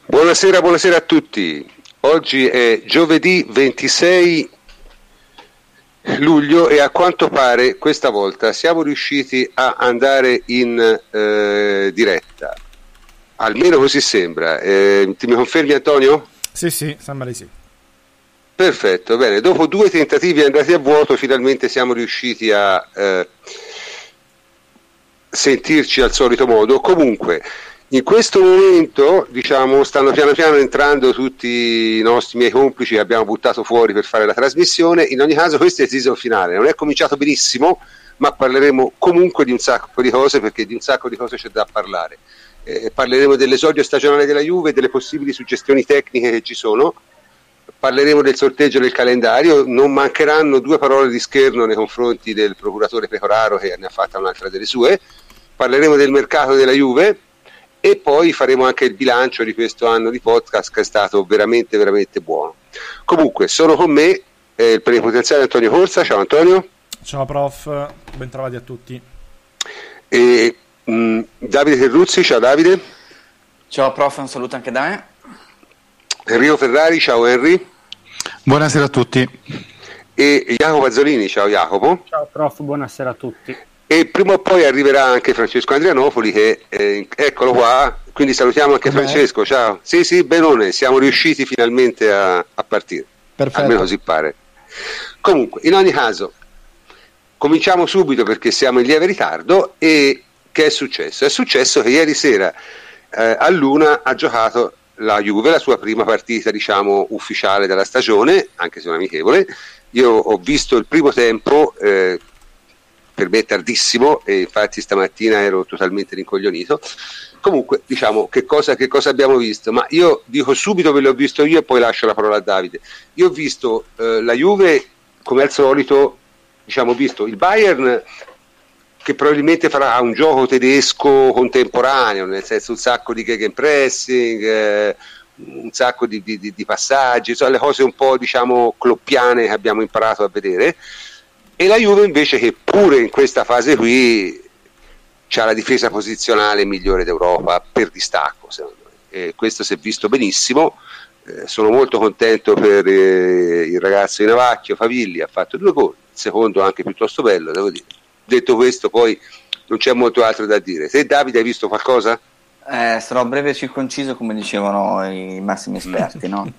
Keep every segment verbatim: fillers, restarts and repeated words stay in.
Buonasera, buonasera a tutti. Oggi è giovedì ventisei luglio e a quanto pare questa volta siamo riusciti a andare in eh, diretta. Almeno così sembra. Eh, ti mi confermi, Antonio? Sì, sì, sembra di sì. Perfetto, bene. Dopo due tentativi andati a vuoto, finalmente siamo riusciti a eh, sentirci al solito modo. Comunque, in questo momento, diciamo, stanno piano piano entrando tutti i nostri miei complici che abbiamo buttato fuori per fare la trasmissione. In ogni caso, questo è il season finale. Non è cominciato benissimo, ma parleremo comunque di un sacco di cose, perché di un sacco di cose c'è da parlare. Eh, parleremo dell'esordio stagionale della Juve, delle possibili suggestioni tecniche che ci sono. Parleremo del sorteggio del calendario. Non mancheranno due parole di scherno nei confronti del procuratore Pecoraro, che ne ha fatta un'altra delle sue. Parleremo del mercato della Juve e poi faremo anche il bilancio di questo anno di podcast, che è stato veramente veramente buono. Comunque sono con me eh, il plenipotenziario Antonio Corsa. Ciao Antonio. Ciao prof, ben trovati a tutti. E mh, Davide Terruzzi. Ciao Davide. Ciao prof, un saluto anche da me. Enrico Ferrari. Ciao Henry. Buonasera a tutti. E Jacopo Azzolini. Ciao Jacopo. Ciao prof, buonasera a tutti. E prima o poi arriverà anche Francesco Andrianopoli, che eh, eccolo qua, quindi salutiamo anche Com'è? Francesco. Ciao. Sì sì, benone, siamo riusciti finalmente a, a partire. Perfetto. Almeno così pare. Comunque, in ogni caso, cominciamo subito perché siamo in lieve ritardo. E che è successo? È successo che ieri sera eh, a Luna ha giocato la Juve, la sua prima partita, diciamo, ufficiale della stagione, anche se non amichevole. Io ho visto il primo tempo, eh, per me tardissimo, e infatti stamattina ero totalmente rincoglionito. Comunque, diciamo, che cosa, che cosa abbiamo visto? Ma io dico subito che l'ho visto io e poi lascio la parola a Davide. Io ho visto eh, la Juve, come al solito, diciamo, ho visto il Bayern che probabilmente farà un gioco tedesco contemporaneo, nel senso un sacco di gegenpressing, eh, un sacco di, di, di passaggi, insomma, le cose un po', diciamo, cloppiane che abbiamo imparato a vedere. E la Juve invece, che pure in questa fase qui c'ha la difesa posizionale migliore d'Europa per distacco, secondo me. E questo si è visto benissimo. Eh, sono molto contento per eh, il ragazzo di Navacchio, Favilli, ha fatto due gol, il secondo anche piuttosto bello, devo dire. Detto questo, poi non c'è molto altro da dire. Te Davide hai visto qualcosa? Eh, sarò breve e circonciso, come dicevano i massimi esperti, no?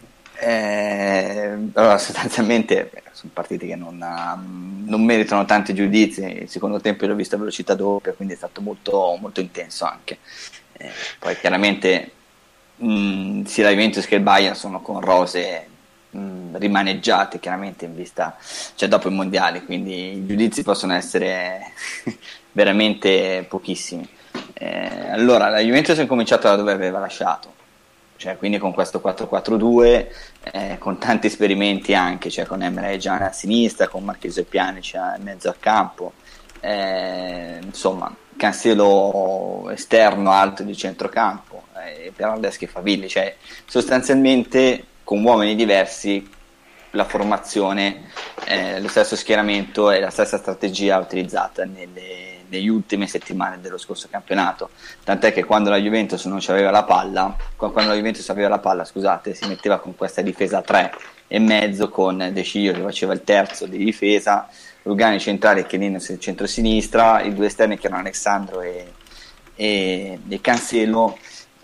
Eh, allora, sostanzialmente sono partiti che non, non meritano tanti giudizi. Il secondo tempo l'ho visto a velocità doppia, quindi è stato molto, molto intenso anche. Eh, poi chiaramente mh, sia la Juventus che il Bayern sono con rose mh, rimaneggiate, chiaramente in vista, cioè dopo i mondiali, quindi i giudizi possono essere veramente pochissimi. Eh, allora la Juventus è cominciata da dove aveva lasciato, cioè quindi con questo quattro quattro due, eh, con tanti esperimenti anche, cioè con Emre Can a sinistra, con Marchisio e Pjanic in mezzo al campo, eh, insomma Cancelo esterno alto di centrocampo, eh, Bernardeschi e Favilli, cioè sostanzialmente con uomini diversi la formazione, eh, lo stesso schieramento e la stessa strategia utilizzata nelle negli ultime settimane dello scorso campionato, tant'è che quando la Juventus non aveva la palla quando la Juventus aveva la palla scusate si metteva con questa difesa a tre e mezzo, con De Sciglio che faceva il terzo di difesa, Rugani centrale e Chiellini sul centro-sinistra, i due esterni che erano Alessandro e, e, e Cancelo,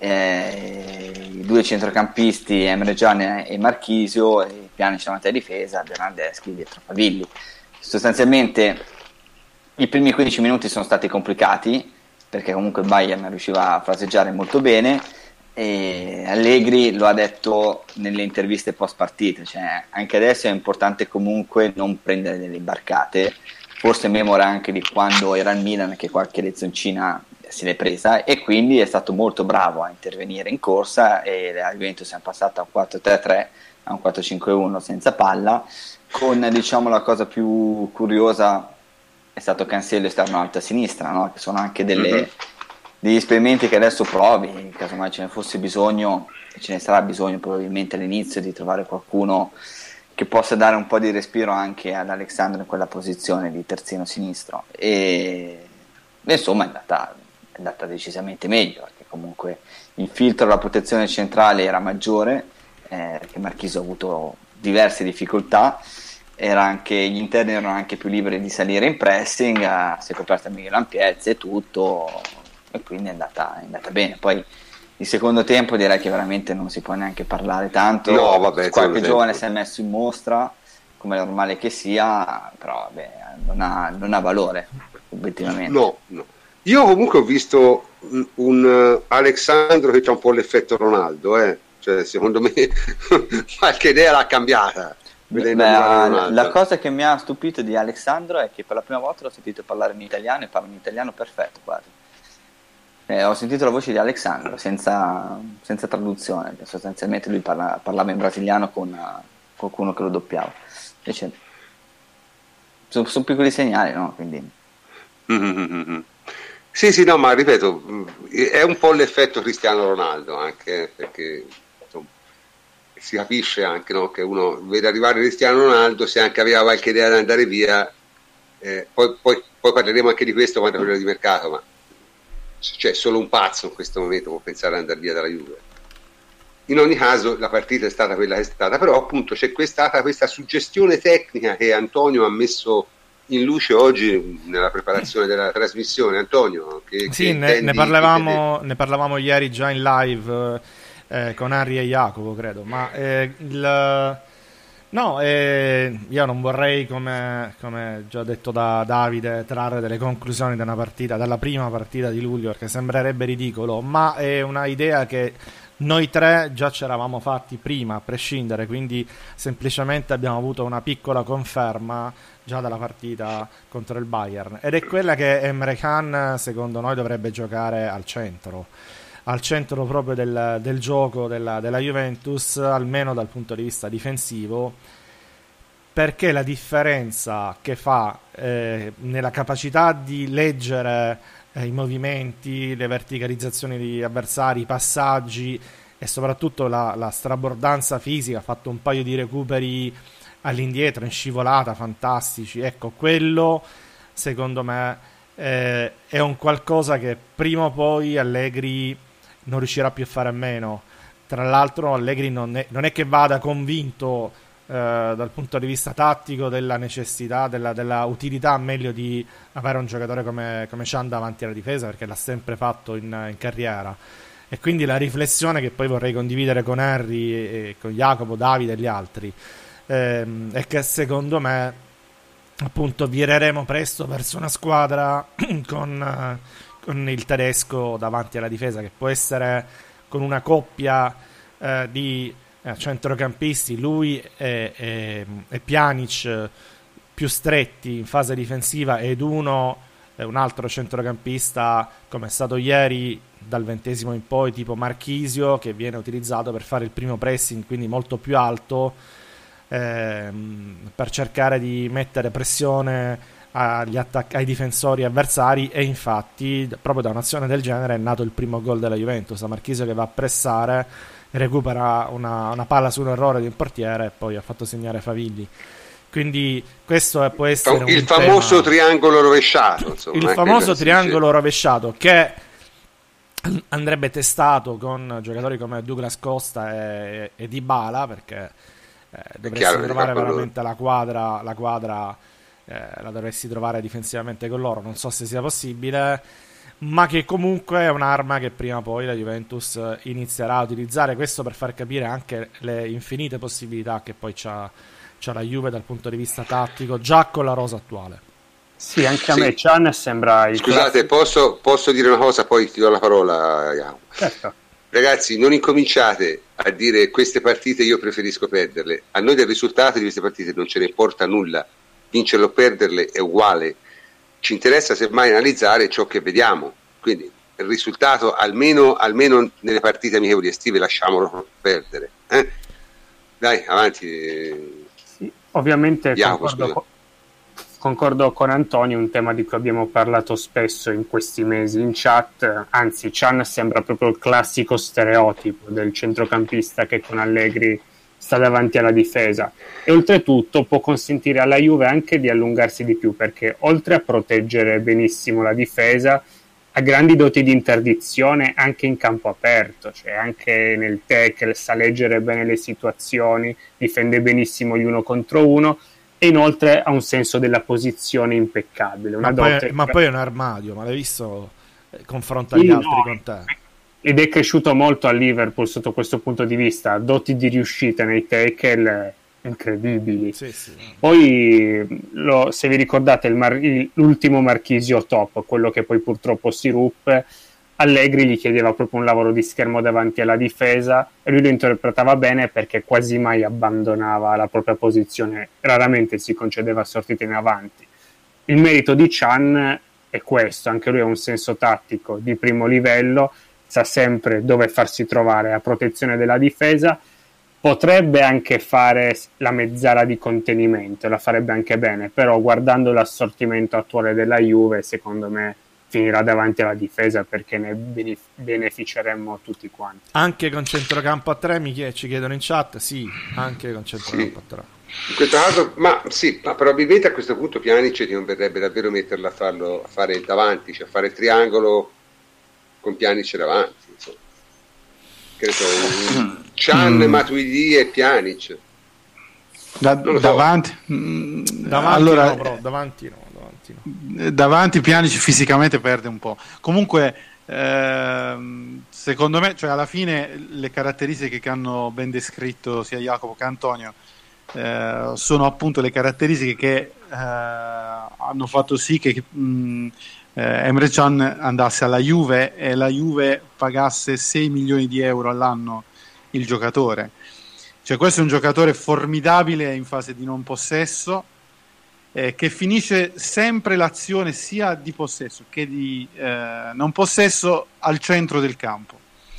eh, i due centrocampisti Emre Can e Marchisio, e Pjanic davanti alla difesa, Bernardeschi dietro Favilli. Sostanzialmente i primi quindici minuti sono stati complicati perché comunque il Bayern riusciva a fraseggiare molto bene, e Allegri lo ha detto nelle interviste post partita, cioè anche adesso è importante comunque non prendere delle imbarcate, forse memora anche di quando era il Milan che qualche lezioncina se l'è presa, e quindi è stato molto bravo a intervenire in corsa, e la Juventus è passata a un quattro tre tre a un quattro cinque uno senza palla, con, diciamo, la cosa più curiosa è stato Cancelo esterno alto a sinistra, no? Che sono anche delle, mm-hmm. degli esperimenti che adesso provi, in caso mai ce ne fosse bisogno, e ce ne sarà bisogno probabilmente all'inizio, di trovare qualcuno che possa dare un po' di respiro anche ad Alessandro in quella posizione di terzino sinistro, e, e insomma è andata è andata decisamente meglio, perché comunque il filtro alla protezione centrale era maggiore, eh, perché Marchisio ha avuto diverse difficoltà, era anche, gli interni erano anche più liberi di salire in pressing, eh, si è coperta Miguel Ampiezzi e tutto, e quindi è andata, è andata bene. Poi il secondo tempo direi che veramente non si può neanche parlare tanto, no, vabbè, qualche giovane si è messo in mostra, come è normale che sia, però vabbè, non ha, non ha valore obiettivamente. No, no. Io comunque ho visto un, un uh, Alexandro che c'ha un po' l'effetto Ronaldo, eh? Cioè, secondo me qualche idea l'ha cambiata. Beh, la, la cosa che mi ha stupito di Alexandro è che per la prima volta l'ho sentito parlare in italiano e parla in italiano perfetto quasi. Eh, ho sentito la voce di Alexandro senza, senza traduzione, sostanzialmente lui parla, parlava in brasiliano con uh, qualcuno che lo doppiava. Invece sono, sono piccoli segnali, no? Quindi mm-hmm. Sì, sì, no, ma ripeto, è un po' l'effetto Cristiano Ronaldo anche, perché insomma, si capisce anche, no, che uno vede arrivare Cristiano Ronaldo, se anche aveva qualche idea di andare via, eh, poi, poi, poi parleremo anche di questo quando parleremo di mercato, ma c'è solo un pazzo in questo momento può pensare ad andare via dalla Juve. In ogni caso la partita è stata quella che è stata, però appunto c'è stata questa suggestione tecnica che Antonio ha messo in luce oggi nella preparazione della trasmissione. Antonio, che, sì, che ne, intendi, ne, parlavamo, ne parlavamo ieri già in live eh, con Harry e Jacopo, credo, ma eh, il, no, eh, io non vorrei, come, come già detto da Davide, trarre delle conclusioni da una partita, dalla prima partita di luglio, perché sembrerebbe ridicolo, ma è una idea che noi tre già ci eravamo fatti prima, a prescindere, quindi semplicemente abbiamo avuto una piccola conferma già dalla partita contro il Bayern, ed è quella che Emre Can secondo noi dovrebbe giocare al centro al centro proprio del, del gioco della, della Juventus, almeno dal punto di vista difensivo, perché la differenza che fa eh, nella capacità di leggere eh, i movimenti, le verticalizzazioni di avversari, i passaggi e soprattutto la, la strabordanza fisica, ha fatto un paio di recuperi all'indietro in scivolata fantastici, ecco, quello secondo me eh, è un qualcosa che prima o poi Allegri non riuscirà più a fare a meno. Tra l'altro Allegri non è, non è che vada convinto eh, dal punto di vista tattico della necessità, della, della utilità meglio di avere un giocatore come, come Can davanti alla difesa, perché l'ha sempre fatto in, in carriera, e quindi la riflessione che poi vorrei condividere con Harry e, e con Jacopo, Davide e gli altri ehm, è che secondo me appunto vireremo presto verso una squadra con, con il tedesco davanti alla difesa, che può essere con una coppia eh, di eh, centrocampisti, lui e, e, e Pjanic più stretti in fase difensiva, ed uno eh, un altro centrocampista come è stato ieri dal ventesimo in poi, tipo Marchisio, che viene utilizzato per fare il primo pressing, quindi molto più alto, ehm, per cercare di mettere pressione agli attac- ai difensori avversari. E infatti proprio da un'azione del genere è nato il primo gol della Juventus. Marchisio che va a pressare, recupera una, una palla su un errore di un portiere e poi ha fatto segnare Favigli. Quindi questo può essere il un famoso tema... triangolo rovesciato, insomma, il famoso triangolo rovesciato, che andrebbe testato con giocatori come Douglas Costa e, e Dybala, perché eh, dovresti trovare veramente la quadra, la quadra eh, la dovresti trovare difensivamente con loro. Non so se sia possibile, ma che comunque è un'arma che prima o poi la Juventus inizierà a utilizzare. Questo per far capire anche le infinite possibilità che poi c'ha, c'ha la Juve dal punto di vista tattico, già con la rosa attuale. Sì, anche a sì. me Can sembra il Scusate, posso, posso dire una cosa, poi ti do la parola, Jacopo. Certo. Ragazzi, non incominciate a dire queste partite io preferisco perderle. A noi del risultato di queste partite non ce ne importa nulla, vincerle o perderle è uguale. Ci interessa semmai analizzare ciò che vediamo, quindi il risultato almeno, almeno nelle partite amichevoli estive lasciamolo perdere, eh? Dai, avanti. Sì, ovviamente Jacopo, concordo, con, concordo con Antonio, un tema di cui abbiamo parlato spesso in questi mesi in chat. Anzi, Can sembra proprio il classico stereotipo del centrocampista che con Allegri sta davanti alla difesa, e oltretutto può consentire alla Juve anche di allungarsi di più, perché oltre a proteggere benissimo la difesa ha grandi doti di interdizione anche in campo aperto, cioè anche nel tackle sa leggere bene le situazioni, difende benissimo gli uno contro uno e inoltre ha un senso della posizione impeccabile. Una ma, poi, dote... ma poi è un armadio, ma l'hai visto? Confronta sì, gli altri no, con te. Ed è cresciuto molto a Liverpool sotto questo punto di vista, doti di riuscita nei tackle incredibili. Sì, sì. Poi lo, se vi ricordate il mar- il, l'ultimo Marchisio top, quello che poi purtroppo si ruppe, Allegri gli chiedeva proprio un lavoro di schermo davanti alla difesa e lui lo interpretava bene perché quasi mai abbandonava la propria posizione, raramente si concedeva sortite in avanti. Il merito di Can è questo, anche lui ha un senso tattico di primo livello, sa sempre dove farsi trovare a protezione della difesa, potrebbe anche fare la mezzala di contenimento, la farebbe anche bene, però guardando l'assortimento attuale della Juve, secondo me finirà davanti alla difesa perché ne benef- beneficeremmo tutti quanti. Anche con centrocampo a tre, mi chied- ci chiedono in chat, sì, anche con centrocampo sì. a tre. In questo caso, ma sì, ma probabilmente a questo punto Pjanic ti converrebbe davvero metterlo a farlo a fare il davanti, cioè a fare il triangolo con Pjanic davanti, insomma. Che ne so, Can, mm. Matuidi e Pjanic. Da, so. Davanti, davanti allora, no, però, davanti no, davanti no. Davanti Pjanic fisicamente perde un po'. Comunque, ehm, secondo me, cioè alla fine le caratteristiche che hanno ben descritto sia Jacopo che Antonio eh, sono appunto le caratteristiche che eh, hanno fatto sì che mh, eh, Emre Can andasse alla Juve e la Juve pagasse sei milioni di euro all'anno il giocatore. Cioè questo è un giocatore formidabile in fase di non possesso, eh, che finisce sempre l'azione sia di possesso che di eh, non possesso al centro del campo.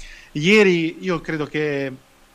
Ieri io credo che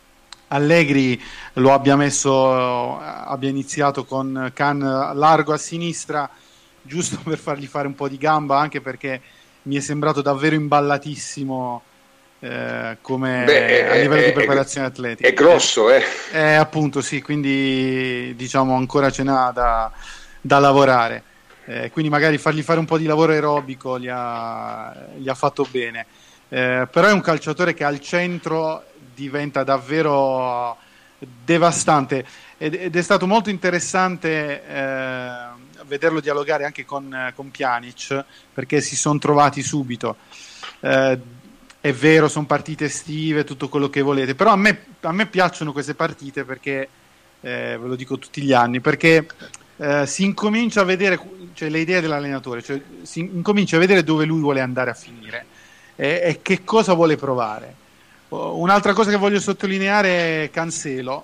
Allegri lo abbia messo, abbia iniziato con Can largo a sinistra, giusto per fargli fare un po' di gamba, anche perché mi è sembrato davvero imballatissimo. Eh, come Beh, a livello è, di preparazione è, atletica è grosso eh. Eh, appunto sì, quindi diciamo ancora ce n'ha da, da lavorare, eh, quindi magari fargli fare un po' di lavoro aerobico gli ha, gli ha fatto bene, eh, però è un calciatore che al centro diventa davvero devastante ed, ed è stato molto interessante eh, vederlo dialogare anche con, con Pjanic, perché si sono trovati subito. eh, È vero, sono partite estive, tutto quello che volete, però a me, a me piacciono queste partite perché, eh, ve lo dico tutti gli anni, perché eh, si incomincia a vedere, cioè, le idee dell'allenatore, cioè, si incomincia a vedere dove lui vuole andare a finire e, e che cosa vuole provare. Un'altra cosa che voglio sottolineare è Cancelo,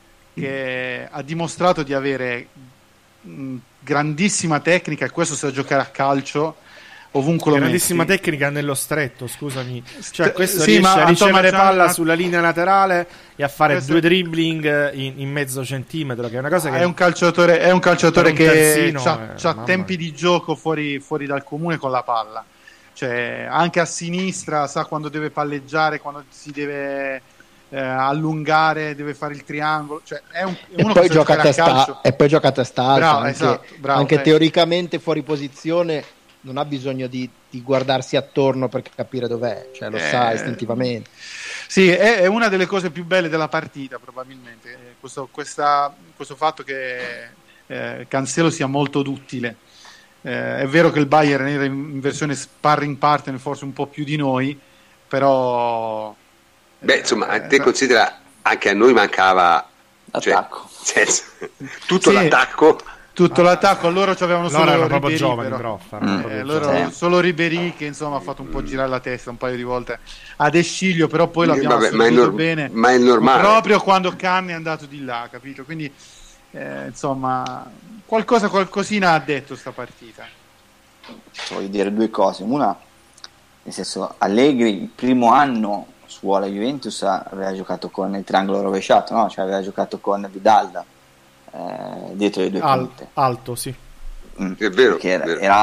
che ha dimostrato di avere mh, grandissima tecnica, e questo sa giocare a calcio ovunque lo grandissima metti. tecnica nello stretto, scusami, cioè questo sì, riesce a ricevere già, palla ma... sulla linea laterale e a fare questo... due dribbling in, in mezzo centimetro, che è una cosa che è un calciatore, è un calciatore un che ha tempi di gioco fuori, fuori dal comune con la palla, cioè anche a sinistra sa quando deve palleggiare, quando si deve eh, allungare, deve fare il triangolo, cioè è, un, è uno e poi che gioca a testa calcio. E poi gioca a testa alta, bravo, anche, esatto, bravo, anche eh. teoricamente fuori posizione non ha bisogno di, di guardarsi attorno per capire dov'è, cioè lo eh, sa istintivamente. Sì, è, è una delle cose più belle della partita probabilmente, questo, questa, questo fatto che eh, Cancelo sia molto duttile. Eh, è vero che il Bayern era in versione sparring partner forse un po' più di noi, però... Beh, insomma, eh, te considera, anche a noi mancava... L'attacco. Cioè, tutto sì. l'attacco... tutto ah, l'attacco, loro avevano solo erano Ribéry, proprio giovani, però. però Mm. Eh, loro, solo Ribéry che insomma ha fatto un po' girare la testa un paio di volte ad Esciglio, però poi l'abbiamo Vabbè, assorbito ma nor- bene, ma è normale, proprio quando Can è andato di là, capito? Quindi eh, insomma qualcosa, qualcosina ha detto sta partita. Voglio dire due cose, una, nel senso, Allegri il primo anno su alla Juventus aveva giocato con il triangolo rovesciato, no? Cioè aveva giocato con Vidal eh, dietro le due Al- punte, alto sì. Mm, è vero, che era, vero. era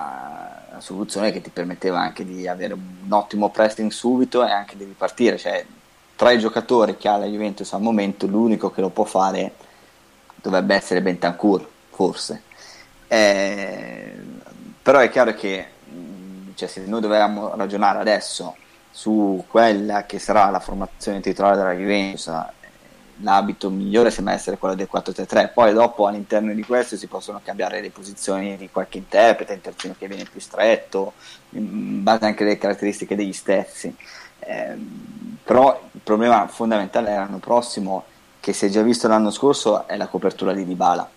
una soluzione che ti permetteva anche di avere un ottimo pressing subito e anche di ripartire, cioè tra i giocatori che ha la Juventus al momento l'unico che lo può fare dovrebbe essere Bentancur, forse, eh, però è chiaro che cioè se noi dovevamo ragionare adesso su quella che sarà la formazione titolare della Juventus, l'abito migliore sembra essere quello del quattro tre tre, poi dopo all'interno di questo si possono cambiare le posizioni di qualche interprete, il terzino che viene più stretto in base anche alle caratteristiche degli stessi, eh, però il problema fondamentale l'anno prossimo, che si è già visto l'anno scorso, è la copertura di Dybala,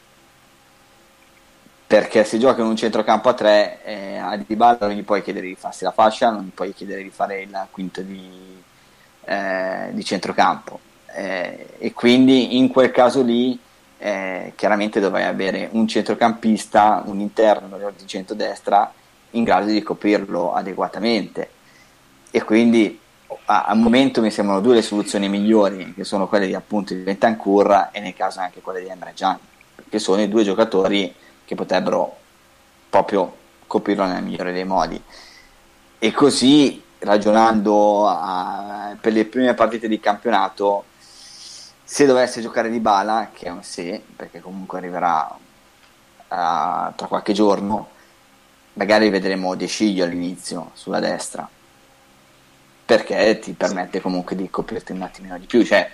perché se gioca in un centrocampo a tre, eh, a Dybala non gli puoi chiedere di farsi la fascia, non gli puoi chiedere di fare il quinto di, eh, di centrocampo. Eh, e quindi in quel caso lì eh, chiaramente dovrai avere un centrocampista, un interno di centrodestra in grado di coprirlo adeguatamente, e quindi a, al momento mi sembrano due le soluzioni migliori, che sono quelle di appunto di Bentancur e nel caso anche quelle di Emre Can, che sono i due giocatori che potrebbero proprio coprirlo nel migliore dei modi. E così ragionando a, per le prime partite di campionato, se dovesse giocare Dybala, che è un se, perché comunque arriverà uh, tra qualche giorno, magari vedremo De Sciglio all'inizio sulla destra, perché ti permette comunque di coprirti un attimino di più, cioè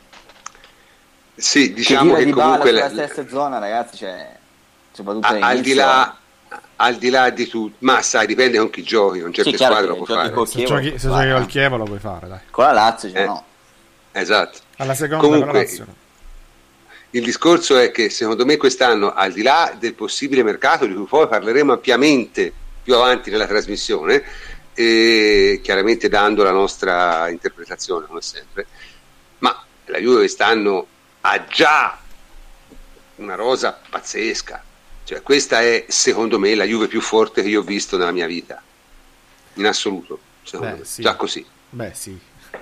sì, diciamo che, che comunque sulla stessa zona, ragazzi, cioè soprattutto a, al di là al di là di tutto, ma sai, dipende con chi giochi, con certe sì, squadre lo puoi fare. Se giochi, se giochi col Chievo lo puoi fare, dai. Con la Lazio cioè, eh, no. Esatto. Alla seconda comunque, con la Lazio. Il discorso è che secondo me quest'anno, al di là del possibile mercato di cui poi parleremo ampiamente più avanti nella trasmissione, e chiaramente dando la nostra interpretazione come sempre, ma la Juve quest'anno ha già una rosa pazzesca, cioè questa è secondo me la Juve più forte che io ho visto nella mia vita in assoluto, secondo Beh, me. Sì. Già così beh sì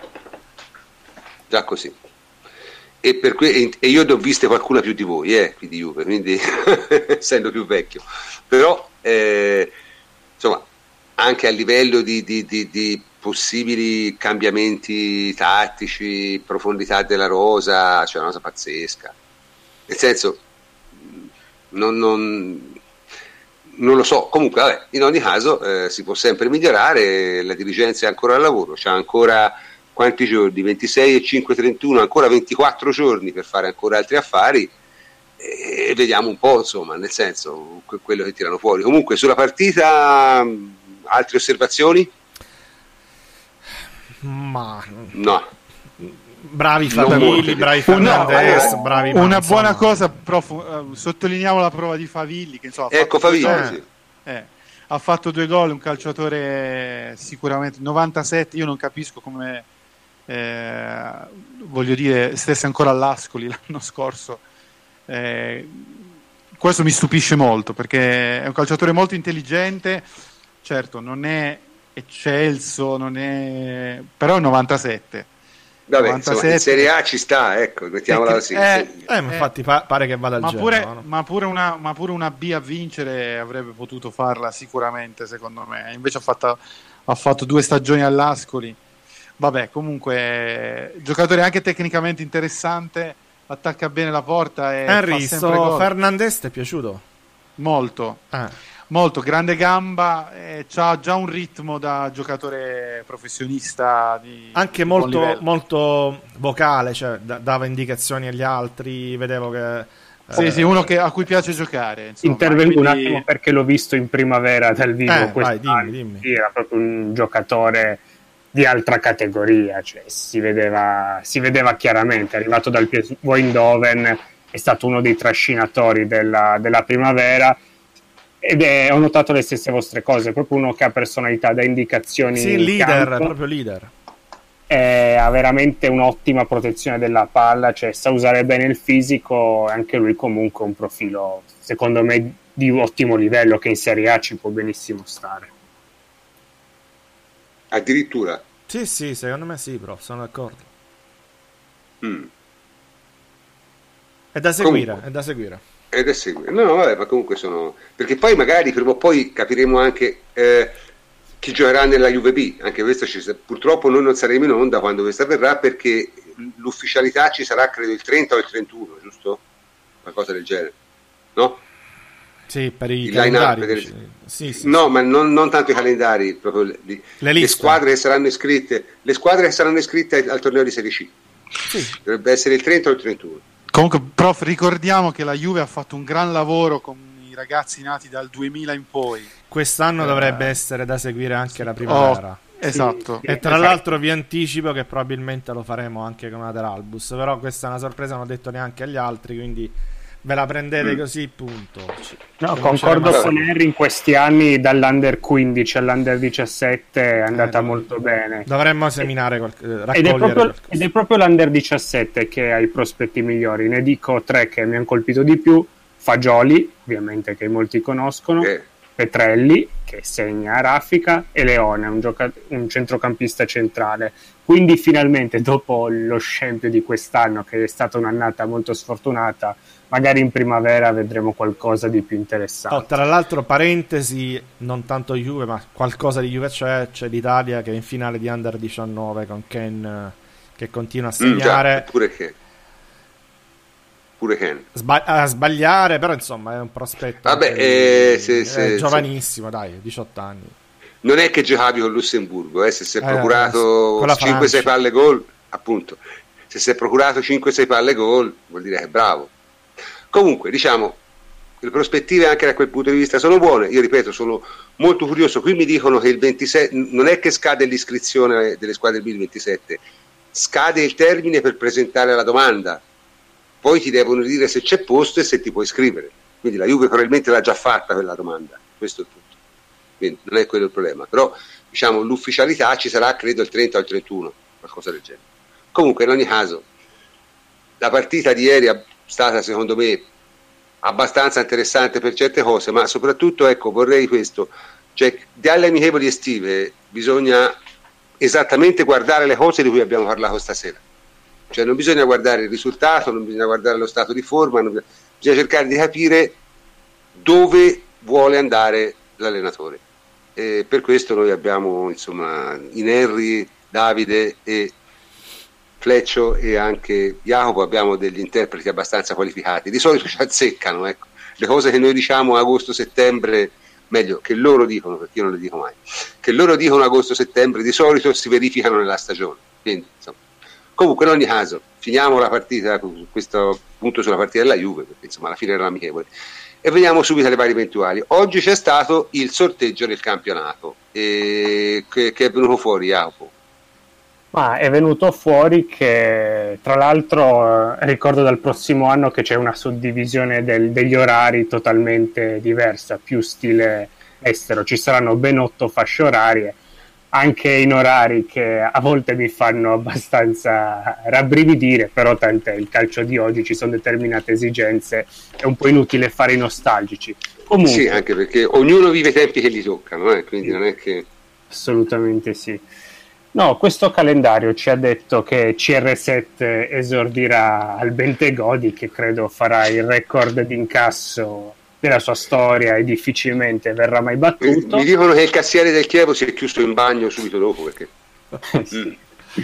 già così e, per que- e io ne ho viste qualcuna più di voi eh, qui di Juve, quindi essendo più vecchio, però eh, insomma anche a livello di, di, di, di possibili cambiamenti tattici, profondità della rosa, cioè una cosa pazzesca, nel senso non, non, non lo so, comunque vabbè, in ogni caso eh, si può sempre migliorare, la dirigenza è ancora al lavoro, c'ha ancora quanti giorni? ventisei e cinque trentuno, ancora ventiquattro giorni per fare ancora altri affari, e vediamo un po', insomma, nel senso quello che tirano fuori. Comunque sulla partita altre osservazioni? Ma no, bravi Favilli, bravi Fernandez, una, bravi una Manzano. Buona cosa, prof, uh, sottolineiamo la prova di Favilli, che insomma, ecco Favilli due, sì. eh, ha fatto due gol, un calciatore sicuramente novantasette, io non capisco come eh, voglio dire stesse ancora all'Ascoli l'anno scorso, eh, questo mi stupisce molto perché è un calciatore molto intelligente, certo non è eccelso, non è, però è novantasette. Vabbè, novantasette. Insomma, in Serie A ci sta, ecco, mettiamola così. Eh, eh, ma infatti pa- pare che vada al ma Genoa, pure, no? ma, pure una, ma pure una B a vincere avrebbe potuto farla sicuramente, secondo me. Invece ha fatto, ha fatto due stagioni all'Ascoli. Vabbè, comunque, giocatore anche tecnicamente interessante, attacca bene la porta e Henry, fa sempre sto gol. Fernandez ti è piaciuto? Molto. Eh. Molto, grande gamba, eh, c'ha già un ritmo da giocatore professionista di, anche di buon molto, livello. molto vocale, cioè da- dava indicazioni agli altri, vedevo che Sì, eh, sì, uno che, a cui piace giocare. Insomma. Intervengo Quindi... un attimo perché l'ho visto in primavera dal vivo. Eh, vai, quest'anno. dimmi, dimmi. Sì, era proprio un giocatore di altra categoria, cioè si vedeva, si vedeva chiaramente, è arrivato dal P S V Eindhoven, è stato uno dei trascinatori della, della primavera. Ed è, ho notato le stesse vostre cose, proprio uno che ha personalità, da indicazioni sì, in leader, campo, proprio leader. e ha veramente un'ottima protezione della palla, cioè sa usare bene il fisico, anche lui comunque un profilo secondo me di ottimo livello, che in Serie A ci può benissimo stare. Addirittura? Sì, sì, secondo me sì, prof, sono d'accordo. Mm. È da seguire, Comunque. è da seguire. Ed è seguire. No, no, vabbè, ma comunque sono... Perché poi magari prima o poi capiremo anche eh, chi giocherà nella Juve B, anche questo ci... purtroppo noi non saremo in onda quando questa avverrà, perché l'ufficialità ci sarà credo il trenta o il trentuno, giusto? Qualcosa del genere, no? Sì, per i, i calendari. line-up delle... sì, sì, no, sì. ma non, non tanto i calendari, proprio le, le, le squadre che saranno iscritte, le squadre che saranno iscritte al torneo di Serie C. Sì. Dovrebbe essere il trenta o il trentuno. Comunque, prof, ricordiamo che la Juve ha fatto un gran lavoro con i ragazzi nati dal duemila in poi. Quest'anno eh... dovrebbe essere da seguire anche sì. la primavera. Oh, esatto. E tra l'altro vi anticipo che probabilmente lo faremo anche con Aderalbus, però questa è una sorpresa, non ho detto neanche agli altri, quindi ve la prendete mm. così, punto. No, concordo con Henry, in questi anni dall'under quindici all'under diciassette è andata eh, molto bene. Dovremmo seminare qualche, raccogliere ed è, proprio, qualcosa. ed è proprio l'under diciassette che ha i prospetti migliori. Ne dico tre che mi hanno colpito di più: Fagioli, ovviamente, che molti conoscono, eh. Petrelli, che segna a raffica, e Leone, un, gioca- un centrocampista centrale. Quindi finalmente, dopo lo scempio di quest'anno, che è stata un'annata molto sfortunata, magari in primavera vedremo qualcosa di più interessante. Oh, tra l'altro, parentesi, non tanto Juve, ma qualcosa di Juve c'è, c'è l'Italia che è in finale di Under diciannove con Ken che continua a segnare. Mm, già, pure che pure Ken. Sba- a sbagliare, però insomma è un prospetto. Vabbè, eh, se, se, è giovanissimo, se... dai, diciotto anni. Non è che giocavi con Lussemburgo, eh, se si è eh, procurato cinque sei palle gol, appunto, se si è procurato cinque sei palle gol, vuol dire che è bravo. Comunque, diciamo, le prospettive anche da quel punto di vista sono buone. Io ripeto, sono molto curioso. Qui mi dicono che il ventisei non è che scade l'iscrizione delle squadre B il ventisette, scade il termine per presentare la domanda. Poi ti devono dire se c'è posto e se ti puoi iscrivere. Quindi la Juve probabilmente l'ha già fatta quella domanda. Questo è il punto. Quindi non è quello il problema. Però, diciamo, l'ufficialità ci sarà, credo, il trenta o il trentuno, qualcosa del genere. Comunque, in ogni caso, la partita di ieri è stata, secondo me, abbastanza interessante per certe cose, ma soprattutto, ecco, vorrei questo, cioè, dalle amichevoli estive bisogna esattamente guardare le cose di cui abbiamo parlato stasera, cioè non bisogna guardare il risultato, non bisogna guardare lo stato di forma, non bisogna, bisogna cercare di capire dove vuole andare l'allenatore, e per questo noi abbiamo, insomma, in Henry, Davide e Fleccio e anche Jacopo, abbiamo degli interpreti abbastanza qualificati, di solito ci azzeccano, ecco. Le cose che noi diciamo agosto-settembre, meglio che loro dicono, perché io non le dico mai, che loro dicono agosto-settembre di solito si verificano nella stagione. Quindi, insomma. Comunque, in ogni caso, finiamo la partita su questo punto sulla partita della Juve, perché insomma alla fine erano amichevoli, e veniamo subito alle varie eventuali. Oggi c'è stato il sorteggio del campionato, e che, che è venuto fuori, Jacopo? Ma è venuto fuori che, tra l'altro, eh, ricordo dal prossimo anno che c'è una suddivisione del, degli orari totalmente diversa, più stile estero. Ci saranno ben otto fasce orarie, anche in orari che a volte mi fanno abbastanza rabbrividire, però tant'è, il calcio di oggi, ci sono determinate esigenze, è un po' inutile fare i nostalgici. Comunque, sì, anche perché ognuno vive i tempi che gli toccano, eh? Quindi sì, non è che... Assolutamente sì. No, questo calendario ci ha detto che C R sette esordirà al Bentegodi, che credo farà il record di incasso della sua storia e difficilmente verrà mai battuto. Mi dicono che il cassiere del Chievo si è chiuso in bagno subito dopo, perché sì.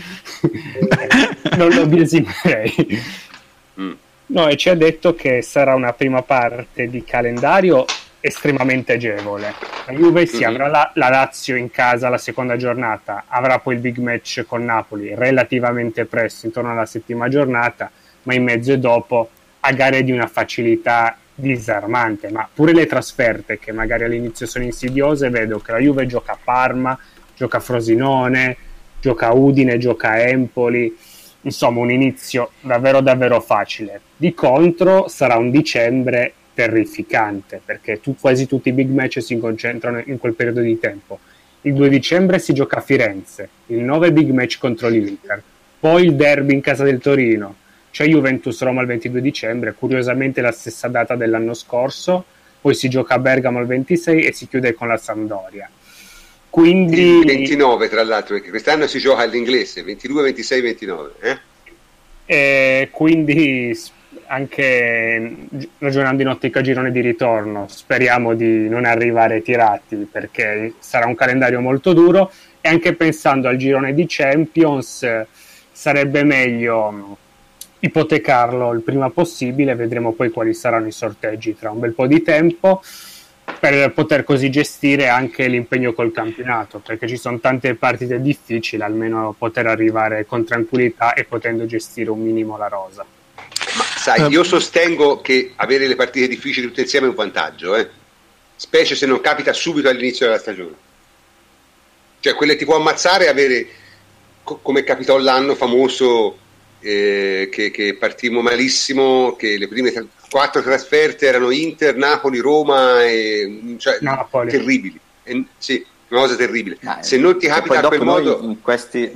Non lo biasimerei. Mm. No, e ci ha detto che sarà una prima parte di calendario estremamente agevole. La Juve si mm-hmm. avrà la, la Lazio in casa la seconda giornata, avrà poi il big match con Napoli relativamente presto, intorno alla settima giornata, ma in mezzo e dopo a gare di una facilità disarmante. Ma pure le trasferte, che magari all'inizio sono insidiose, vedo che la Juve gioca a Parma, gioca a Frosinone, gioca a Udine, gioca a Empoli, insomma un inizio davvero davvero facile. Di contro sarà un dicembre terrificante, perché tu, quasi tutti i big match si concentrano in quel periodo di tempo. Il due dicembre si gioca a Firenze, il nove big match contro l'Inter, poi il derby in casa del Torino, c'è Juventus-Roma il ventidue dicembre, curiosamente la stessa data dell'anno scorso, poi si gioca a Bergamo il ventisei e si chiude con la Sampdoria. Quindi il ventinove, tra l'altro, perché quest'anno si gioca all'inglese, ventidue, ventisei, ventinove, eh? E quindi anche ragionando in ottica girone di ritorno, speriamo di non arrivare tirati, perché sarà un calendario molto duro, e anche pensando al girone di Champions sarebbe meglio ipotecarlo il prima possibile, vedremo poi quali saranno i sorteggi tra un bel po' di tempo, per poter così gestire anche l'impegno col campionato, perché ci sono tante partite difficili, almeno poter arrivare con tranquillità e potendo gestire un minimo la rosa. Ma sai, io sostengo che avere le partite difficili tutte insieme è un vantaggio, eh? Specie se non capita subito all'inizio della stagione. Cioè, quelle ti può ammazzare avere, co- come capitò l'anno famoso, eh, che, che partimmo malissimo, che le prime tra- quattro trasferte erano Inter, Napoli, Roma, e, cioè, Napoli. terribili. E, sì, una cosa terribile. No, se non ti capita a quel modo... In questi...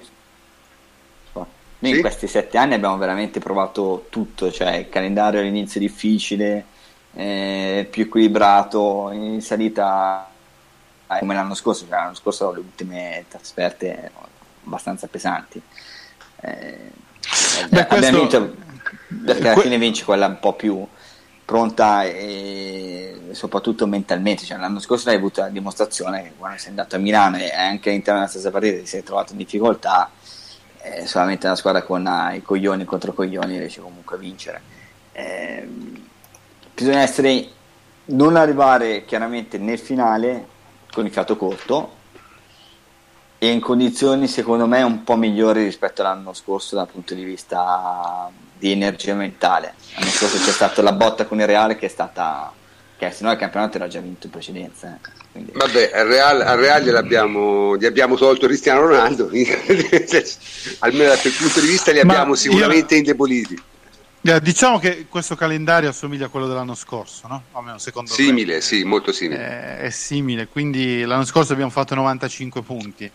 Noi sì? in questi sette anni abbiamo veramente provato tutto, cioè il calendario all'inizio difficile, eh, più equilibrato, in salita eh, come l'anno scorso, cioè l'anno scorso le ultime trasferte abbastanza pesanti. Eh, Beh, abbiamo questo... vinto perché alla fine vinci quella un po' più pronta e soprattutto mentalmente, cioè l'anno scorso hai avuto la dimostrazione che quando sei andato a Milano e anche all'interno della stessa partita ti sei trovato in difficoltà. Eh, solamente una squadra con uh, i coglioni contro coglioni riesce comunque a vincere. Eh, bisogna essere, non arrivare chiaramente nel finale con il fiato corto e in condizioni secondo me un po' migliori rispetto all'anno scorso dal punto di vista di energia mentale. L'anno scorso c'è stata la botta con il Reale che è stata, che se no il campionato era già vinto in precedenza. Eh. Quindi... Vabbè, al Real, al Real gliel'abbiamo, gli abbiamo tolto Cristiano Ronaldo, almeno dal punto di vista li abbiamo Ma sicuramente io... indeboliti. Diciamo che questo calendario assomiglia a quello dell'anno scorso, no? Almeno secondo me. Simile, sì, molto simile. È, è simile, quindi l'anno scorso abbiamo fatto novantacinque punti.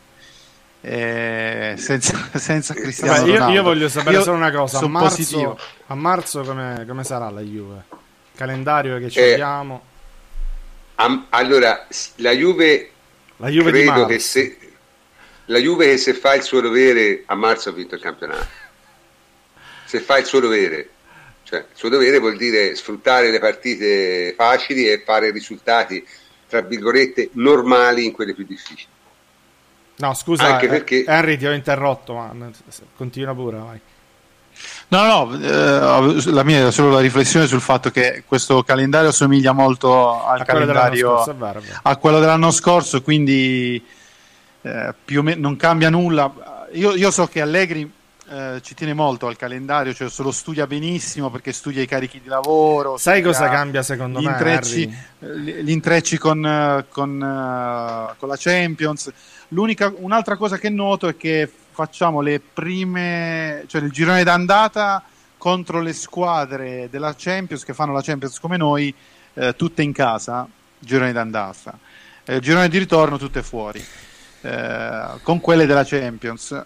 Eh, senza, senza Cristiano Vabbè, io, Ronaldo. Io voglio sapere io solo una cosa: a marzo, positivo. a marzo come, come sarà la Juve? Calendario che ci eh, abbiamo. Am, allora, la Juve, la Juve credo che se la Juve che se fa il suo dovere a marzo ha vinto il campionato. Se fa il suo dovere, cioè il suo dovere vuol dire sfruttare le partite facili e fare risultati tra virgolette normali in quelle più difficili. No, scusa, Anche perché... Henry, ti ho interrotto, ma continua pure, vai. No, no, eh, la mia era solo la riflessione sul fatto che questo calendario somiglia molto al a calendario quello scorso, a quello dell'anno scorso, quindi eh, più o meno non cambia nulla. Io, io so che Allegri eh, ci tiene molto al calendario, cioè se lo studia benissimo perché studia i carichi di lavoro. Sai cosa cambia secondo gli me? Intrecci, gli intrecci con, con, con la Champions. L'unica, un'altra cosa che noto è che facciamo le prime, cioè il girone d'andata contro le squadre della Champions che fanno la Champions come noi, eh, tutte in casa, girone d'andata, eh, il girone di ritorno tutte fuori, eh, con quelle della Champions,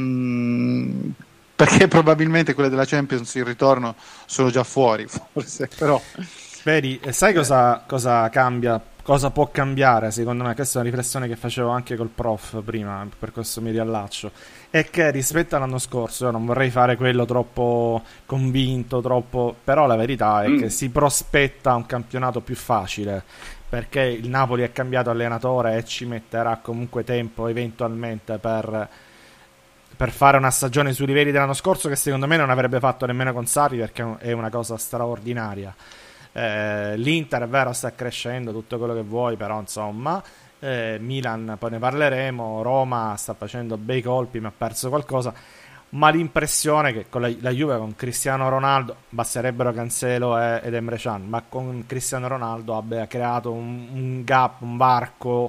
mm, perché probabilmente quelle della Champions il ritorno sono già fuori, forse, però vedi, sai cosa, cosa cambia? Cosa può cambiare secondo me? Questa è una riflessione che facevo anche col prof prima, per questo mi riallaccio, è che rispetto all'anno scorso io non vorrei fare quello troppo convinto, troppo, però la verità è mm. che si prospetta un campionato più facile, perché il Napoli è cambiato allenatore e ci metterà comunque tempo eventualmente per, per fare una stagione sui livelli dell'anno scorso, che secondo me non avrebbe fatto nemmeno con Sarri, perché è una cosa straordinaria. Eh, L'Inter è vero sta crescendo, tutto quello che vuoi, però insomma eh, Milan poi ne parleremo, Roma sta facendo bei colpi ma ha perso qualcosa, ma l'impressione che con la, la Juve con Cristiano Ronaldo basterebbero Cancelo e, ed Emre Can, ma con Cristiano Ronaldo abbia creato un, un gap, un varco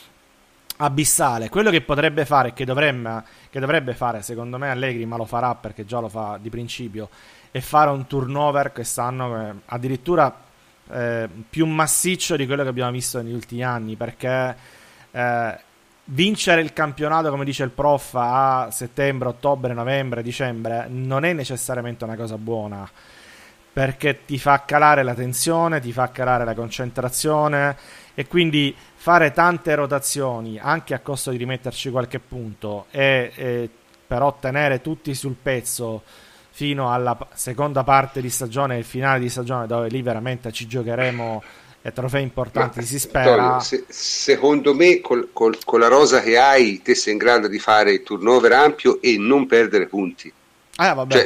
abissale. Quello che potrebbe fare, che dovrebbe, che dovrebbe fare secondo me Allegri, ma lo farà perché già lo fa di principio, e fare un turnover quest'anno eh, addirittura eh, più massiccio di quello che abbiamo visto negli ultimi anni, perché eh, vincere il campionato, come dice il prof, a settembre, ottobre, novembre, dicembre non è necessariamente una cosa buona, perché ti fa calare la tensione, ti fa calare la concentrazione, e quindi fare tante rotazioni anche a costo di rimetterci qualche punto e, e però tenere tutti sul pezzo fino alla seconda parte di stagione e il finale di stagione, dove lì veramente ci giocheremo e trofei importanti, Ma, si spera. Antonio, se, secondo me col, col, con la rosa che hai te sei in grado di fare il turnover ampio e non perdere punti. Ah, vabbè. Cioè,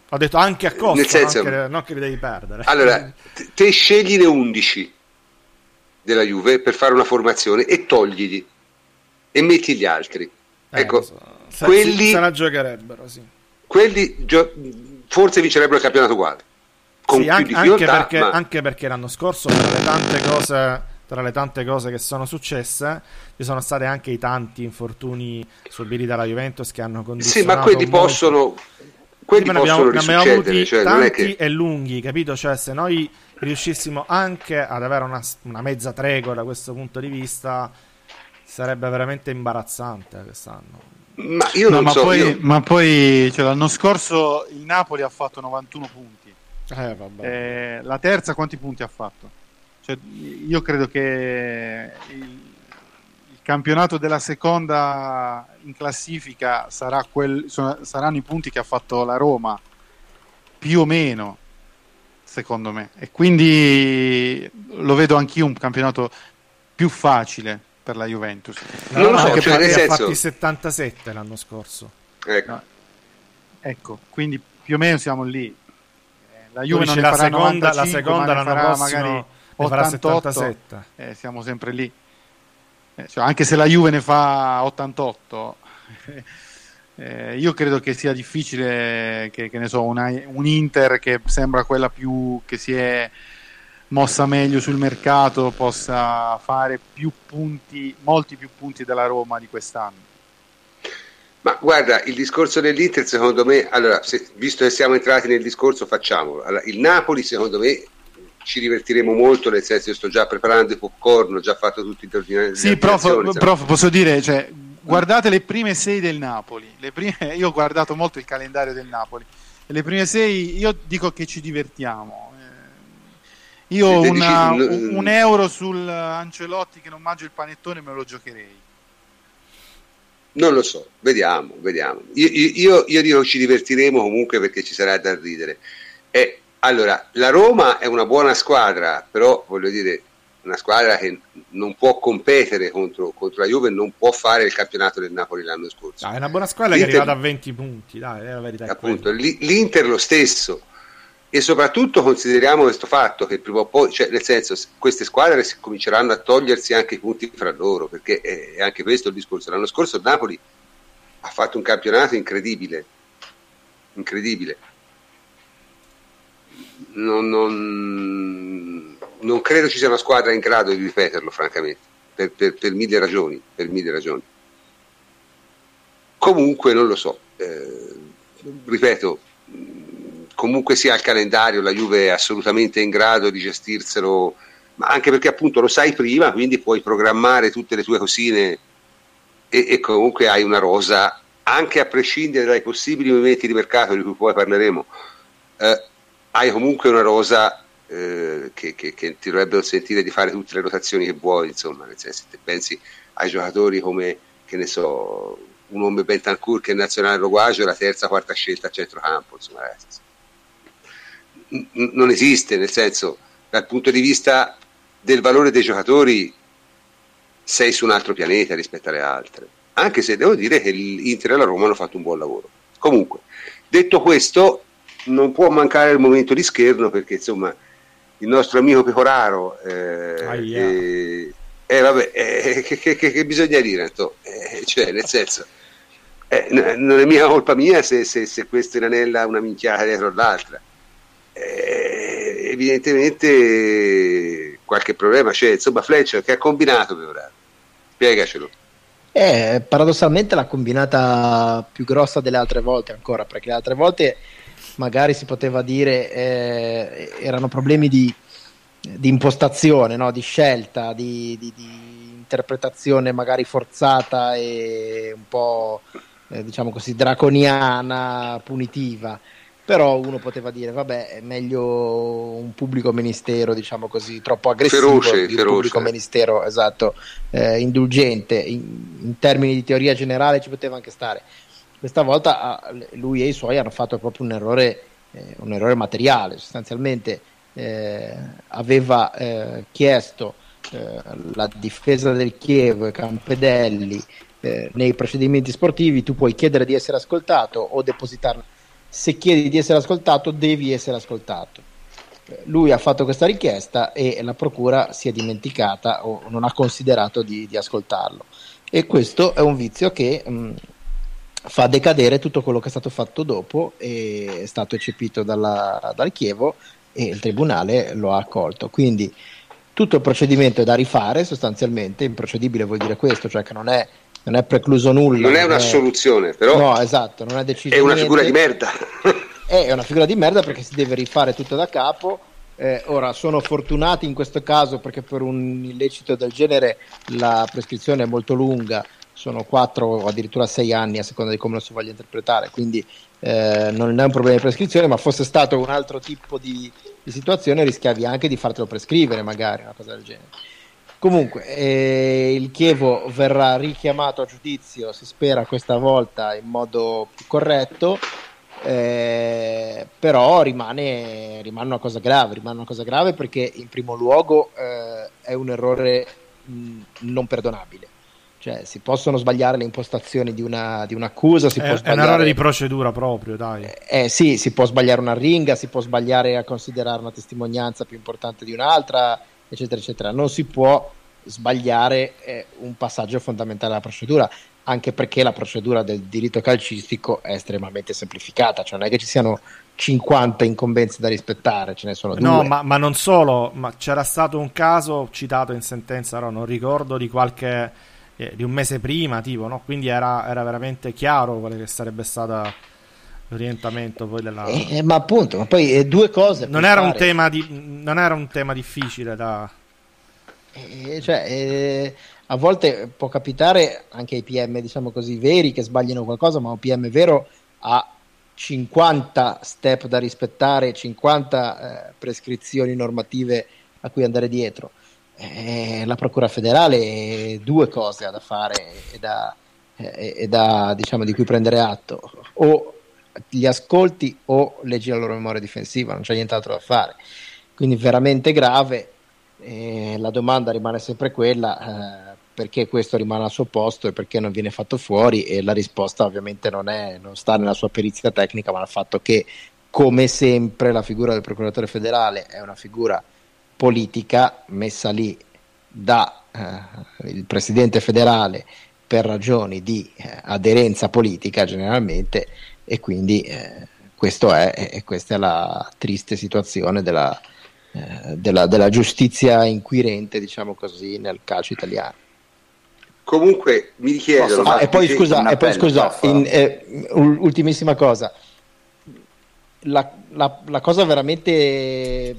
Ho detto anche a costo, nel senso, non, che, non che li devi perdere. Allora, te, te scegli le undici della Juve per fare una formazione e toglili e metti gli altri. Eh, ecco, so. se, quelli se la giocherebbero, sì. Quelli gio- forse vincerebbero il campionato uguale. Con sì, più anche, difficoltà, anche, perché, ma... anche perché l'anno scorso tra le tante cose tra le tante cose che sono successe ci sono stati anche i tanti infortuni subiti dalla Juventus che hanno condizionato. Sì, ma quelli molto. possono quelli ne possono abbiamo, ne abbiamo avuti cioè, tanti non è che... e lunghi, capito? Cioè, se noi riuscissimo anche ad avere una, una mezza tregua da questo punto di vista, sarebbe veramente imbarazzante quest'anno. Ma io non no, so, ma poi, io... ma poi cioè, l'anno scorso il Napoli ha fatto novantuno punti. Eh, vabbè. Eh, la terza quanti punti ha fatto? Cioè, io credo che il, il campionato della seconda in classifica sarà quel, sono, saranno i punti che ha fatto la Roma, più o meno, secondo me. E quindi lo vedo anch'io un campionato più facile per la Juventus. No, non lo so, anche cioè, perché ha senso... fatti settantasette l'anno scorso. Ecco. No. Ecco, quindi più o meno siamo lì. La Juve non ne la farà seconda, novantacinque, la seconda ma ne l'anno farà prossimo magari ne farà ottantotto, settantasette. Eh, siamo sempre lì. Eh, cioè, anche se la Juve ne fa ottantotto, eh, io credo che sia difficile che, che ne so, una, un Inter che sembra quella più che si è mossa meglio sul mercato possa fare più punti, molti più punti della Roma di quest'anno. Ma guarda, il discorso dell'Inter secondo me, allora, se, visto che siamo entrati nel discorso, facciamolo. Allora, il Napoli secondo me ci divertiremo molto, nel senso io sto già preparando i popcorn, ho già fatto tutti gli ordinari. Sì, prof, prof, posso dire, cioè, guardate le prime sei del Napoli, le prime, io ho guardato molto il calendario del Napoli, e le prime sei io dico che ci divertiamo. Io una, un euro sul Ancelotti che non mangia il panettone me lo giocherei. Non lo so, vediamo, vediamo. Io, io, io dico ci divertiremo comunque perché ci sarà da ridere. E, allora, la Roma è una buona squadra, però voglio dire, una squadra che non può competere contro, contro la Juve, non può fare il campionato del Napoli l'anno scorso. Dai, è una buona squadra L'Inter, che è arrivata a venti punti, dai, è la verità. Appunto, l'Inter lo stesso. E soprattutto consideriamo questo fatto che prima o poi, cioè nel senso, queste squadre cominceranno a togliersi anche i punti fra loro, perché è anche questo il discorso. L'anno scorso il Napoli ha fatto un campionato incredibile, incredibile. Non, non, non credo ci sia una squadra in grado di ripeterlo, francamente, per, per, per mille ragioni, per mille ragioni. Comunque non lo so, eh, ripeto. Comunque sia il calendario, la Juve è assolutamente in grado di gestirselo, ma anche perché appunto lo sai prima, quindi puoi programmare tutte le tue cosine e, e comunque hai una rosa, anche a prescindere dai possibili movimenti di mercato di cui poi parleremo, eh, hai comunque una rosa eh, che, che, che ti dovrebbe consentire di fare tutte le rotazioni che vuoi, insomma, nel senso, se pensi ai giocatori come, che ne so, un nome Bentancur che è nazionale roguagio, la terza, quarta scelta a centrocampo, insomma, ragazzi. Non esiste, nel senso, dal punto di vista del valore dei giocatori sei su un altro pianeta rispetto alle altre, anche se devo dire che l'Inter e la Roma hanno fatto un buon lavoro. Comunque, detto questo, non può mancare il momento di scherno, perché insomma il nostro amico Pecoraro eh, ah, yeah. eh, eh, vabbè, eh, che, che, che, che bisogna dire, eh, cioè nel senso eh, non è mica colpa mia se, se, se questo inanella una minchiata dietro l'altra. Eh, evidentemente qualche problema c'è, insomma. Fletcher, che ha combinato per ora? Spiegacelo. Eh, paradossalmente l'ha combinata più grossa delle altre volte ancora, perché le altre volte magari si poteva dire eh, erano problemi di, di impostazione, no? Di scelta, di, di, di interpretazione magari forzata e un po' eh, diciamo così draconiana, punitiva. Però uno poteva dire vabbè, è meglio un pubblico ministero, diciamo così, troppo aggressivo, feroce, di un feroce. pubblico ministero, esatto, eh, indulgente. In, in termini di teoria generale ci poteva anche stare. Questa volta lui e i suoi hanno fatto proprio un errore, eh, un errore materiale. Sostanzialmente eh, aveva eh, chiesto eh, la difesa del Chievo e Campedelli eh, nei procedimenti sportivi. Tu puoi chiedere di essere ascoltato o depositarlo se chiedi di essere ascoltato devi essere ascoltato. Lui ha fatto questa richiesta e la procura si è dimenticata o non ha considerato di, di ascoltarlo, e questo è un vizio che mh, fa decadere tutto quello che è stato fatto dopo, e è stato eccepito dalla, dal Chievo e il tribunale lo ha accolto. Quindi tutto il procedimento è da rifare sostanzialmente. Improcedibile vuol dire questo, cioè che non è, non è precluso nulla. Non è una soluzione, però no, esatto, non è deciso è una niente. figura di merda. È una figura di merda perché si deve rifare tutto da capo. Eh, ora sono fortunati in questo caso perché per un illecito del genere la prescrizione è molto lunga, sono quattro o addirittura sei anni a seconda di come lo si voglia interpretare, quindi eh, non è un problema di prescrizione, ma fosse stato un altro tipo di, di situazione rischiavi anche di fartelo prescrivere magari, una cosa del genere. Comunque eh, il Chievo verrà richiamato a giudizio, si spera questa volta in modo più corretto. Eh, però rimane, rimane una cosa grave, rimane una cosa grave perché in primo luogo eh, è un errore mh, non perdonabile, cioè si possono sbagliare le impostazioni di, una, di un'accusa, si è, può sbagliare, è un errore di procedura proprio, dai. Eh, sì, si può sbagliare una ringa, si può sbagliare a considerare una testimonianza più importante di un'altra, eccetera eccetera. Non si può sbagliare eh, un passaggio fondamentale della procedura, anche perché la procedura del diritto calcistico è estremamente semplificata, cioè non è che ci siano cinquanta incombenze da rispettare, ce ne sono due. No, ma, ma non solo, ma c'era stato un caso citato in sentenza, no, non ricordo di qualche eh, di un mese prima, tipo, no? Quindi era, era veramente chiaro quale che sarebbe stata l'orientamento poi della... Eh, ma appunto, ma poi eh, due cose. Non era, un tema di, non era un tema difficile da... Eh, cioè, eh, a volte può capitare anche ai P M, diciamo così, veri che sbagliano qualcosa, ma un P M vero ha cinquanta step da rispettare, cinquanta eh, prescrizioni normative a cui andare dietro. Eh, la Procura federale due cose ha da fare e da, eh, e da diciamo di cui prendere atto: o li ascolti o leggi la loro memoria difensiva, non c'è nient'altro da fare. Quindi veramente grave. Eh, la domanda rimane sempre quella, eh, perché questo rimane al suo posto e perché non viene fatto fuori, e la risposta ovviamente non, è, non sta nella sua perizia tecnica, ma nel fatto che, come sempre, la figura del procuratore federale è una figura politica messa lì da eh, il presidente federale per ragioni di eh, aderenza politica generalmente, e quindi eh, questo è, e questa è la triste situazione della Della, della giustizia inquirente, diciamo così, nel calcio italiano. Comunque mi chiedono ah, e poi scusa, e poi scusa in, eh, ultimissima cosa, la, la, la cosa veramente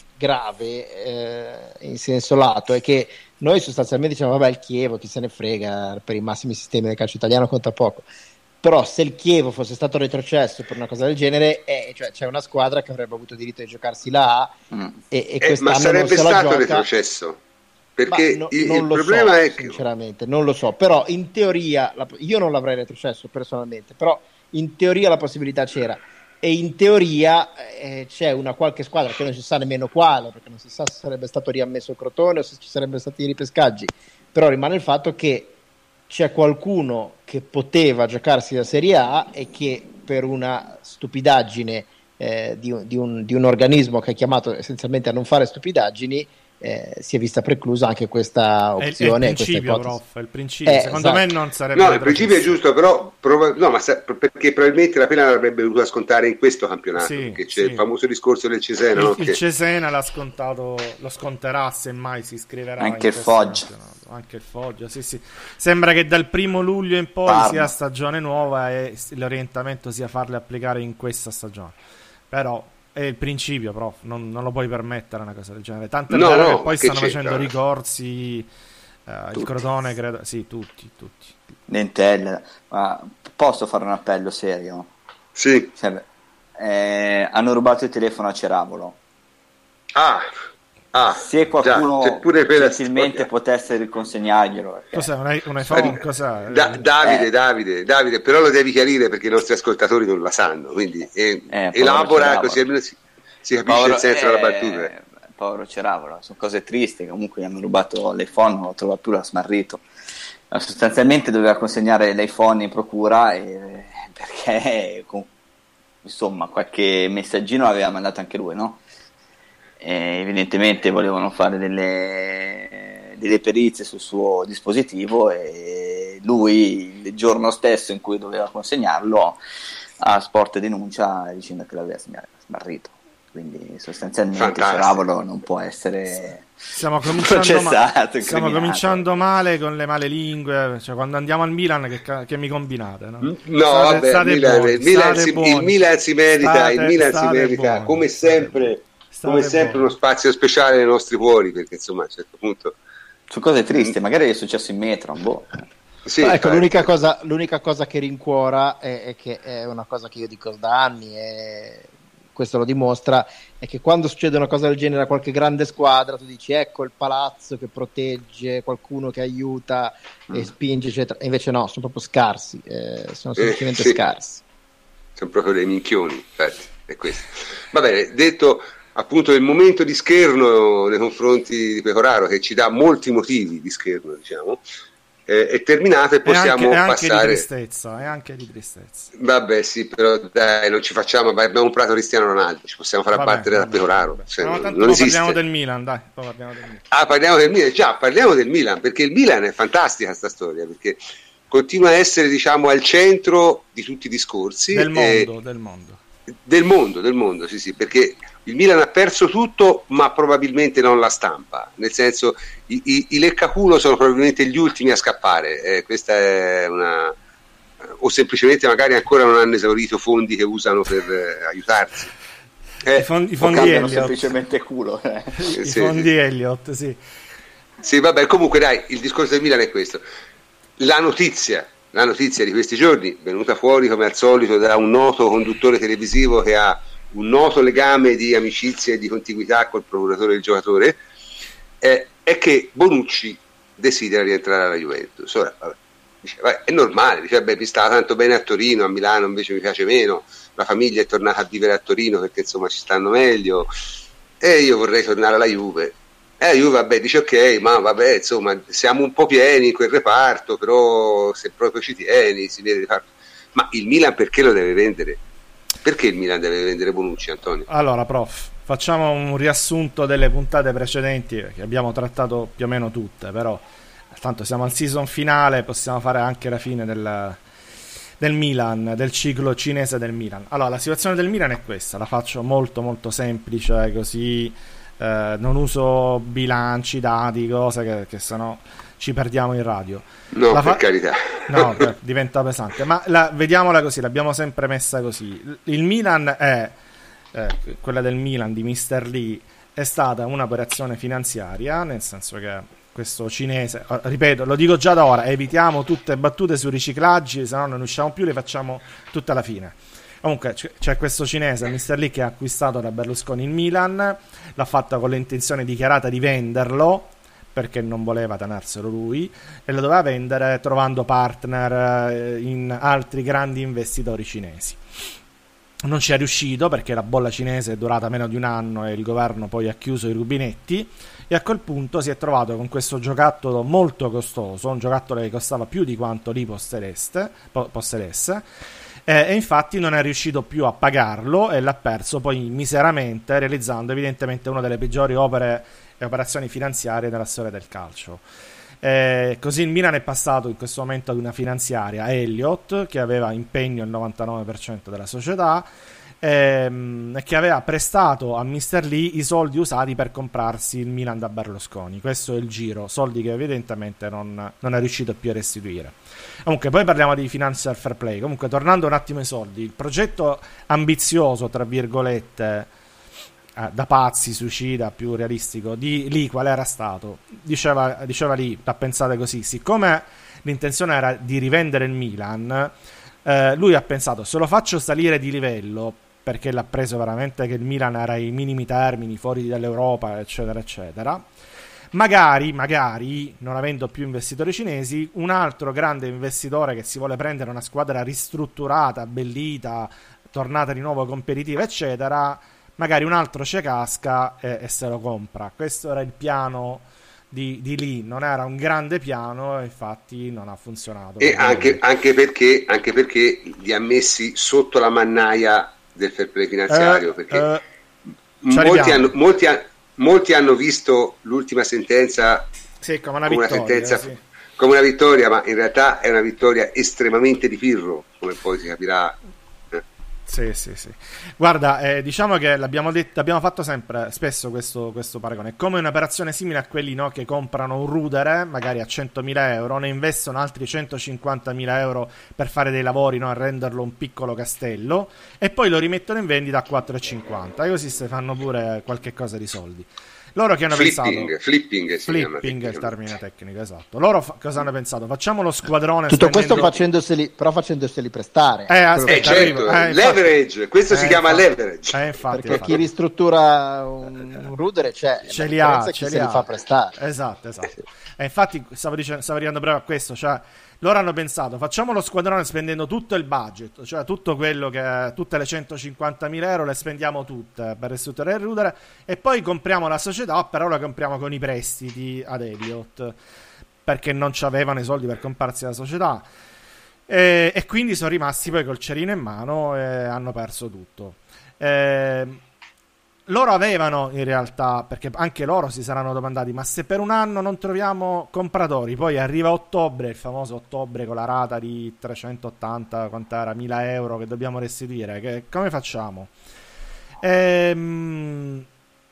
grave eh, in senso lato è che noi sostanzialmente diciamo vabbè, il Chievo chi se ne frega, per i massimi sistemi del calcio italiano conta poco. Però se il Chievo fosse stato retrocesso per una cosa del genere, eh, cioè c'è una squadra che avrebbe avuto diritto di giocarsi la A mm. e, e eh, ma sarebbe non stato gioca. retrocesso, perché no, il, non il lo problema so, è che sinceramente non lo so, però in teoria la, io non l'avrei retrocesso personalmente, però in teoria la possibilità c'era, e in teoria eh, c'è una qualche squadra che non si sa nemmeno quale, perché non si sa se sarebbe stato riammesso il Crotone o se ci sarebbero stati i ripescaggi, però rimane il fatto che c'è qualcuno che poteva giocarsi la Serie A e che per una stupidaggine eh, di, un, di, un, di un organismo che è chiamato essenzialmente a non fare stupidaggini eh, si è vista preclusa anche questa opzione. È il principio, prof, è il principio. Eh, Secondo esatto. me non sarebbe... No, il principio è giusto, però prov- no, ma sa- perché probabilmente la pena l'avrebbe dovuta scontare in questo campionato, sì, perché c'è sì. il famoso discorso del Cesena. Il, no? il che... Cesena l'ha scontato, lo sconterà se mai si iscriverà. Anche il Foggia. Anche il Foggia, sì, sì. Sembra che dal primo luglio in poi Parma. sia stagione nuova e l'orientamento sia farle applicare in questa stagione. Però è il principio, prof, non, non lo puoi permettere una cosa del genere. Tanto è no, vero no, che poi che stanno c'entra? facendo ricorsi, uh, il Crotone, credo, sì, tutti, tutti. L'Entella, ma posso fare un appello serio? Sì. Cioè, eh, hanno rubato il telefono a Ceravolo. Ah, ah se qualcuno già, gentilmente potesse riconsegnarglielo. Perché... Cos'è? Un, un iPhone? Cos'è? Da, Davide, eh. Davide, Davide, però lo devi chiarire perché i nostri ascoltatori non la sanno, quindi eh, eh, elabora così almeno si, si capisce povero, il senso eh, della battuta. Povero Ceravolo, sono cose tristi, comunque gli hanno rubato l'iPhone, non lo trova più, l'ha smarrito. Sostanzialmente doveva consegnare l'iPhone in procura e, perché con insomma qualche messaggino l'aveva mandato anche lui, no? E evidentemente volevano fare delle, delle perizie sul suo dispositivo e lui il giorno stesso in cui doveva consegnarlo a Sport denuncia dicendo che l'aveva smarrito. Quindi sostanzialmente Ceravolo non può essere stiamo cominciando, ma- stiamo cominciando male con le male lingue, cioè quando andiamo al Milan che, che mi combinate, no? No, state, vabbè, state Milan, buoni, il, Milan si, il Milan si merita, state, il Milan si merita buoni, come sempre, come sempre buoni. Uno spazio speciale nei nostri cuori, perché insomma a un certo punto su cose tristi, magari è successo in metro, boh. Sì, ecco, l'unica cosa, l'unica cosa che rincuora è, è che è una cosa che io dico da anni e questo lo dimostra, è che quando succede una cosa del genere a qualche grande squadra tu dici ecco il palazzo che protegge, qualcuno che aiuta mm. e spinge eccetera, e invece no, sono proprio scarsi, eh, sono semplicemente eh, sì. scarsi, sono proprio dei minchioni, infatti è questo. Va bene, detto appunto del momento di scherno nei confronti di Pecoraro, che ci dà molti motivi di scherno, diciamo, eh, è terminato e possiamo è anche, è passare anche di tristezza, è anche di tristezza. Vabbè sì, però dai, non ci facciamo, abbiamo comprato Cristiano Ronaldo, ci possiamo fare vabbè, abbattere vabbè, da Pecoraro, cioè, no, non, non esiste. Parliamo del Milan, dai, poi parliamo del Milan. Ah, parliamo del Milan, già, parliamo del Milan, perché il Milan è fantastica sta storia, perché continua a essere, diciamo, al centro di tutti i discorsi del mondo, e... del mondo. Del mondo, del mondo, sì, sì, perché il Milan ha perso tutto, ma probabilmente non la stampa, nel senso i, i, i leccaculo sono probabilmente gli ultimi a scappare, eh, questa è una, o semplicemente magari ancora non hanno esaurito fondi che usano per eh, aiutarsi. Eh, I fondi, i fondi Elliott, semplicemente culo. Eh. I sì, fondi sì. Elliott, sì. Sì, vabbè, comunque dai, il discorso del Milan è questo. La notizia La notizia di questi giorni, venuta fuori come al solito da un noto conduttore televisivo che ha un noto legame di amicizia e di contiguità col procuratore del giocatore, eh, è che Bonucci desidera rientrare alla Juventus. Ora, vabbè, dice, vabbè, è normale, dice, beh, mi stava tanto bene a Torino, a Milano invece mi piace meno, la famiglia è tornata a vivere a Torino perché insomma ci stanno meglio e io vorrei tornare alla Juve. E la Juve, vabbè, dice ok, ma vabbè, insomma, siamo un po' pieni in quel reparto, però se proprio ci tieni, si vede reparto. Ma il Milan perché lo deve vendere? Perché il Milan deve vendere Bonucci, Antonio? Allora, prof, facciamo un riassunto delle puntate precedenti, che abbiamo trattato più o meno tutte, però tanto siamo al season finale, possiamo fare anche la fine del, del Milan, del ciclo cinese del Milan. Allora, la situazione del Milan è questa, la faccio molto molto semplice, così eh, non uso bilanci, dati, cose che, che sennò ci perdiamo in radio. No, la per fa- carità. No, beh, diventa pesante. Ma la, vediamola così, l'abbiamo sempre messa così. Il Milan è, eh, quella del Milan di mister Lee, è stata un'operazione finanziaria, nel senso che questo cinese, ripeto, lo dico già da ora, evitiamo tutte battute sui riciclaggi, se no non usciamo più, le facciamo tutte alla fine. Comunque c'è questo cinese, mister Lee, che ha acquistato da Berlusconi il Milan, l'ha fatta con l'intenzione dichiarata di venderlo, perché non voleva tenerselo lui, e lo doveva vendere trovando partner in altri grandi investitori cinesi. Non ci è riuscito perché la bolla cinese è durata meno di un anno e il governo poi ha chiuso i rubinetti, e a quel punto si è trovato con questo giocattolo molto costoso, un giocattolo che costava più di quanto lì possedesse, possedesse eh, e infatti non è riuscito più a pagarlo e l'ha perso poi miseramente, realizzando evidentemente una delle peggiori opere e operazioni finanziarie della storia del calcio. Eh, così il Milan è passato in questo momento ad una finanziaria Elliott, che aveva impegno il novantanove per cento della società, ehm, e che aveva prestato a mister Lee i soldi usati per comprarsi il Milan da Berlusconi. Questo è il giro, soldi che evidentemente non, non è riuscito più a restituire. Comunque poi parliamo di financial fair play. Comunque, tornando un attimo ai soldi, il progetto ambizioso, tra virgolette, Eh, da pazzi, suicida, più realistico di lì qual era stato? Diceva, diceva lì, da pensare così, siccome l'intenzione era di rivendere il Milan, eh, lui ha pensato, se lo faccio salire di livello, perché l'ha preso veramente che il Milan era ai minimi termini, fuori dall'Europa, eccetera eccetera, magari, magari non avendo più investitori cinesi, un altro grande investitore che si vuole prendere una squadra ristrutturata, abbellita, tornata di nuovo competitiva, eccetera, magari un altro ci casca e, e se lo compra. Questo era il piano di, di Lee, non era un grande piano, infatti non ha funzionato. E anche, anche, perché, anche perché li ha messi sotto la mannaia del fair play finanziario, eh, perché eh, molti, hanno, molti, molti hanno visto l'ultima sentenza sì, come una come vittoria, una sentenza, sì. come una vittoria, ma in realtà è una vittoria estremamente di Pirro, come poi si capirà. Sì, sì, sì. Guarda, eh, diciamo che l'abbiamo detto, abbiamo fatto sempre spesso questo, questo paragone. È come un'operazione simile a quelli, no, che comprano un rudere magari a centomila euro, ne investono altri centocinquantamila euro per fare dei lavori, no, a renderlo un piccolo castello, e poi lo rimettono in vendita a quattro e cinquanta, e così si fanno pure qualche cosa di soldi. Loro che hanno flipping, pensato flipping, flipping è il termine tecnico, esatto. Loro fa- cosa hanno pensato? Facciamo lo squadrone tutto spendendo... questo facendoseli, però facendoseli prestare. Eh, aspetta, eh certo, eh, infatti, leverage, questo eh, si chiama infatti, leverage. eh, infatti, perché infatti. chi ristruttura un, un rudere c'è, ce la li ha, differenza è ce chi li se li ha. fa prestare. Esatto, esatto. E infatti stavo, dicendo, stavo arrivando proprio a questo, cioè loro hanno pensato facciamo lo squadrone spendendo tutto il budget, cioè tutto quello che tutte le centocinquantamila euro le spendiamo tutte per ristrutturare il rudere, e poi compriamo la società, però la compriamo con i prestiti ad Elliott perché non ci avevano i soldi per comprarsi la società, e, e quindi sono rimasti poi col cerino in mano e hanno perso tutto. E, loro avevano in realtà, perché anche loro si saranno domandati, ma se per un anno non troviamo compratori, poi arriva ottobre, il famoso ottobre con la rata di trecentottanta, quant'era, mila euro che dobbiamo restituire, che, come facciamo? Ehm,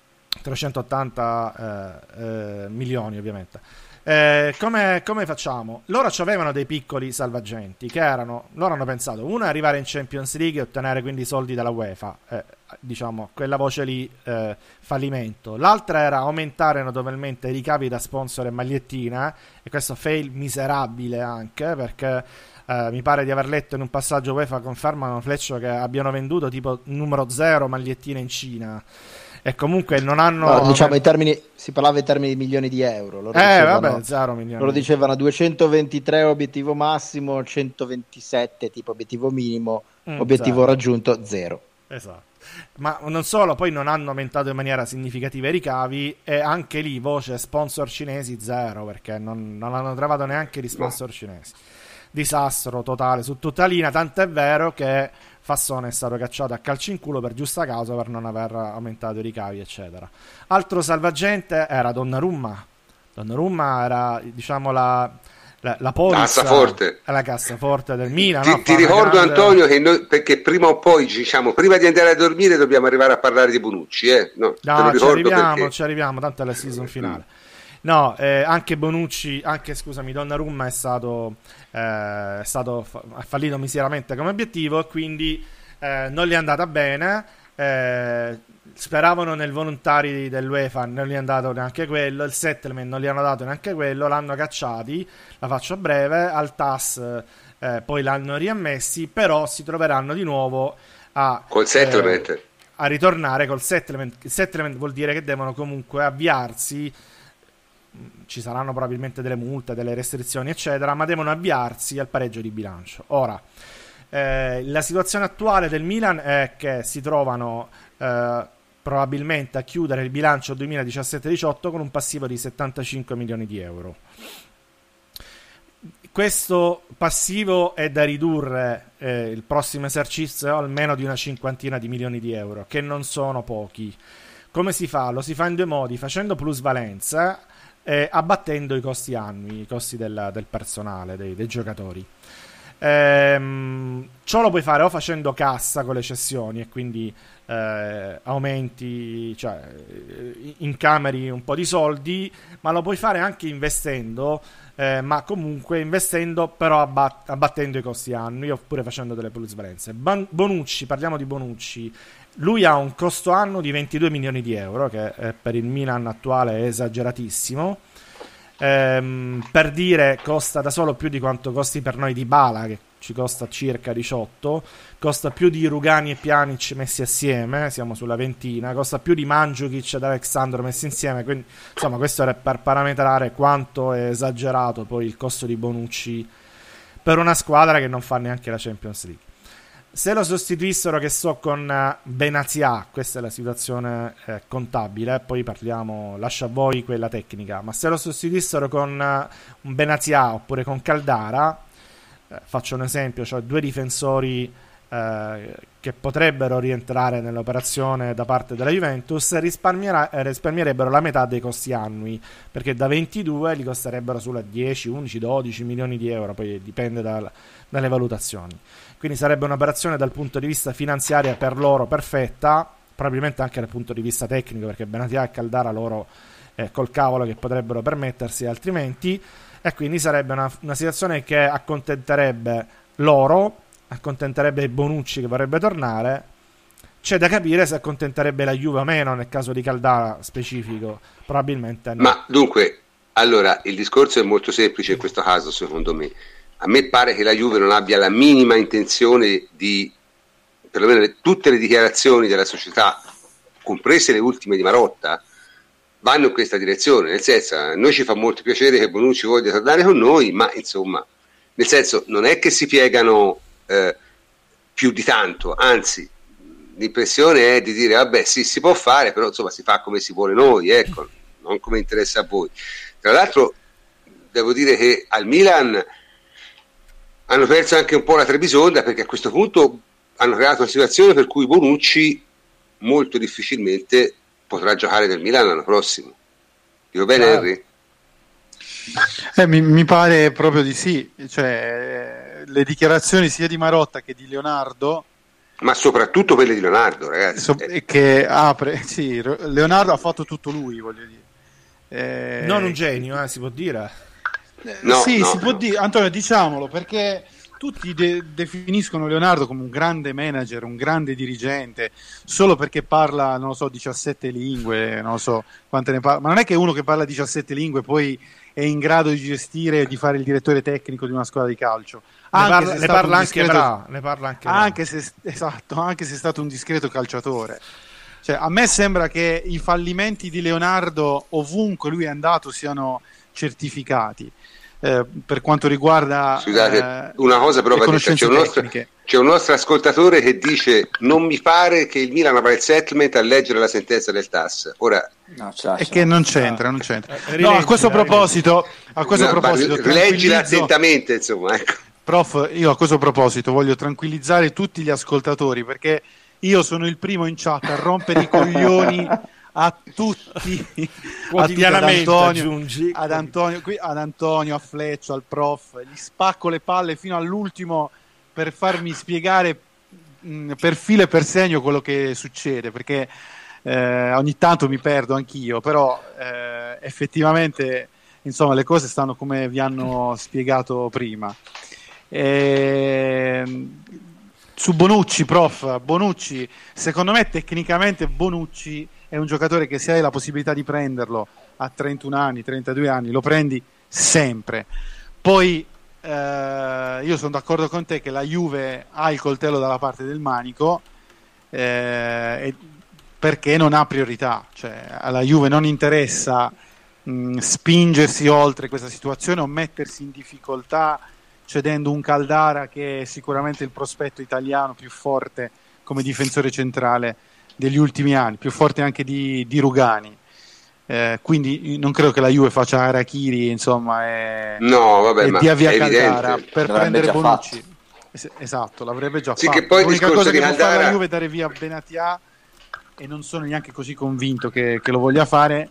trecentottanta eh, eh, milioni ovviamente. Eh, come, come facciamo? Loro ci avevano dei piccoli salvagenti che erano, loro hanno pensato, uno è arrivare in Champions League e ottenere quindi i soldi dalla UEFA, eh, diciamo quella voce lì, eh, fallimento. L'altra era aumentare notevolmente i ricavi da sponsor e magliettina, e questo fail miserabile anche perché eh, mi pare di aver letto in un passaggio UEFA, confermano Fleccio, che abbiano venduto tipo numero zero magliettine in Cina. E comunque non hanno, no, diciamo in termini, si parlava in termini di milioni di euro. Loro eh dicevano, vabbè, zero milioni. Loro dicevano duecentoventitré obiettivo massimo, centoventisette tipo obiettivo minimo, mm, obiettivo zero. Raggiunto zero. Esatto. Ma non solo, poi non hanno aumentato in maniera significativa i ricavi, e anche lì voce sponsor cinesi zero, perché non, non hanno trovato neanche gli sponsor cinesi. Disastro totale su tutta linea, tant'è vero che Fassone è stato cacciato a calci in culo per giusta causa, per non aver aumentato i ricavi, eccetera. Altro salvagente era Donnarumma. Donnarumma era, diciamo, la, la, la polizza, cassaforte. la cassaforte del Milan. Ti, no? ti ricordo, grande... Antonio, che noi, perché prima o poi, diciamo, prima di andare a dormire dobbiamo arrivare a parlare di Bonucci, eh? No, no ci arriviamo, perché... ci arriviamo, tanto è la season finale. No, eh, anche Bonucci, anche scusami, Donnarumma è stato, eh, è stato fa- ha fallito miseramente come obiettivo, e quindi eh, non gli è andata bene. Eh, speravano nel volontari dell'UEFA, non gli è andato neanche quello. Il settlement non gli hanno dato neanche quello, l'hanno cacciati. La faccio breve. Al T A S eh, poi l'hanno riammessi, però si troveranno di nuovo a col settlement, eh, a ritornare col settlement. Il settlement vuol dire che devono comunque avviarsi. Ci saranno probabilmente delle multe, delle restrizioni, eccetera, ma devono avviarsi al pareggio di bilancio. Ora, eh, la situazione attuale del Milan è che si trovano eh, probabilmente a chiudere il bilancio duemiladiciassette diciotto con un passivo di settantacinque milioni di euro. Questo passivo è da ridurre eh, il prossimo esercizio almeno di una cinquantina di milioni di euro, che non sono pochi. Come si fa? Lo si fa in due modi: facendo plusvalenza, Eh, abbattendo i costi annui, i costi del, del personale, dei, dei giocatori. Ehm, ciò lo puoi fare o facendo cassa con le cessioni, e quindi eh, aumenti, cioè incameri un po' di soldi, ma lo puoi fare anche investendo, eh, ma comunque investendo però abbat- abbattendo i costi annui, oppure facendo delle plusvalenze. Ban- Bonucci, parliamo di Bonucci. Lui ha un costo anno di ventidue milioni di euro, che eh, per il Milan attuale è esageratissimo. Ehm, per dire, costa da solo più di quanto costi per noi Dybala, che ci costa circa diciotto, costa più di Rugani e Pjanic messi assieme, siamo sulla ventina, costa più di Mandzukic ed Alexandro messi insieme, quindi insomma questo è per parametrare quanto è esagerato poi il costo di Bonucci per una squadra che non fa neanche la Champions League. Se lo sostituissero, che so, con Benatia, questa è la situazione eh, contabile, poi parliamo, lascio a voi quella tecnica, ma se lo sostituissero con uh, un Benatia oppure con Caldara, eh, faccio un esempio, cioè due difensori eh, che potrebbero rientrare nell'operazione da parte della Juventus risparmierà, eh, risparmierebbero la metà dei costi annui, perché da ventidue li costerebbero sulla dieci, undici, dodici milioni di euro, poi dipende dal, dalle valutazioni. Quindi sarebbe un'operazione dal punto di vista finanziario per loro perfetta, probabilmente anche dal punto di vista tecnico, perché Benatia e Caldara loro eh, col cavolo che potrebbero permettersi altrimenti, e quindi sarebbe una, una situazione che accontenterebbe loro, accontenterebbe Bonucci che vorrebbe tornare. C'è da capire se accontenterebbe la Juve o meno nel caso di Caldara specifico, probabilmente no. Ma dunque, allora il discorso è molto semplice in questo caso, secondo me. A me pare che la Juve non abbia la minima intenzione di, perlomeno le, tutte le dichiarazioni della società, comprese le ultime di Marotta, vanno in questa direzione, nel senso, a noi ci fa molto piacere che Bonucci voglia tornare con noi, ma insomma, nel senso, non è che si piegano eh, più di tanto, anzi, l'impressione è di dire, vabbè, sì, si può fare, però insomma si fa come si vuole noi, ecco, non come interessa a voi. Tra l'altro, devo dire che al Milan hanno perso anche un po' la Trebisonda, perché a questo punto hanno creato una situazione per cui Bonucci molto difficilmente potrà giocare nel Milan l'anno prossimo. Dico bene, ah. Henry? Eh, mi, mi pare proprio di sì, cioè le dichiarazioni sia di Marotta che di Leonardo, ma soprattutto quelle di Leonardo, ragazzi, so, che apre, sì, Leonardo ha fatto tutto lui, voglio dire. Eh, non un genio, eh, si può dire. No, sì, no, si può no. dire, Antonio, diciamolo, perché tutti de- definiscono Leonardo come un grande manager, un grande dirigente, solo perché parla, non lo so, diciassette lingue, non lo so quante ne parla, ma non è che uno che parla diciassette lingue poi è in grado di gestire e di fare il direttore tecnico di una squadra di calcio. Ne Anche parla, se è ne stato parla un anche discreto, Bra, ne parla anche Bra. anche se, esatto, anche se è stato un discreto calciatore. Cioè, a me sembra che i fallimenti di Leonardo ovunque lui è andato siano certificati. Eh, per quanto riguarda Scusate, eh, una cosa però va detta, c'è un, nostro, c'è un nostro ascoltatore che dice non mi pare che il Milan avrà il settlement a leggere la sentenza del T A S. Ora no, è che non c'entra, non c'entra. Eh, no, a questo proposito, a questo no, proposito rileggila attentamente, insomma, ecco. Prof, io a questo proposito voglio tranquillizzare tutti gli ascoltatori, perché io sono il primo in chat a rompere i coglioni a tutti, quotidianamente, a tutti, ad, Antonio, aggiungi. ad Antonio, qui, ad Antonio, a Fleccio, al prof, gli spacco le palle fino all'ultimo per farmi spiegare mh, per filo e per segno quello che succede, perché eh, ogni tanto mi perdo anch'io, però eh, effettivamente insomma le cose stanno come vi hanno spiegato prima. E, su Bonucci, prof, Bonucci, secondo me tecnicamente Bonucci è un giocatore che se hai la possibilità di prenderlo a trentuno anni, trentadue anni, lo prendi sempre. Poi eh, io sono d'accordo con te che la Juve ha il coltello dalla parte del manico, eh, perché non ha priorità, cioè alla Juve non interessa mh, spingersi oltre questa situazione o mettersi in difficoltà cedendo un Caldara che è sicuramente il prospetto italiano più forte come difensore centrale degli ultimi anni, più forte anche di, di Rugani. Eh, quindi non credo che la Juve faccia Harakiri, insomma, e, no, vabbè, e ma dia via è Caldara evidente. per L'avrebbe prendere già Bonucci. fatto. Esatto, l'avrebbe già sì, fatto. Che poi l'unica cosa di che Caldara... può fare la Juve è dare via Benatia, e non sono neanche così convinto che, che lo voglia fare,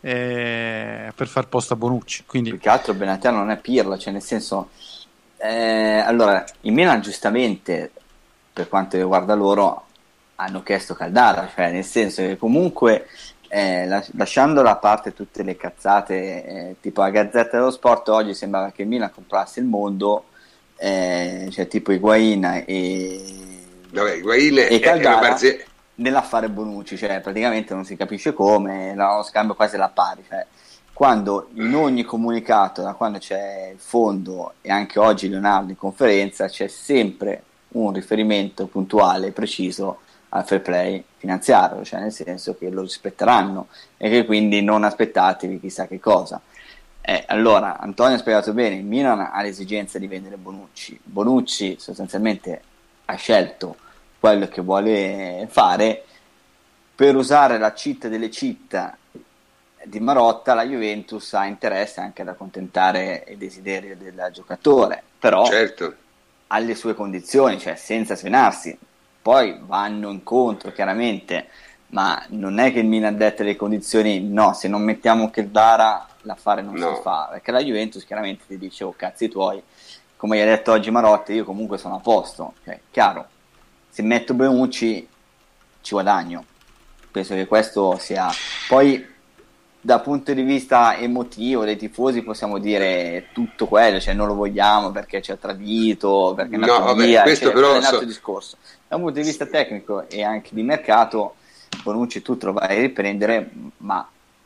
eh, per far posto a Bonucci. Quindi più che altro Benatia non è Pirlo, cioè nel senso eh, allora il Milan giustamente per quanto riguarda loro hanno chiesto Caldara, cioè nel senso che comunque eh, lasciando da parte tutte le cazzate eh, tipo la Gazzetta dello Sport oggi sembrava che il Milan comprasse il mondo, eh, cioè tipo Higuain e, Vabbè, Higuain e Caldara è, è nell'affare Bonucci, cioè praticamente non si capisce come, lo scambio quasi alla pari, cioè quando in ogni comunicato, da quando c'è il fondo e anche oggi Leonardo in conferenza, c'è sempre un riferimento puntuale e preciso al fair play finanziario, cioè nel senso che lo rispetteranno e che quindi non aspettatevi chissà che cosa. Eh, allora, Antonio ha spiegato bene, il Milan ha l'esigenza di vendere Bonucci, Bonucci sostanzialmente ha scelto quello che vuole fare. Per usare la cheat delle cheat di Marotta, la Juventus ha interesse anche ad accontentare i desideri del giocatore, però certo. alle sue condizioni, cioè senza svenarsi. Poi vanno incontro chiaramente, ma non è che il Milan dette le condizioni, no, se non mettiamo Caldara l'affare non no. si fa, perché la Juventus chiaramente ti dice oh cazzi tuoi, come hai detto oggi Marotta, io comunque sono a posto, cioè, chiaro, se metto Bonucci ci guadagno, penso che questo sia. Poi dal punto di vista emotivo dei tifosi possiamo dire tutto quello, cioè non lo vogliamo perché ci ha tradito, perché è andato no, vabbè, via, questo cioè, però è un altro so... discorso. Da un punto di vista tecnico e anche di mercato Bonucci tu te lo vai a riprendere, ma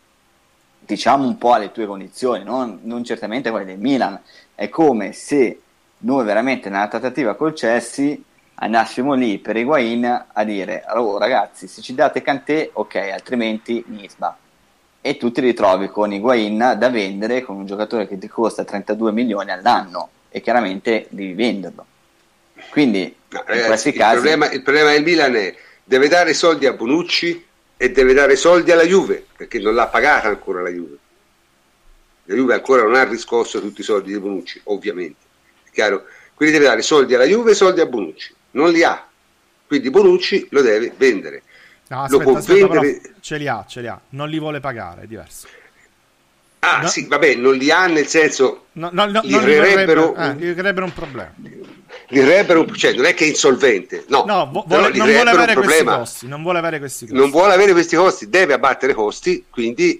diciamo un po' alle tue condizioni, non, non certamente quelle del Milan. È come se noi veramente nella trattativa col Chelsea andassimo lì per Higuain a dire oh, ragazzi se ci date Kanté ok, altrimenti Nisba, e tu ti ritrovi con Higuain da vendere con un giocatore che ti costa trentadue milioni all'anno e chiaramente devi venderlo. Quindi no, in ragazzi, questi il casi problema, il problema del Milan è deve dare soldi a Bonucci e deve dare soldi alla Juve, perché non l'ha pagata ancora la Juve. La Juve ancora non ha riscosso tutti i soldi di Bonucci, ovviamente, è chiaro? Quindi deve dare soldi alla Juve e soldi a Bonucci, non li ha, quindi Bonucci lo deve vendere. No, aspetta, lo può aspetta, vendere... però ce li ha, ce li ha, non li vuole pagare, è diverso. Ah no. sì, vabbè, non li ha nel senso no, no, no, gli non creerebbero, eh, gli creerebbero un problema. Gli creerebbero, cioè non è che è insolvente, no, no vo- vuole, non vuole avere questi costi, non vuole avere questi costi. Non vuole avere questi costi, deve abbattere costi, quindi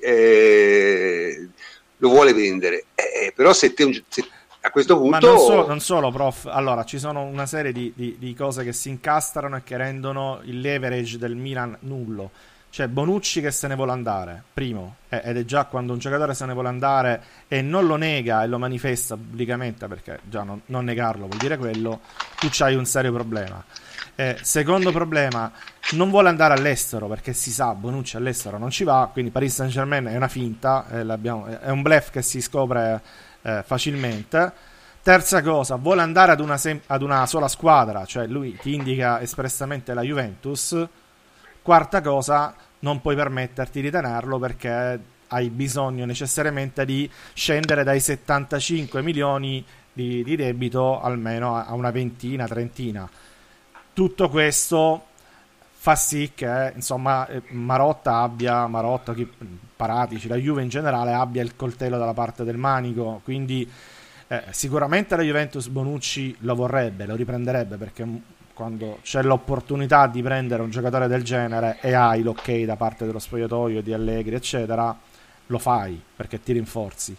eh, lo vuole vendere. Eh, però se, te, se a questo punto... Ma non solo, non solo, prof, allora ci sono una serie di, di, di cose che si incastrano e che rendono il leverage del Milan nullo. Cioè Bonucci che se ne vuole andare, primo, ed è già quando un giocatore se ne vuole andare e non lo nega e lo manifesta pubblicamente, perché già non, non negarlo vuol dire quello, tu c'hai un serio problema. Eh, secondo problema, non vuole andare all'estero, perché si sa, Bonucci all'estero non ci va, quindi Paris Saint-Germain è una finta, eh, l'abbiamo, è un bluff che si scopre eh, facilmente. Terza cosa, vuole andare ad una, sem- ad una sola squadra, cioè lui ti indica espressamente la Juventus. Quarta cosa, non puoi permetterti di tenerlo perché hai bisogno necessariamente di scendere dai settantacinque milioni di, di debito almeno a una ventina, trentina. Tutto questo fa sì che insomma Marotta abbia, Marotta, chi, Paratici, la Juve in generale abbia il coltello dalla parte del manico, quindi eh, sicuramente la Juventus Bonucci lo vorrebbe, lo riprenderebbe, perché quando c'è l'opportunità di prendere un giocatore del genere e hai l'ok da parte dello spogliatoio, di Allegri eccetera, lo fai perché ti rinforzi.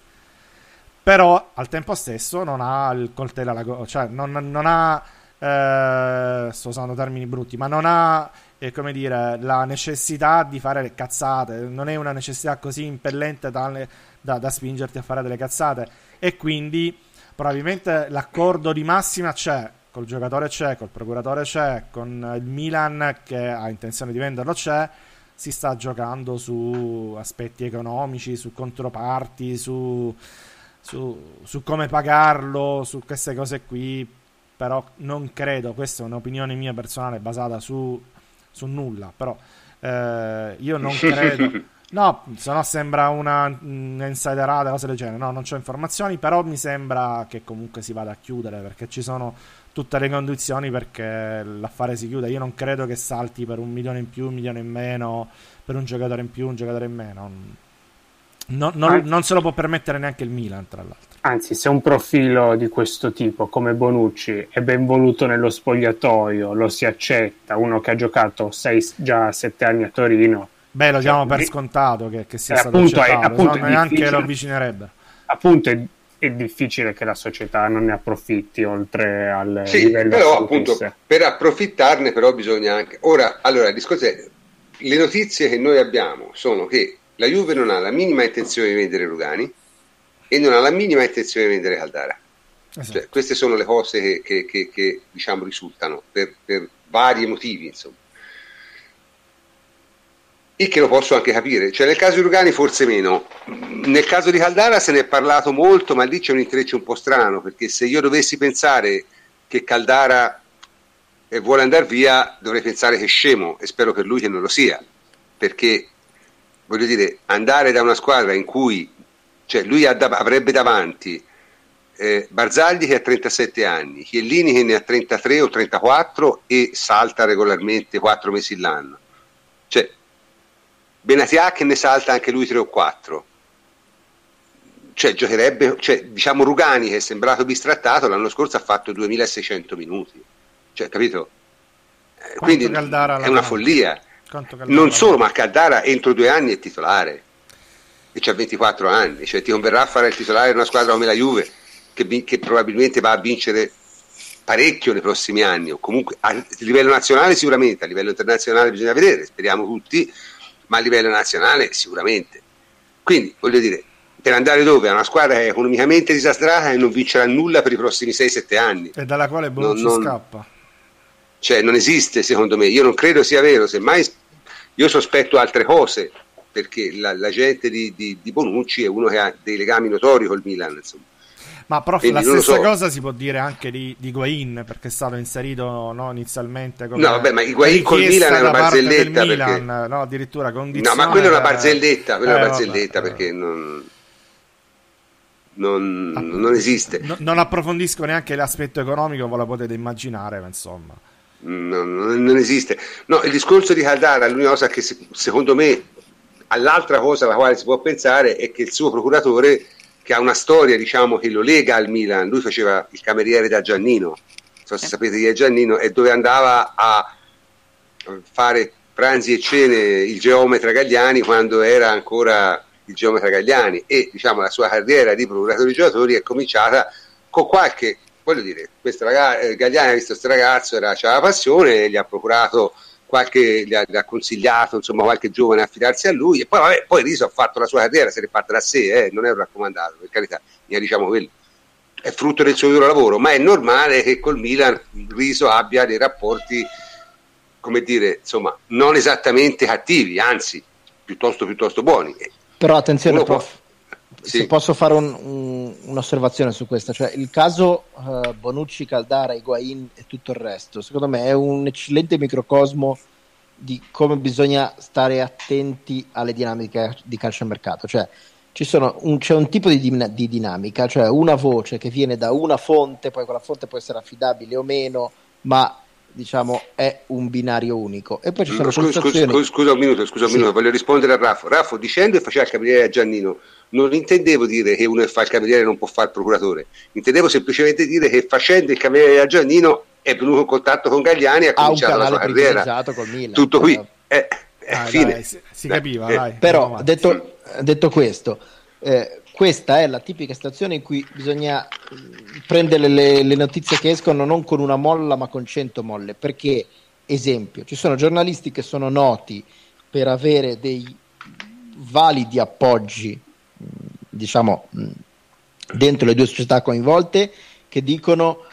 Però al tempo stesso non ha il coltello alla go- cioè non, non ha eh, sto usando termini brutti, ma non ha eh, come dire, la necessità di fare le cazzate, non è una necessità così impellente tale da, da spingerti a fare delle cazzate, e quindi probabilmente l'accordo di massima c'è, col giocatore c'è, col procuratore c'è, con il Milan che ha intenzione di venderlo c'è, si sta giocando su aspetti economici, su controparti, su, su, su come pagarlo, su queste cose qui, però non credo, questa è un'opinione mia personale basata su, su nulla, però eh, io non credo, no, se no sembra una, una insiderata, cose del genere, no, non c'ho informazioni, però mi sembra che comunque si vada a chiudere, perché ci sono tutte le condizioni perché l'affare si chiuda. Io non credo che salti per un milione in più, un milione in meno, per un giocatore in più, un giocatore in meno. Non, non, non se lo può permettere neanche il Milan, tra l'altro. Anzi, se un profilo di questo tipo come Bonucci è ben voluto nello spogliatoio, lo si accetta, uno che ha giocato sei, già sette anni a Torino, beh, lo diamo cioè, per scontato che, che sia eh, stato appunto, accettato, è, appunto, no, neanche lo avvicinerebbe. Appunto è è difficile che la società non ne approfitti oltre al sì, livello però appunto per approfittarne però bisogna anche ora, allora il discorso è, le notizie che noi abbiamo sono che la Juve non ha la minima intenzione di vendere Rugani e non ha la minima intenzione di vendere Caldara, esatto. Cioè, queste sono le cose che, che, che, che diciamo risultano per, per vari motivi, insomma. E che lo posso anche capire, cioè nel caso di Rugani forse meno, nel caso di Caldara se ne è parlato molto, ma lì c'è un intreccio un po' strano, perché se io dovessi pensare che Caldara vuole andare via dovrei pensare che è scemo, e spero per lui che non lo sia, perché voglio dire, andare da una squadra in cui cioè lui ha, avrebbe davanti eh, Barzagli che ha trentasette anni, Chiellini che ne ha trentatré o trentaquattro e salta regolarmente quattro mesi l'anno, cioè Benatia che ne salta anche lui tre o quattro, cioè giocherebbe, cioè, diciamo Rugani che è sembrato bistrattato l'anno scorso ha fatto duemilaseicento minuti, cioè capito? Eh, quindi è una follia. Non solo, ma Caldara entro due anni è titolare e c'ha ventiquattro anni, cioè ti converrà a fare il titolare di una squadra come la Juve che, che probabilmente va a vincere parecchio nei prossimi anni, o comunque a livello nazionale sicuramente, a livello internazionale bisogna vedere, speriamo tutti, ma a livello nazionale sicuramente. Quindi voglio dire, per andare dove? A una squadra che è economicamente disastrata e non vincerà nulla per i prossimi sei sette anni e dalla quale Bonucci non, non, scappa, cioè non esiste secondo me, io non credo sia vero, semmai io sospetto altre cose, perché la, la gente di, di, di Bonucci è uno che ha dei legami notori col Milan, insomma. Ma prof, quindi la stessa so. cosa si può dire anche di, di Higuain, perché è stato inserito no, inizialmente come no vabbè, ma Higuain col Milan è una barzelletta, Milan, perché... no, addirittura condizione no, ma quella è una barzelletta, quella eh, è una barzelletta vabbè, perché non non, ah, non esiste. No, non approfondisco neanche l'aspetto economico, ve lo potete immaginare, ma insomma no, non, non esiste. No, il discorso di Caldara, l'unica cosa che secondo me, all'altra cosa alla quale si può pensare è che il suo procuratore, che ha una storia diciamo che lo lega al Milan, lui faceva il cameriere da Giannino, non so se sapete chi è Giannino, e dove andava a fare pranzi e cene il geometra Gagliani quando era ancora il geometra Gagliani, e diciamo la sua carriera di procuratore di giocatori è cominciata con qualche, voglio dire, questo ragazzo, Gagliani ha visto questo ragazzo, era, c'era la passione, gli ha procurato qualche, gli ha, gli ha consigliato insomma qualche giovane a affidarsi a lui, e poi vabbè, poi Riso ha fatto la sua carriera, se ne è fatta da sé, eh, non è un raccomandato, per carità, diciamo quello è frutto del suo duro lavoro, ma è normale che col Milan Riso abbia dei rapporti, come dire, insomma, non esattamente cattivi, anzi piuttosto piuttosto buoni. Però attenzione, Uno prof, può... se sì. posso fare un, un, un'osservazione su questa, cioè il caso uh, Bonucci, Caldara, Higuain e tutto il resto, secondo me è un eccellente microcosmo di come bisogna stare attenti alle dinamiche di calciomercato, cioè ci sono un, c'è un tipo di, di dinamica, cioè una voce che viene da una fonte, poi quella fonte può essere affidabile o meno, ma diciamo è un binario unico, e poi ci sono scusa, situazioni... scusa, scusa un minuto, scusa un sì. minuto, voglio rispondere a Raffo. Raffo, dicendo che faceva il cameriere a Giannino, non intendevo dire che uno che fa il cameriere non può fare il procuratore, intendevo semplicemente dire che facendo il cameriere a Giannino è venuto in contatto con Gagliani e ha cominciato la sua carriera col Milan, tutto qui è, è dai, fine. Dai, si, si capiva eh. dai, però detto, detto questo, eh, questa è la tipica situazione in cui bisogna prendere le, le notizie che escono non con una molla ma con cento molle, perché esempio ci sono giornalisti che sono noti per avere dei validi appoggi diciamo dentro le due società coinvolte, che dicono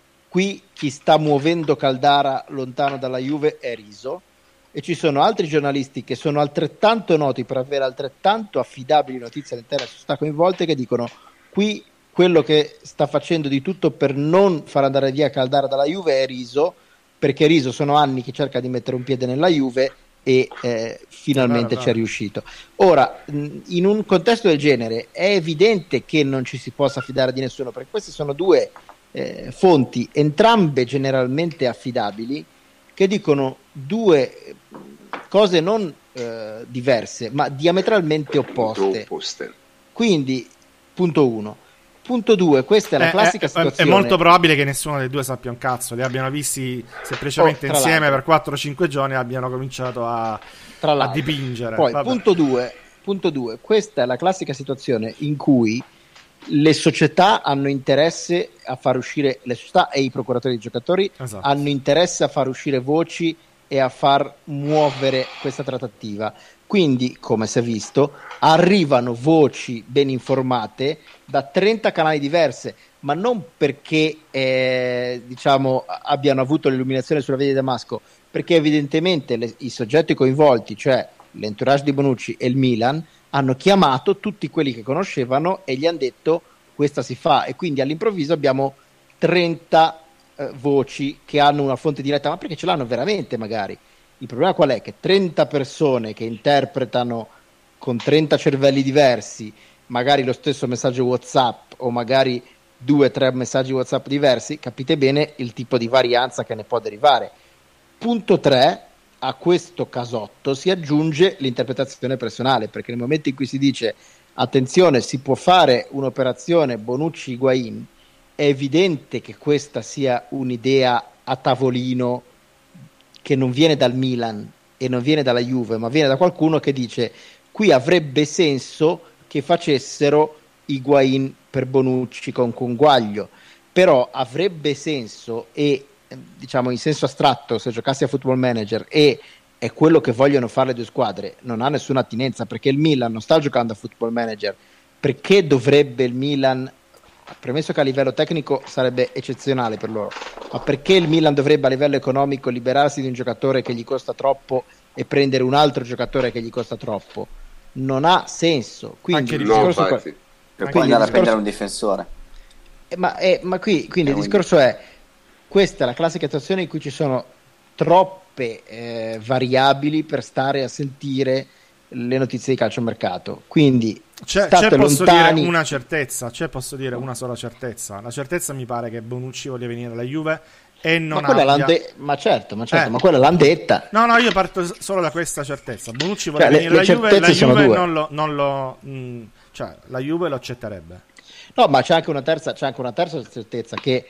qui chi sta muovendo Caldara lontano dalla Juve è Riso, e ci sono altri giornalisti che sono altrettanto noti per avere altrettanto affidabili notizie all'interno delle società coinvolte, che dicono qui quello che sta facendo di tutto per non far andare via Caldara dalla Juve è Riso, perché Riso sono anni che cerca di mettere un piede nella Juve e eh, finalmente ci è riuscito. Ora, in un contesto del genere è evidente che non ci si possa affidare di nessuno, perché queste sono due eh, fonti, entrambe generalmente affidabili, che dicono due cose non eh, diverse, ma diametralmente opposte. opposte. Quindi, punto uno. Punto due, questa è la eh, classica è, situazione. È molto probabile che nessuno dei due sappia un cazzo, li abbiano visti semplicemente oh, insieme l'altro. per quattro cinque giorni e abbiano cominciato a, a dipingere. Poi, punto due, punto due, questa è la classica situazione in cui le società hanno interesse a far uscire, le società e i procuratori dei giocatori esatto. hanno interesse a far uscire voci e a far muovere questa trattativa. Quindi, come si è visto, arrivano voci ben informate da trenta canali diverse, ma non perché eh, diciamo abbiano avuto l'illuminazione sulla via di Damasco, perché evidentemente le, i soggetti coinvolti, cioè l'entourage di Bonucci e il Milan, hanno chiamato tutti quelli che conoscevano e gli hanno detto questa si fa, e quindi all'improvviso abbiamo trenta eh, voci che hanno una fonte diretta, ma perché ce l'hanno veramente magari. Il problema qual è? Che trenta persone che interpretano con trenta cervelli diversi magari lo stesso messaggio WhatsApp o magari due o tre messaggi WhatsApp diversi, capite bene il tipo di varianza che ne può derivare. Punto tre, a questo casotto si aggiunge l'interpretazione personale, perché nel momento in cui si dice attenzione, si può fare un'operazione Bonucci-Higuain, è evidente che questa sia un'idea a tavolino che non viene dal Milan e non viene dalla Juve, ma viene da qualcuno che dice qui avrebbe senso che facessero Higuain per Bonucci con Conguaglio, però avrebbe senso, e diciamo in senso astratto, se giocassi a Football Manager e è quello che vogliono fare le due squadre, non ha nessuna attinenza, perché il Milan non sta giocando a Football Manager. Perché dovrebbe il Milan, premesso che a livello tecnico sarebbe eccezionale per loro, ma perché il Milan dovrebbe a livello economico liberarsi di un giocatore che gli costa troppo e prendere un altro giocatore che gli costa troppo? Non ha senso. Quindi il no, discorso infatti. Per poi andare a prendere un difensore. Eh, ma, eh, ma qui quindi eh, il discorso è, questa è la classica situazione in cui ci sono troppe eh, variabili per stare a sentire le notizie di calciomercato. Quindi c'è, state c'è posso lontani. dire una certezza, c'è posso dire una sola certezza. La certezza mi pare che Bonucci voglia venire alla Juve e non ma quella abbia... l'han de- ma certo, ma certo, Eh. ma quella l'hanno detta. No, no, io parto solo da questa certezza. Bonucci vuole Cioè, le- venire alla le Juve, la certezze sono Juve due. non lo, non lo mh, cioè la Juve lo accetterebbe. No, ma c'è anche una terza, c'è anche una terza certezza che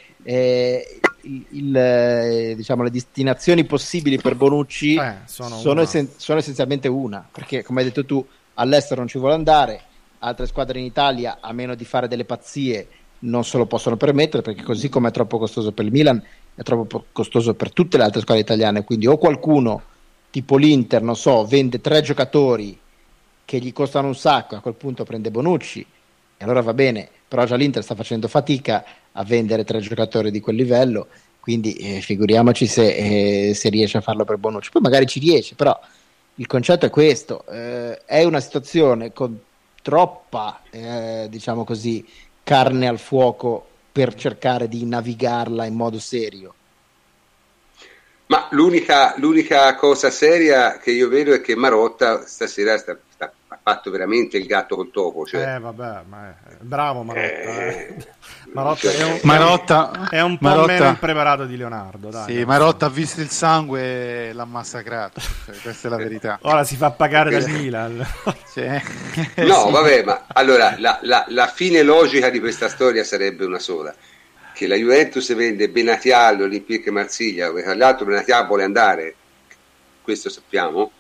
eh, il, il, eh, diciamo, le destinazioni possibili per Bonucci Eh, sono sono, una. essen- sono essenzialmente una, perché come hai detto tu, all'estero non ci vuole andare, altre squadre in Italia, a meno di fare delle pazzie, non se lo possono permettere, perché così come è troppo costoso per il Milan, è troppo po- costoso per tutte le altre squadre italiane. Quindi o qualcuno tipo l'Inter, non so, vende tre giocatori che gli costano un sacco, a quel punto prende Bonucci e allora va bene, però già l'Inter sta facendo fatica a vendere tre giocatori di quel livello, quindi eh, figuriamoci se, eh, se riesce a farlo per Bonucci. Poi magari ci riesce, però il concetto è questo, eh, è una situazione con troppa eh, diciamo così carne al fuoco per cercare di navigarla in modo serio. Ma l'unica, l'unica cosa seria che io vedo è che Marotta stasera sta, sta, ha fatto veramente il gatto col topo. Cioè. Eh vabbè, ma è, bravo Marotta. Eh, Eh. Marotta, è un, Marotta, è un po' Marotta, meno impreparato di Leonardo. Dai, sì, Marotta ha visto il sangue e l'ha massacrato. Cioè, questa è la verità. Ora si fa pagare dal Milan. Cioè, No, sì. vabbè, ma allora la, la, la fine logica di questa storia sarebbe una sola: che la Juventus vende Benatia all'Olympique Marsiglia, perché l'altro Benatia vuole andare, questo sappiamo,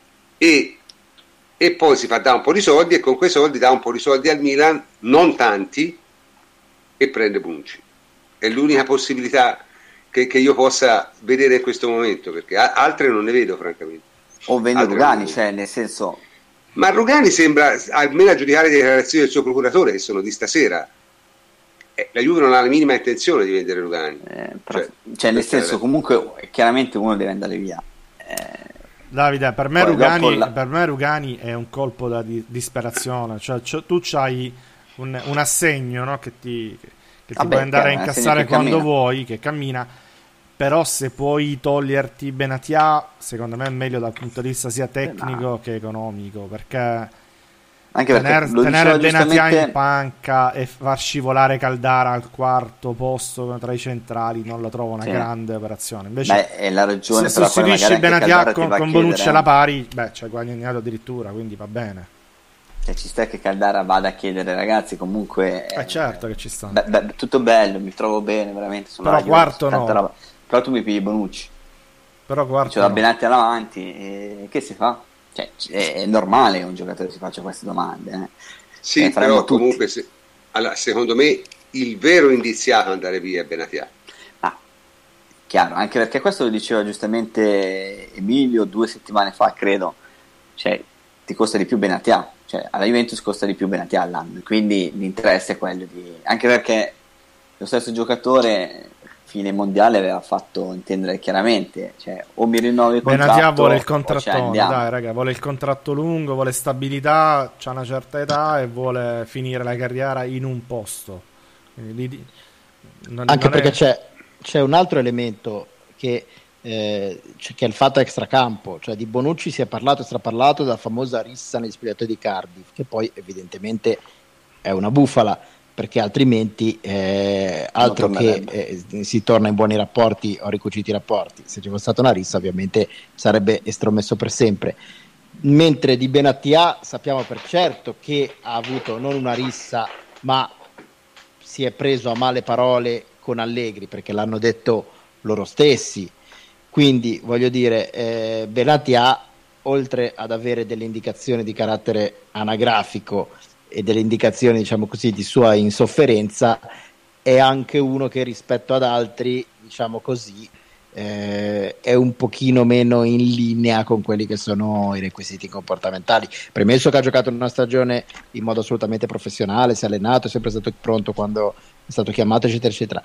e, e poi si fa dare un po' di soldi e con quei soldi dà un po' di soldi al Milan, non tanti, e prende Bonucci. È l'unica possibilità che, che io possa vedere in questo momento, perché a, altre non ne vedo francamente. O vende Altre Rugani, non ne cioè nel senso... Ma Rugani sembra, almeno a giudicare le dichiarazioni del suo procuratore, che sono di stasera, eh, la Juve non ha la minima intenzione di vendere Rugani. Eh, però, Cioè, cioè, nel questa è senso la- comunque chiaramente uno deve andare via. Eh, Davide, per me, Poi Rugani, dopo la- per me Rugani è un colpo da di- disperazione. Cioè, cioè, tu c'hai un, un assegno, no, che ti, che ti Vabbè, puoi andare a chiaro, un assegno incassare che quando cammina. vuoi, che cammina. Però se puoi toglierti Benatia, secondo me è meglio dal punto di vista sia tecnico che economico, perché anche perché tenere, lo tenere diceva Benatia in giustamente, panca e far scivolare Caldara al quarto posto tra i centrali non lo trovo una Sì. grande operazione. Invece beh, è la ragione se per la quale sostituisci magari anche Benatia Caldara ti con, va a con chiedere, Bonucci alla pari, beh, ci hai guadagnato addirittura, quindi va bene. cioè, ci sta che Caldara vada a chiedere, ragazzi, comunque Eh, certo che ci sta. beh, beh, tutto bello, mi trovo bene veramente, sono Però la Juve, quarto tanta no. roba. Però tu mi pigli Bonucci, Però guarda, c'ho la Benatia davanti, e che si fa? Cioè, è, è normale che un giocatore si faccia queste domande, eh. Sì, Eh, faremmo però tutti. comunque se, allora, secondo me il vero indiziato ad andare via è Benatia. Ah, chiaro, anche perché questo lo diceva giustamente Emilio due settimane fa, credo, cioè ti costa di più Benatia, cioè alla Juventus costa di più Benatia all'anno, quindi l'interesse è quello di... anche perché lo stesso giocatore fine mondiale aveva fatto intendere chiaramente, cioè o mi rinnovi il contratto Benatia vuole il o ce ne contrattone, andiamo. dai raga, vuole il contratto lungo, vuole stabilità, c'ha una certa età e vuole finire la carriera in un posto. Quindi lì- non- Anche non perché è- c'è, c'è un altro elemento che, eh, c'è- che è il fatto extracampo, cioè di Bonucci si è parlato e straparlato della famosa rissa negli spogliatoi di Cardiff, che poi evidentemente è una bufala, perché altrimenti eh, altro che eh, si torna in buoni rapporti o ricuciti rapporti. Se ci fosse stata una rissa ovviamente sarebbe estromesso per sempre, mentre di Benatia sappiamo per certo che ha avuto non una rissa, ma si è preso a male parole con Allegri, perché l'hanno detto loro stessi. Quindi voglio dire, eh, Benatia, oltre ad avere delle indicazioni di carattere anagrafico e delle indicazioni, diciamo così, di sua insofferenza, è anche uno che rispetto ad altri, diciamo così, eh, è un pochino meno in linea con quelli che sono i requisiti comportamentali. Premesso che ha giocato una stagione in modo assolutamente professionale, si è allenato, è sempre stato pronto quando è stato chiamato, eccetera, eccetera.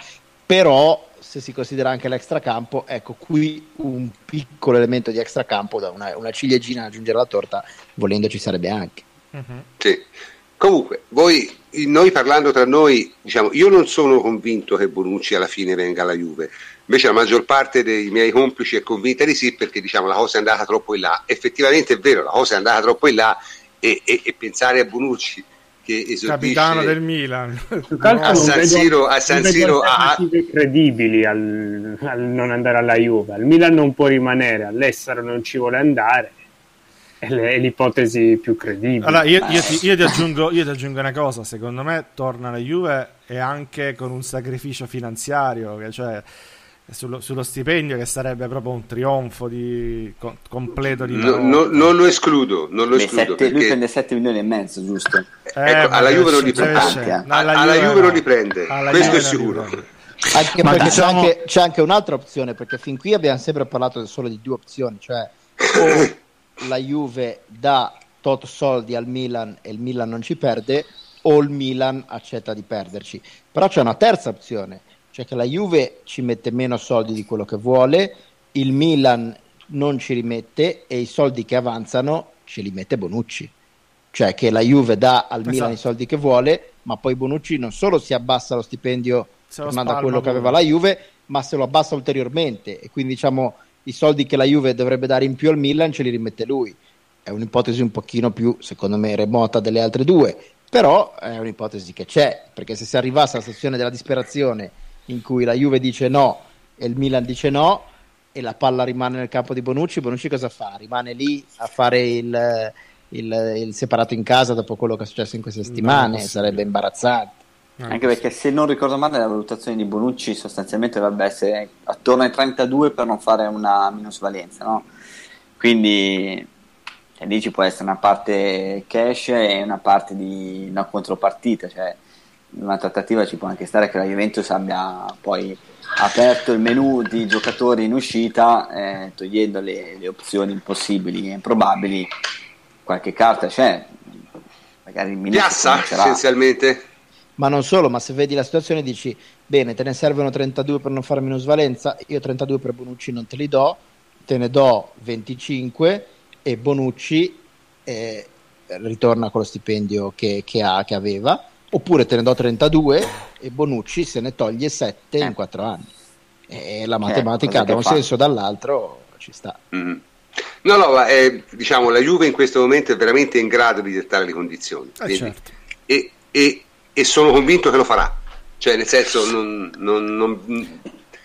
Però se si considera anche l'extracampo, ecco, qui un piccolo elemento di extracampo, da una, una ciliegina da aggiungere alla torta, volendo ci sarebbe anche. Uh-huh. Sì. Comunque, voi, noi parlando tra noi, diciamo, io non sono convinto che Bonucci alla fine venga alla Juve, invece la maggior parte dei miei complici è convinta di sì, perché diciamo la cosa è andata troppo in là. Effettivamente è vero, la cosa è andata troppo in là, e, e, e pensare a Bonucci che esordisce capitano del Milan a San Siro, a San Siro a credibili al, al non andare alla Juve. Al Milan non può rimanere, all'estero non ci vuole andare. È l'ipotesi più credibile. Allora, io, io, ti, io, ti aggiungo, io ti aggiungo una cosa: secondo me torna alla Juve e anche con un sacrificio finanziario, che cioè sullo, sullo stipendio, che sarebbe proprio un trionfo di, co, completo di no, no, non lo escludo, non lo escludo sette, perché... lui prende sette milioni e mezzo, giusto? Eh, ecco, alla Juve non li prende, no, alla, alla Juve, Juve non li prende, questo è sicuro. Anche perché diciamo... c'è, anche, c'è anche un'altra opzione, perché fin qui abbiamo sempre parlato solo di due opzioni, cioè o la Juve dà tot soldi al Milan e il Milan non ci perde, o il Milan accetta di perderci. Però c'è una terza opzione, cioè che la Juve ci mette meno soldi di quello che vuole, il Milan non ci rimette e i soldi che avanzano ce li mette Bonucci. Cioè che la Juve dà al esatto. Milan i soldi che vuole, ma poi Bonucci non solo si abbassa lo stipendio tornando a quello che aveva la Juve, ma se lo abbassa ulteriormente, e quindi diciamo i soldi che la Juve dovrebbe dare in più al Milan ce li rimette lui. È un'ipotesi un pochino più, secondo me, remota delle altre due, però è un'ipotesi che c'è, perché se si arrivasse alla situazione della disperazione in cui la Juve dice no e il Milan dice no e la palla rimane nel campo di Bonucci, Bonucci cosa fa? Rimane lì a fare il, il, il separato in casa dopo quello che è successo in queste settimane? No, sarebbe imbarazzante. Anche perché, se non ricordo male, la valutazione di Bonucci sostanzialmente dovrebbe essere attorno ai trentadue per non fare una minusvalenza, no? Quindi cioè, lì ci può essere una parte cash e una parte di una contropartita, cioè una trattativa ci può anche stare che la Juventus abbia poi aperto il menù di giocatori in uscita, eh, togliendo le, le opzioni impossibili e improbabili. Qualche carta c'è, magari il Milan Piazza essenzialmente. Ma non solo, ma se vedi la situazione dici bene, te ne servono trentadue per non fare minusvalenza, io trentadue per Bonucci non te li do, te ne do venticinque e Bonucci eh, ritorna con lo stipendio che, che ha, che aveva, oppure te ne do trentadue e Bonucci se ne toglie sette eh. in quattro anni. E la matematica eh, da un fa? senso o dall'altro ci sta. Mm-hmm. No, no, ma è, diciamo, la Juve in questo momento è veramente in grado di dettare le condizioni. Eh, certo. e, e e sono convinto che lo farà, cioè nel senso non, non, non,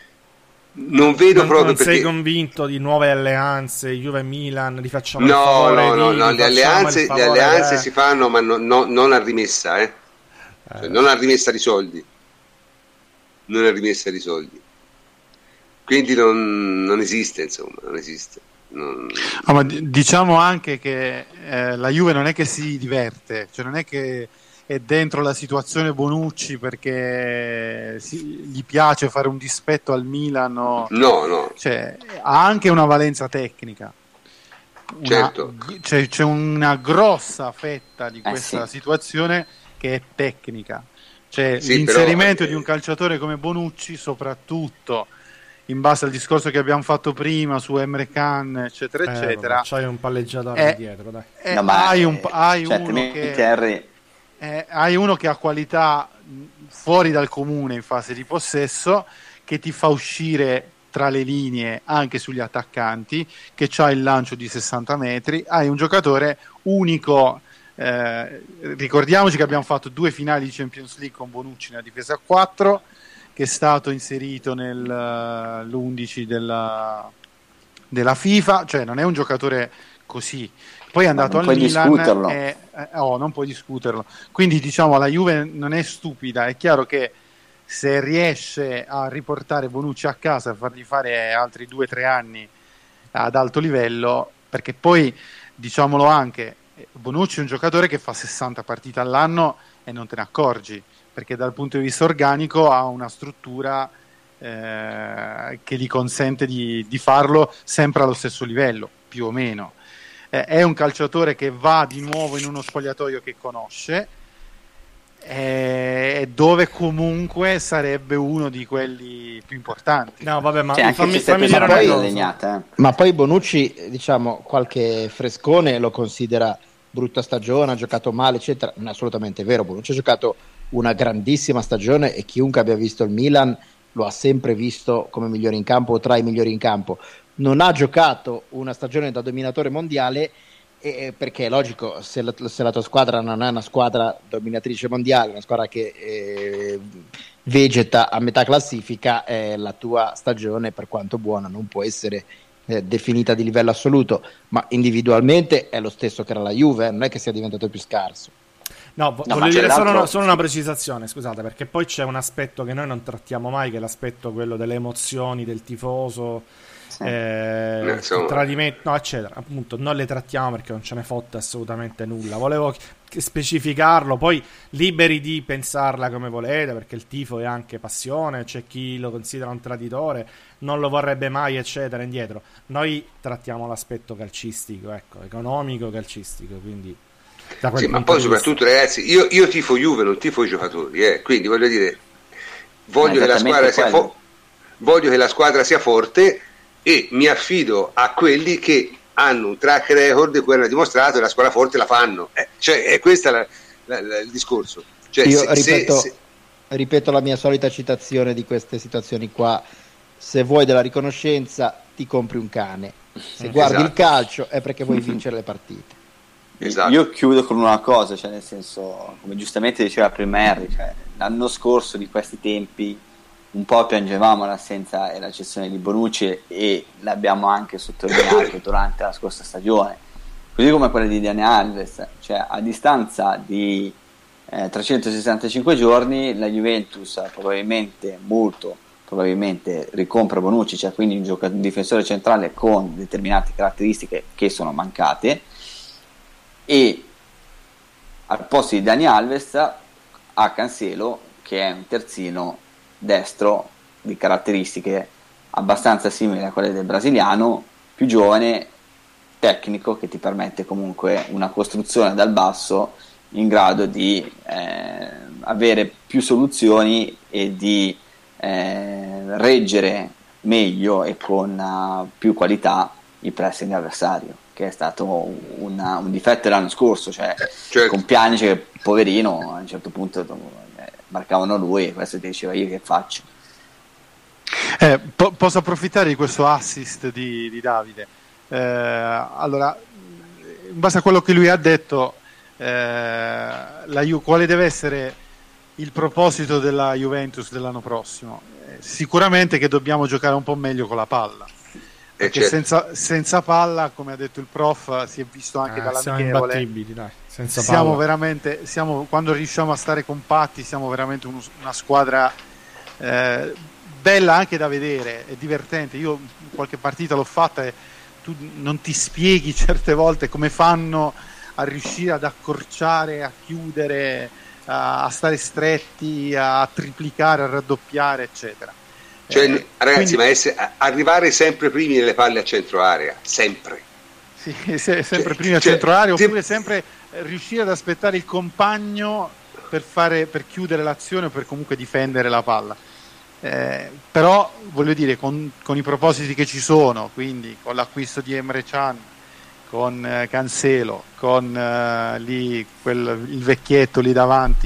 non vedo non, proprio non perché... sei convinto di nuove alleanze Juve e Milan, li facciamo no, il favore no, no, di, no, le alleanze, le alleanze eh. si fanno ma no, no, non a rimessa eh. Eh. Cioè, non a rimessa di soldi non a rimessa di soldi quindi non, non esiste, insomma, non esiste. Non... Ah, ma diciamo anche che eh, la Juve non è che si diverte, cioè non è che è dentro la situazione Bonucci perché si, gli piace fare un dispetto al Milan, no, no, no. Cioè, ha anche una valenza tecnica. Una, certo. C'è, c'è una grossa fetta di questa eh, sì. situazione che è tecnica, cioè sì, l'inserimento però... di un calciatore come Bonucci, soprattutto in base al discorso che abbiamo fatto prima su Emre Can, eccetera, eh, eccetera. Vabbè, c'hai un palleggiatore è, dietro, dai. È, no, ma hai un, hai cioè, uno che Terry... eh, hai uno che ha qualità fuori dal comune in fase di possesso, che ti fa uscire tra le linee anche sugli attaccanti, che c'ha il lancio di sessanta metri, hai un giocatore unico Eh, ricordiamoci che abbiamo fatto due finali di Champions League con Bonucci nella difesa a quattro, che è stato inserito nell'undici della, della FIFA, cioè non è un giocatore così. Poi è andato al Milan e, eh, oh, non puoi discuterlo. Quindi diciamo la Juve non è stupida, è chiaro che se riesce a riportare Bonucci a casa e fargli fare altri due o tre anni ad alto livello, perché poi diciamolo anche, Bonucci è un giocatore che fa sessanta partite all'anno e non te ne accorgi, perché dal punto di vista organico ha una struttura eh, che gli consente di, di farlo sempre allo stesso livello, più o meno. Eh, è un calciatore che va di nuovo in uno spogliatoio che conosce, eh, dove comunque sarebbe uno di quelli più importanti. No, vabbè, ma cioè, fammi, fammi dire una cosa. Legnata, eh. Ma poi Bonucci, diciamo, qualche frescone lo considera brutta stagione, ha giocato male, eccetera. Non è assolutamente vero. Bonucci ha giocato una grandissima stagione e chiunque abbia visto il Milan lo ha sempre visto come migliore in campo o tra i migliori in campo. Non ha giocato una stagione da dominatore mondiale, eh, perché è logico, se la, se la tua squadra non è una squadra dominatrice mondiale, una squadra che eh, vegeta a metà classifica, eh, la tua stagione, per quanto buona, non può essere eh, definita di livello assoluto, ma individualmente è lo stesso che era la Juve, non è che sia diventato più scarso. No, vo- no, voglio dire solo una, solo una precisazione, scusate, perché poi c'è un aspetto che noi non trattiamo mai, che è l'aspetto quello delle emozioni del tifoso, sì. eh, tradimento, no, eccetera. Appunto, non le trattiamo perché non ce ne fotte assolutamente nulla. Volevo ch- specificarlo, poi liberi di pensarla come volete, perché il tifo è anche passione, c'è chi lo considera un traditore, non lo vorrebbe mai, eccetera, indietro. Noi trattiamo l'aspetto calcistico, ecco, economico, calcistico, quindi... Sì, ma poi soprattutto ragazzi, io, io tifo Juve, non tifo i giocatori, eh. Quindi voglio dire, voglio che la squadra sia fo- voglio che la squadra sia forte e mi affido a quelli che hanno un track record cui hanno dimostrato che la squadra forte la fanno, eh, cioè è questo la, la, la, il discorso, cioè, io se, ripeto, se, se... ripeto la mia solita citazione di queste situazioni qua: se vuoi della riconoscenza ti compri un cane, se guardi esatto. il calcio è perché vuoi vincere le partite. Esatto. Io chiudo con una cosa, cioè nel senso, come giustamente diceva prima Harry, cioè, l'anno scorso di questi tempi un po' piangevamo l'assenza e la cessione di Bonucci e l'abbiamo anche sottolineato durante la scorsa stagione, così come quella di Dani Alves, cioè a distanza di eh, trecentosessantacinque giorni la Juventus probabilmente, molto probabilmente ricompra Bonucci, cioè quindi un, giocatore, un difensore centrale con determinate caratteristiche che sono mancate, e al posto di Dani Alves ha Cancelo, che è un terzino destro di caratteristiche abbastanza simili a quelle del brasiliano, più giovane, tecnico, che ti permette comunque una costruzione dal basso in grado di eh, avere più soluzioni e di eh, reggere meglio e con uh, più qualità il pressing avversario, che è stato una, un difetto l'anno scorso, cioè certo. con Pjanic che poverino a un certo punto eh, marcavano lui e questo ti diceva io che faccio. Eh, po- posso approfittare di questo assist di, di Davide? Eh, allora, in base a quello che lui ha detto, eh, la Ju- quale deve essere il proposito della Juventus dell'anno prossimo? Eh, sicuramente che dobbiamo giocare un po' meglio con la palla. Perché certo. senza, senza palla, come ha detto il prof, si è visto anche eh, dall'amichevole, siamo dai, senza siamo palla. veramente, siamo, quando riusciamo a stare compatti, siamo veramente un, una squadra eh, bella anche da vedere, è divertente. Io qualche partita l'ho fatta e tu non ti spieghi certe volte come fanno a riuscire ad accorciare, a chiudere, a, a stare stretti, a triplicare, a raddoppiare, eccetera. Cioè, eh, ragazzi, quindi, ma essere, arrivare sempre primi nelle palle a centro area, sempre. Sì, se, sempre cioè, primi a cioè, centro area, oppure se... sempre riuscire ad aspettare il compagno per, fare, per chiudere l'azione o per comunque difendere la palla. Eh, però, voglio dire, con, con i propositi che ci sono, quindi con l'acquisto di Emre Can, con eh, Cancelo, con eh, lì quel, il vecchietto lì davanti,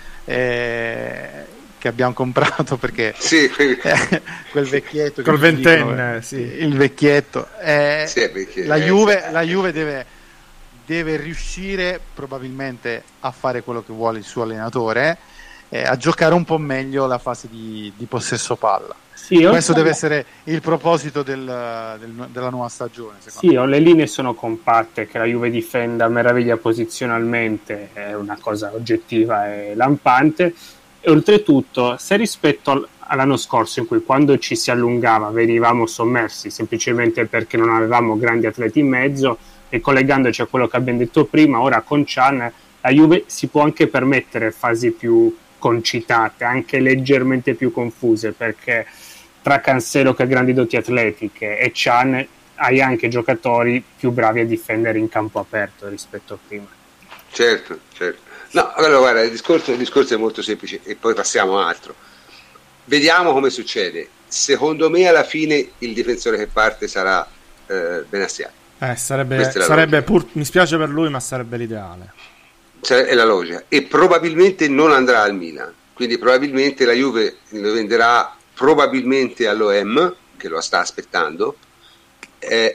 eh, che abbiamo comprato perché sì, eh, quel vecchietto col ventenne dicono, sì. il vecchietto, eh, sì, perché, la, Juve, la Juve deve, deve riuscire probabilmente a fare quello che vuole il suo allenatore, eh, a giocare un po' meglio la fase di, di possesso palla. Sì, questo deve essere il proposito del, del, della nuova stagione. Sì, me. Le linee sono compatte, che la Juve difenda a meraviglia posizionalmente è una cosa oggettiva e lampante, e oltretutto se rispetto all'anno scorso, in cui quando ci si allungava venivamo sommersi semplicemente perché non avevamo grandi atleti in mezzo, e collegandoci a quello che abbiamo detto prima, ora con Can la Juve si può anche permettere fasi più concitate, anche leggermente più confuse, perché tra Cancelo, che ha grandi doti atletiche, e Can hai anche giocatori più bravi a difendere in campo aperto rispetto a prima. Certo, certo. No, allora guarda, il discorso, il discorso è molto semplice e poi passiamo a altro. Vediamo come succede. Secondo me alla fine il difensore che parte sarà eh, Benassiar. Eh, sarebbe, sarebbe pur, mi spiace per lui, ma sarebbe l'ideale. È la logica. E probabilmente non andrà al Milan, quindi probabilmente la Juve lo venderà probabilmente all'O M, che lo sta aspettando, eh,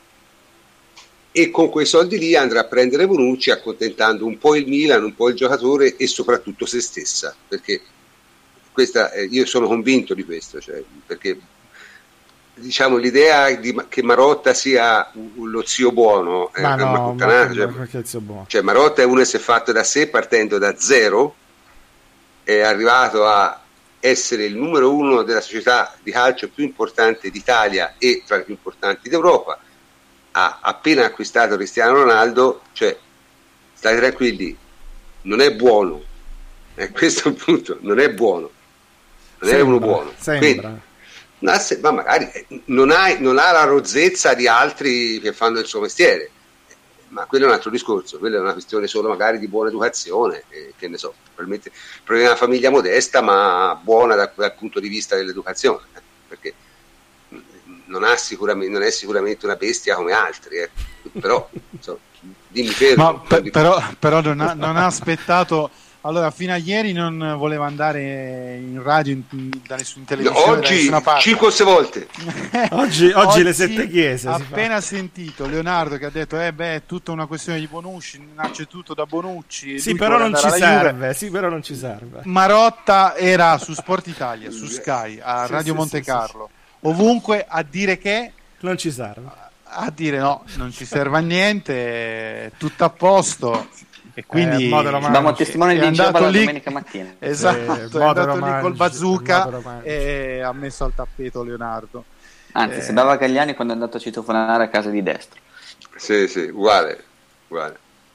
e con quei soldi lì andrà a prendere Bonucci, accontentando un po' il Milan, un po' il giocatore e soprattutto se stessa, perché questa, eh, io sono convinto di questo, cioè, perché diciamo l'idea di, che Marotta sia lo zio buono è ma una no, puttanata, ma cioè, zio buono. Cioè Marotta è uno che si è fatto da sé partendo da zero, è arrivato a essere il numero uno della società di calcio più importante d'Italia e tra le più importanti d'Europa. Ha appena acquistato Cristiano Ronaldo, cioè state tranquilli, non è buono, eh, questo è il punto, non è buono, non sembra, è uno buono, quindi, ma magari non ha, non ha la rozzezza di altri che fanno il suo mestiere, ma quello è un altro discorso, quella è una questione solo magari di buona educazione, eh, che ne so, probabilmente proviene da una famiglia modesta ma buona da, dal punto di vista dell'educazione, eh, perché non, ha sicuramente, non è sicuramente una bestia come altri, eh. Però insomma, dimmi fermo, ma per, però, però non, ha, non ha aspettato. Allora, fino a ieri non voleva andare in radio, in, da nessuna televisione, no, oggi cinque o sei volte. oggi, oggi, oggi le sette chiese. Appena sentito Leonardo che ha detto: eh beh, è tutta una questione di Bonucci, nasce tutto da Bonucci. Sì, però non ci serve. Sì, però non ci serve. Marotta era su Sport Italia, su Sky, a sì, Radio sì, Monte Carlo, sì, sì. Ovunque a dire che non ci serve. A dire no, non ci serve a niente, è tutto a posto. E quindi eh, abbiamo testimone di Geova la domenica mattina. Esatto, sì, è andato romangi, lì col bazooka e ha messo al tappeto Leonardo. Anzi, eh. sembrava Gagliani quando è andato a citofonare a casa di Destro. Sì, sì, uguale, uguale.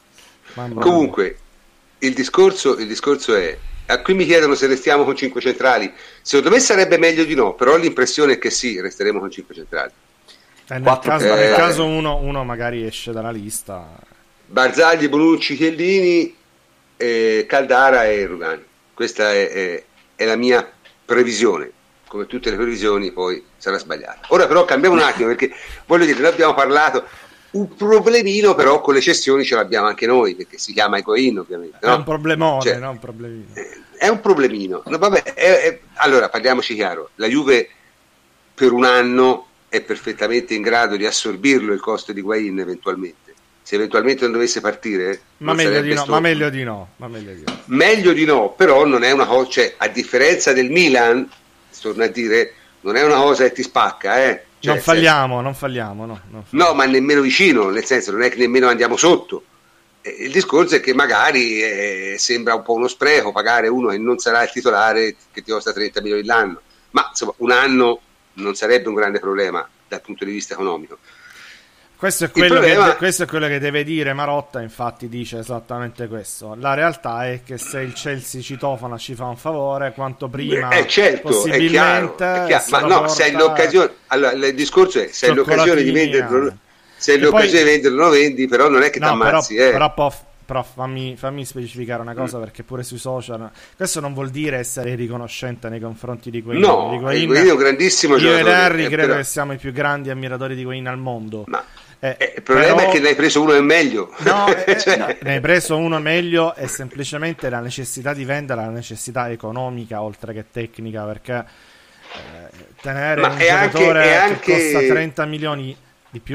Comunque, il discorso, il discorso è, a qui mi chiedono se restiamo con cinque centrali. Secondo me sarebbe meglio di no, però l'impressione è che sì, resteremo con cinque centrali. Eh, nel, caso, eh, nel caso uno, uno magari esce dalla lista. Barzagli, Bonucci, Chiellini, eh, Caldara e Rugani. Questa è, è, è la mia previsione. Come tutte le previsioni poi sarà sbagliata. Ora però cambiamo un attimo, perché voglio dire, noi abbiamo parlato un problemino, però con le cessioni ce l'abbiamo anche noi, perché si chiama Higuaín ovviamente, no? È un problemone, cioè, no? Un problemino. È un problemino. No, vabbè, è, è, allora parliamoci chiaro, la Juve per un anno è perfettamente in grado di assorbirlo il costo di Higuaín eventualmente. Se eventualmente non dovesse partire, ma meglio, di no, ma meglio di no, ma meglio di no. Meglio di no, però non è una cosa, cioè, a differenza del Milan, torno a dire, non è una cosa che ti spacca, eh. Cioè, non falliamo, senso, non falliamo, no, non falliamo. No, ma nemmeno vicino, nel senso, non è che nemmeno andiamo sotto. Eh, il discorso è che magari eh, sembra un po' uno spreco pagare uno che non sarà il titolare, che ti costa trenta milioni l'anno, ma insomma un anno non sarebbe un grande problema dal punto di vista economico. Questo è, quello problema... che, questo è quello che deve dire Marotta, infatti dice esattamente questo. La realtà è che se il Chelsea citofona ci fa un favore, quanto prima eh, certo, possibilmente è chiaro, è chiaro. Ma no, porta... se hai l'occasione, allora il discorso è se hai l'occasione di venderlo, se hai l'occasione poi... di venderlo lo vendi, però non è che no, ti ammazzi, però, eh. però può, però fammi, fammi specificare una cosa, mm. perché pure sui social questo non vuol dire essere riconoscente nei confronti di Higuaín. No, Higuaín è un grandissimo io giocatore. Io e Harry eh, credo però... che siamo i più grandi ammiratori di Higuaín al mondo. Ma Eh, eh, il problema però... è che ne hai preso uno è meglio. No, eh, cioè... no, ne hai preso uno meglio e semplicemente la necessità di vendere, la necessità economica oltre che tecnica, perché eh, tenere Ma un è giocatore anche, è che anche... costa trenta milioni di più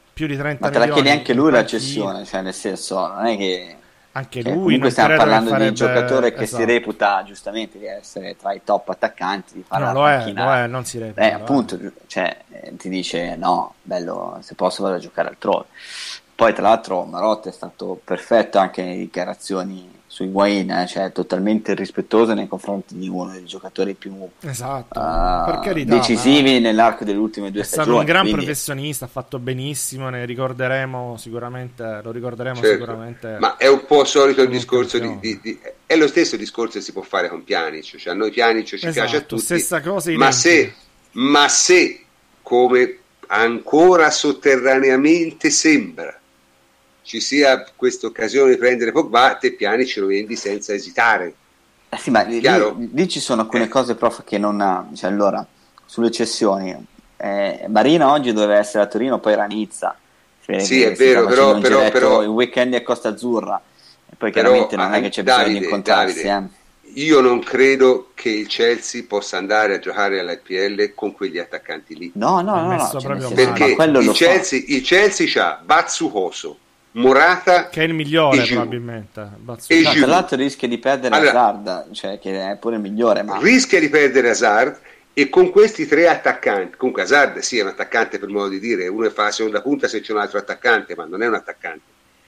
più di trenta ma te milioni. la chiede anche lui la cessione, cioè nel senso, non è che anche cioè, lui comunque stiamo parlando farebbe... di un giocatore che esatto. si reputa giustamente di essere tra i top attaccanti, di fare no, lo è, lo è, non si reputa. eh, appunto, è. Cioè, eh, ti dice no, bello, se posso vado a giocare altrove. Poi tra l'altro Marotta è stato perfetto anche nelle dichiarazioni su Higuaín, eh, cioè totalmente rispettoso nei confronti di uno dei giocatori più esatto, uh, per carità, decisivi nell'arco delle ultime due è stagioni. È stato un gran quindi... professionista, ha fatto benissimo, ne ricorderemo sicuramente, lo ricorderemo certo. sicuramente. Ma è un po' solito il discorso di, di, di, è lo stesso discorso che si può fare con Pjanic, cioè a noi Pjanic ci esatto, piace a tutti, stessa cosa ma se, ma se come ancora sotterraneamente sembra ci sia questa occasione di prendere Pogba, te Pjanic lo vendi senza esitare. Eh sì, ma lì, lì ci sono alcune eh. cose, prof, che non ha. Cioè, allora, sulle cessioni, eh, Marina oggi doveva essere a Torino, poi era a Nizza. Sì, è vero, però, però, però il weekend a Costa Azzurra, e poi chiaramente però, non è che c'è Davide, bisogno di incontrarsi. Davide, eh. Io non credo che il Chelsea possa andare a giocare all'I P L con quegli attaccanti lì. No, no, no, no, no cioè, perché il Chelsea, il Chelsea c'ha Bazzucoso, Morata, che è il migliore probabilmente, no, tra l'altro rischia di perdere allora, Hazard, cioè che è pure il migliore, ma rischia di perdere Hazard, e con questi tre attaccanti, comunque Hazard sì è un attaccante per modo di dire, uno fa la seconda punta se c'è un altro attaccante, ma non è un attaccante,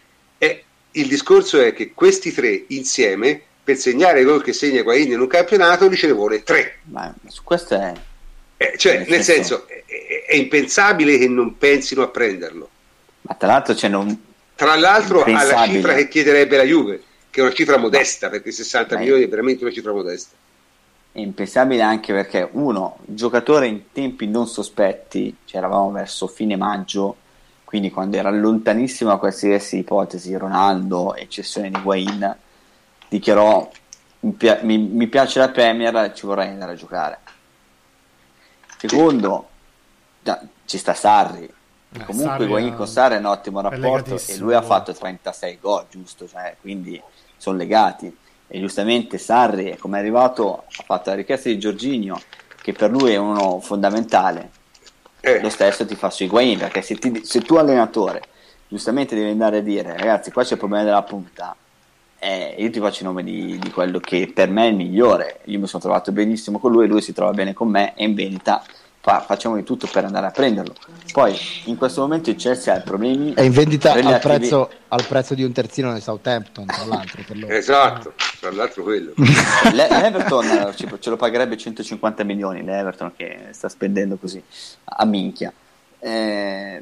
e il discorso è che questi tre insieme per segnare i gol che segna Higuaín in un campionato li ce ne vuole tre, ma su questo è eh, cioè nel, nel senso, senso è, è impensabile che non pensino a prenderlo, ma tra l'altro c'è non tra l'altro alla cifra che chiederebbe la Juve, che è una cifra modesta, perché sessanta Beh, milioni è veramente una cifra modesta. È impensabile anche perché uno, giocatore in tempi non sospetti, cioè eravamo verso fine maggio, quindi quando era lontanissima qualsiasi ipotesi Ronaldo e cessione di Higuaín, dichiarò mi, pi- mi, mi piace la Premier, ci vorrei andare a giocare. Secondo, già, ci sta Sarri. Eh, comunque Higuaín con Sarri è un ottimo rapporto e lui ha fatto trentasei gol, giusto? Cioè, quindi sono legati, e giustamente Sarri, come è arrivato, ha fatto la richiesta di Jorginho, che per lui è uno fondamentale. Eh. Lo stesso ti fa su Higuaín, perché se, ti, se tu allenatore giustamente devi andare a dire ragazzi qua c'è il problema della punta, eh, io ti faccio il nome di, di quello che per me è il migliore, io mi sono trovato benissimo con lui, lui si trova bene con me e in vendita Fa, facciamo di tutto per andare a prenderlo. Poi in questo momento il Chelsea ha problemi, è in vendita relativi... al, prezzo, al prezzo di un terzino nel Southampton, tra l'altro, per loro. Esatto, tra l'altro quello l'Everton ce lo pagherebbe centocinquanta milioni, l'Everton che sta spendendo così a minchia, eh,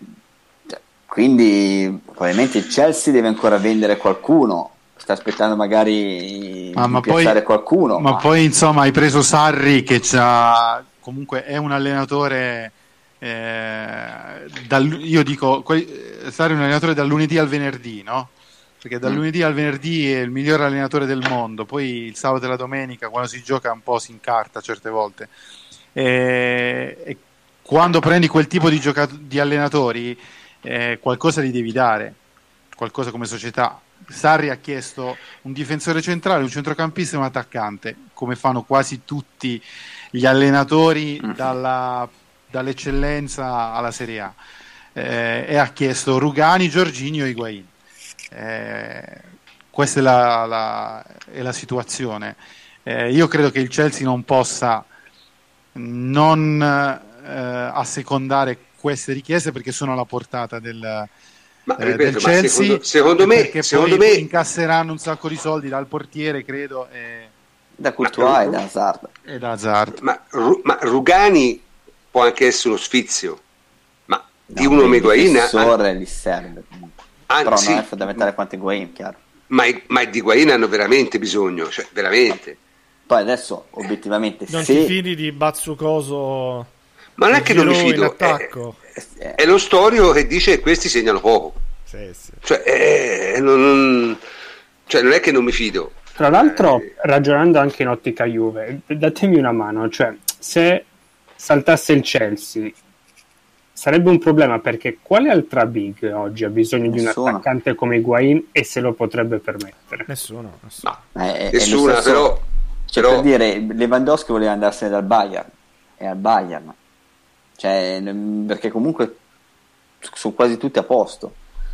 quindi probabilmente il Chelsea deve ancora vendere qualcuno, sta aspettando magari ah, di ma piazzare poi, qualcuno, ma, ma poi insomma hai preso Sarri che c'ha comunque è un allenatore eh, dal, io dico Sarri è un allenatore dal lunedì al venerdì, no? Perché dal mm. lunedì al venerdì è il miglior allenatore del mondo, poi il sabato e la domenica quando si gioca un po' si incarta certe volte, e, e quando prendi quel tipo di, giocato- di allenatori eh, qualcosa gli devi dare, qualcosa come società. Sarri ha chiesto un difensore centrale, un centrocampista e un attaccante, come fanno quasi tutti gli allenatori dalla, dall'eccellenza alla Serie A, eh, e ha chiesto Rugani, Jorginho e Higuaín. Eh, questa è la, la, è la situazione. Eh, io credo che il Chelsea non possa non eh, assecondare queste richieste perché sono alla portata del, ma, eh, ripeto, del Chelsea, secondo, secondo me, perché secondo poi me incasseranno un sacco di soldi dal portiere, credo, e da Courtois e da Hazard. E da Hazard. Ma, ma Rugani può anche essere uno sfizio, ma di no, uno come Higuaín an- gli serve an- però sì, non è fondamentale quanto Higuaín, chiaro. Ma, ma di Higuaín hanno veramente bisogno, cioè veramente. Poi adesso obiettivamente non se... ti fidi di Bazzucoso, ma non è che non mi fido, è, è, è lo storio che dice che questi segnano poco, sì, sì. Cioè, è, non, cioè non è che non mi fido. Tra l'altro, eh, ragionando anche in ottica Juve, datemi una mano, cioè se saltasse il Chelsea sarebbe un problema, perché quale altra big oggi ha bisogno Nessuno. di un attaccante come Higuaín e se lo potrebbe permettere? Nessuno, nessuno. No, eh, è, nessuna, è stesso, però, cioè però... per dire, Lewandowski voleva andarsene dal Bayern, e al Bayern, cioè perché comunque sono quasi tutti a posto,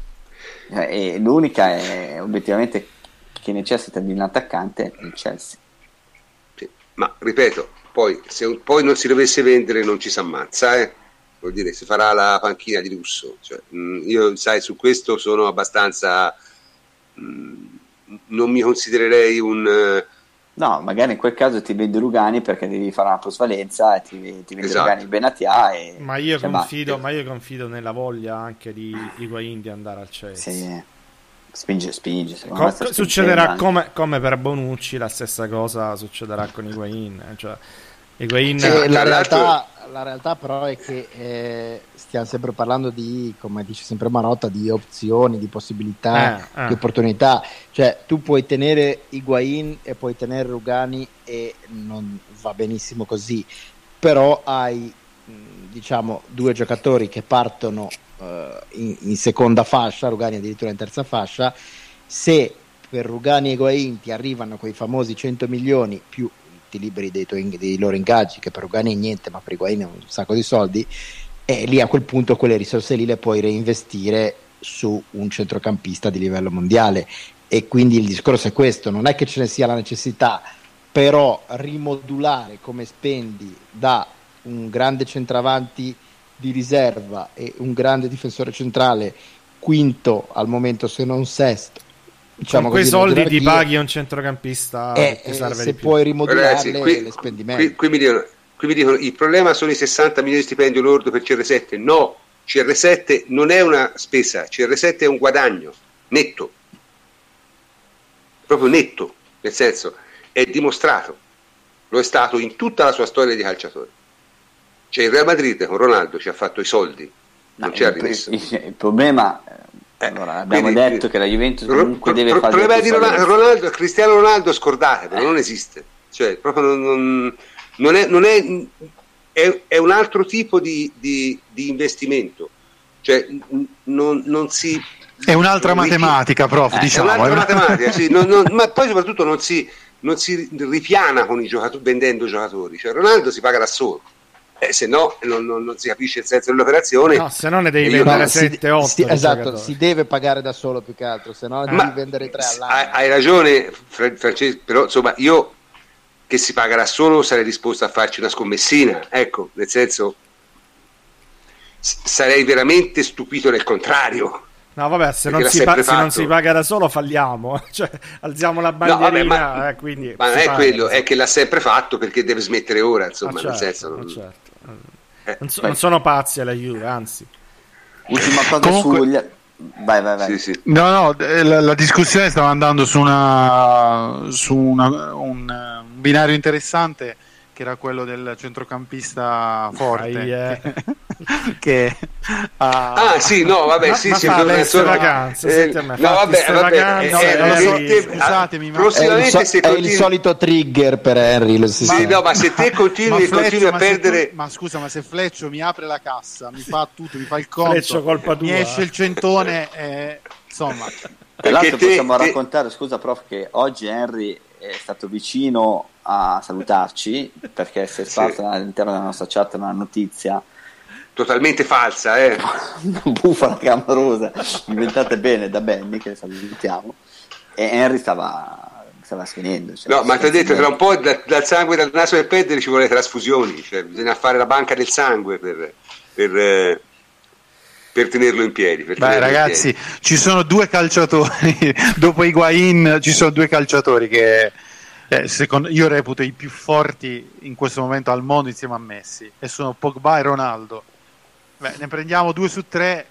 e l'unica è obiettivamente che necessita di un attaccante è il Chelsea. Sì, ma ripeto, poi se poi non si dovesse vendere non ci si ammazza, eh? Vuol dire, si farà la panchina di lusso, cioè, mh, io sai su questo sono abbastanza mh, non mi considererei un no, magari in quel caso ti vende Rugani perché devi fare una plusvalenza e ti, ti vende esatto. Rugani Benatia e ma io confido ma io confido nella voglia anche di Higuaín di andare al Chelsea. Sì. Spinge, spinge. Co- succederà come, come per Bonucci, la stessa cosa succederà con Higuaín, cioè Higuaín sì, la realtà la realtà però è che eh, stiamo sempre parlando di, come dice sempre Marotta, di opzioni, di possibilità, eh, eh. di opportunità, cioè tu puoi tenere Higuaín e puoi tenere Rugani e non va benissimo così, però hai diciamo due giocatori che partono uh, in, in seconda fascia, Rugani addirittura in terza fascia. Se per Rugani e Higuaín ti arrivano quei famosi cento milioni più ti liberi dei, tuoi, dei loro ingaggi, che per Rugani è niente ma per Higuaín è un sacco di soldi, e lì a quel punto quelle risorse lì le puoi reinvestire su un centrocampista di livello mondiale. E quindi il discorso è questo, non è che ce ne sia la necessità, però rimodulare come spendi da un grande centravanti di riserva e un grande difensore centrale quinto al momento se non sesto, diciamo con quei così, soldi ti paghi un centrocampista eh, che serve se di più. Puoi rimodularle, ragazzi, qui, le spendi meglio. Qui, qui, mi dicono, qui mi dicono il problema sono i sessanta milioni di stipendio lordo per C R sette. No, C R sette non è una spesa, C R sette è un guadagno netto, proprio netto, nel senso è dimostrato, lo è stato in tutta la sua storia di calciatore. Cioè il Real Madrid con Ronaldo ci ha fatto i soldi, non no, ci ha il, rimesso. Il, il problema eh, allora, abbiamo quindi, detto che la Juventus comunque pro, deve pro, fare il problema di Ronaldo, Ronaldo, Cristiano Ronaldo scordatelo, eh. non esiste, cioè proprio non, non, non, è, non è, è, è un altro tipo di, di, di investimento, cioè non, non si è un'altra non matematica prof eh, diciamo, è un'altra eh. matematica sì, non, non, ma poi soprattutto non si, non si ripiana con i giocatori vendendo giocatori, cioè Ronaldo si paga da solo. Eh, se no non, non, non si capisce il senso dell'operazione, no, se no ne devi vendere no, sette otto si, esatto, giocatori. Si deve pagare da solo più che altro, se no ne devi vendere tre all'anno. Hai, hai ragione Francesco, però insomma io che si paga da solo sarei disposto a farci una scommessina, ecco, nel senso sarei veramente stupito del contrario. No vabbè, se, non si, pa- se non si paga da solo falliamo, cioè alziamo la bandierina, no, vabbè, ma, eh, quindi ma non è quello, è che l'ha sempre fatto perché deve smettere ora, insomma, ah, certo, nel senso non... certo. eh, non, so, non sono pazzi alla Juve, anzi. Ultima cosa Comunque... sugli... vai vai vai. Sì, sì. No no, la, la discussione stava andando su una su una, un, un binario interessante che era quello del centrocampista forte. Ah, yeah. che, che ah, ah sì no vabbè ma, sì ma sì queste vacanze eh, no vabbè, vabbè no, eh, eh, so, te, scusatemi ma prossimamente è il, so, se è continui... il solito trigger per Henry lo si sì, no ma se te continui e continui a perdere tu, ma scusa ma se Fleccio mi apre la cassa mi fa tutto mi fa il conto Fleccio, colpa tua. Mi esce il centone eh, insomma tra l'altro te, possiamo te... raccontare scusa prof che oggi Henry è stato vicino a salutarci perché si è sparsa sì. all'interno della nostra chat una notizia totalmente falsa, eh? una bufala clamorosa inventate bene da Benny che salutiamo, e Henry stava stava sfinendo, cioè, no ma ti ho detto tra un po' da, dal sangue dal naso del pedere ci vuole le trasfusioni, cioè bisogna fare la banca del sangue per, per, eh, per tenerlo in piedi. Per Beh ragazzi, piedi. Ci sono due calciatori dopo Higuaín ci sono due calciatori che eh, secondo, io reputo i più forti in questo momento al mondo insieme a Messi, e sono Pogba e Ronaldo. Beh, ne prendiamo due su tre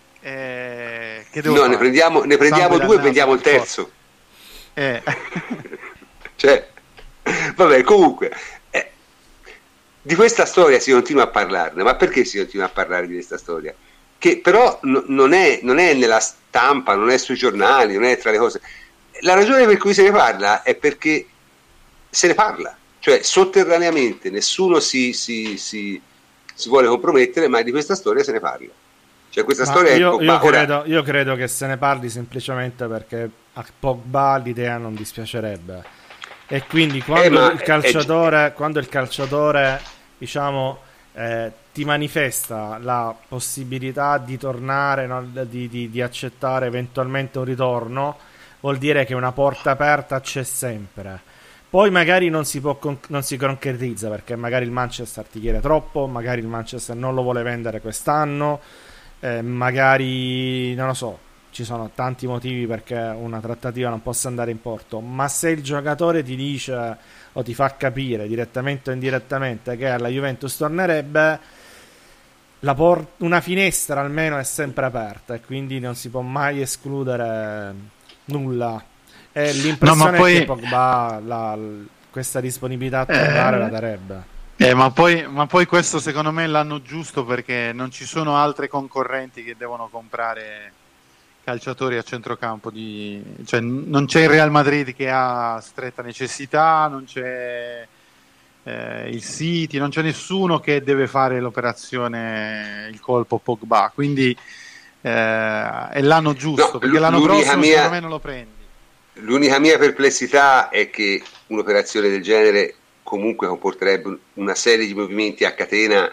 eh, che devo no fare? ne prendiamo, ne prendiamo due e prendiamo il terzo eh. cioè vabbè comunque eh, di questa storia si continua a parlarne, ma perché si continua a parlare di questa storia? Che però n- non, è, non è nella stampa, non è sui giornali, non è tra le cose. La ragione per cui se ne parla è perché se ne parla, cioè sotterraneamente nessuno si, si, si, si vuole compromettere, ma di questa storia se ne parla. Cioè questa ma storia io, è io, ora... credo, io credo che se ne parli semplicemente perché a Pogba l'idea non dispiacerebbe, e quindi quando, eh, il, calciatore, è... quando il calciatore diciamo eh, ti manifesta la possibilità di tornare, no, di, di, di accettare eventualmente un ritorno, vuol dire che una porta aperta c'è sempre. Poi magari non si può con- non si concretizza, perché magari il Manchester ti chiede troppo, magari il Manchester non lo vuole vendere quest'anno, eh, magari non lo so, ci sono tanti motivi perché una trattativa non possa andare in porto, ma se il giocatore ti dice o ti fa capire direttamente o indirettamente che alla Juventus tornerebbe, la por- una finestra almeno è sempre aperta e quindi non si può mai escludere nulla. E l'impressione no, ma poi... è che Pogba la, questa disponibilità a tornare eh... la darebbe. Eh, ma, poi, ma poi questo secondo me è l'anno giusto, perché non ci sono altre concorrenti che devono comprare calciatori a centrocampo di... cioè, non c'è il Real Madrid che ha stretta necessità, non c'è eh, il City, non c'è nessuno che deve fare l'operazione, il colpo Pogba, quindi eh, è l'anno giusto, no, perché l'anno prossimo mia, secondo me non lo prendi. L'unica mia perplessità è che un'operazione del genere comunque comporterebbe una serie di movimenti a catena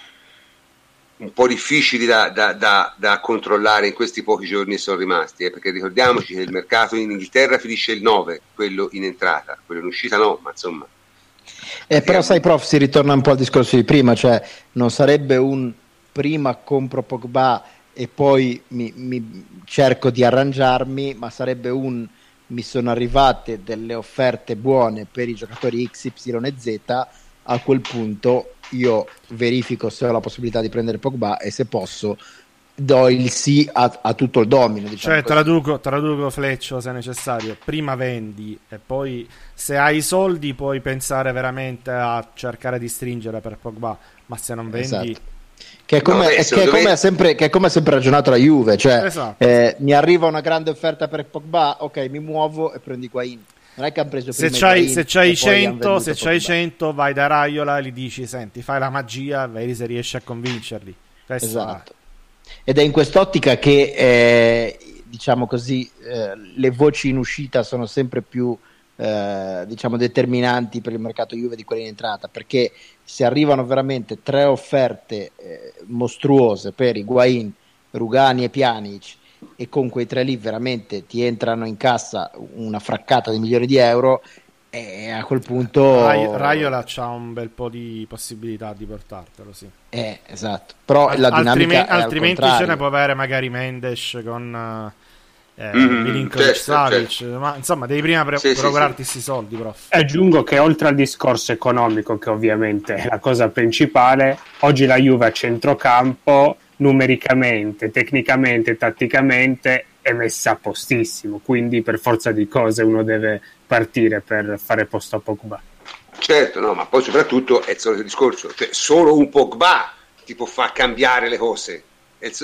un po' difficili da, da, da, da controllare in questi pochi giorni che sono rimasti, eh, perché ricordiamoci che il mercato in Inghilterra finisce il nove, quello in entrata, quello in uscita no, ma insomma. Eh, però sai prof, si ritorna un po' al discorso di prima, cioè non sarebbe un prima compro Pogba e poi mi, mi cerco di arrangiarmi, ma sarebbe un mi sono arrivate delle offerte buone per i giocatori X, Y e Z, a quel punto io verifico se ho la possibilità di prendere Pogba e se posso do il sì a, a tutto il domino, diciamo, cioè traduco, traduco Fleccio se necessario, prima vendi e poi se hai i soldi puoi pensare veramente a cercare di stringere per Pogba, ma se non vendi esatto. Che è come, no, è, che è come, me... sempre, che è come ha sempre ragionato la Juve, cioè esatto. eh, mi arriva una grande offerta per Pogba, ok, mi muovo e prendi Higuain. Non è che hanno preso se c'hai, se c'hai cento, se c'hai cento, vai da Raiola e gli dici senti, fai la magia, vedi se riesci a convincerli. Questo esatto. È. Ed è in quest'ottica che eh, diciamo così eh, le voci in uscita sono sempre più eh, diciamo determinanti per il mercato Juve di quelle in entrata, perché se arrivano veramente tre offerte eh, mostruose per Higuain, Rugani e Pjanic, e con quei tre lì veramente ti entrano in cassa una fraccata di milioni di euro, e a quel punto Rai- Raiola c'ha un bel po' di possibilità di portartelo, sì. Eh, esatto, però Al- la dinamica altrimenti, è altrimenti ce ne può avere magari Mendes con eh, mm, Milinkovic, certo, Savic, certo. Ma insomma devi prima pre- sì, procurarti questi sì, sì. soldi, prof. Aggiungo che oltre al discorso economico, che ovviamente è la cosa principale, oggi la Juve a centrocampo numericamente, tecnicamente, tatticamente è messa a postissimo, quindi per forza di cose uno deve partire per fare posto a Pogba. Certo, no, ma poi soprattutto è il solito discorso, cioè solo un Pogba ti può far cambiare le cose. È, è,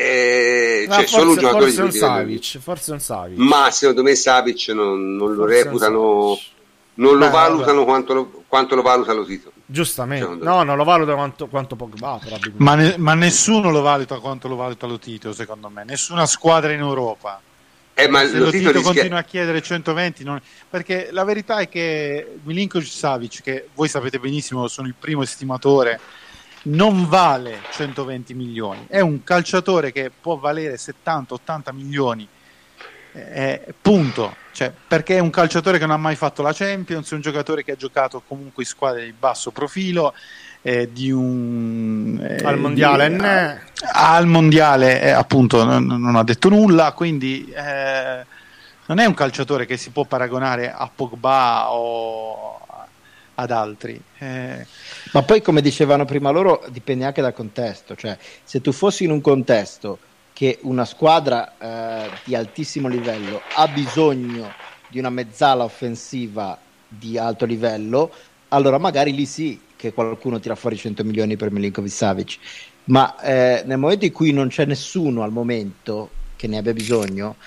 è, no, cioè, forse, solo un giocatore forse di un Savic, forse un Savic. Ma secondo me Savic non, non lo reputano, non lo Beh, valutano quanto lo, quanto lo valuta lo Tito. Giustamente, no, non lo valuta quanto, quanto Pogba, ma, ne, ma nessuno lo valuta quanto lo valuta lo Tito, secondo me, nessuna squadra in Europa. Eh, ma se lo Tito rischia... continua a chiedere centoventi, non... perché la verità è che Milinkovic Savic, che voi sapete benissimo sono il primo estimatore, non vale centoventi milioni, è un calciatore che può valere settanta ottanta milioni, eh, punto, cioè, perché è un calciatore che non ha mai fatto la Champions, è un giocatore che ha giocato comunque in squadre di basso profilo, eh, di un eh, al mondiale di, a, al mondiale eh, appunto non, non ha detto nulla, quindi eh, non è un calciatore che si può paragonare a Pogba o ad altri, eh. Ma poi come dicevano prima loro dipende anche dal contesto, cioè se tu fossi in un contesto che una squadra eh, di altissimo livello ha bisogno di una mezzala offensiva di alto livello, allora magari lì sì che qualcuno tira fuori cento milioni per Milinkovic Savic, ma eh, nel momento in cui non c'è nessuno al momento che ne abbia bisogno,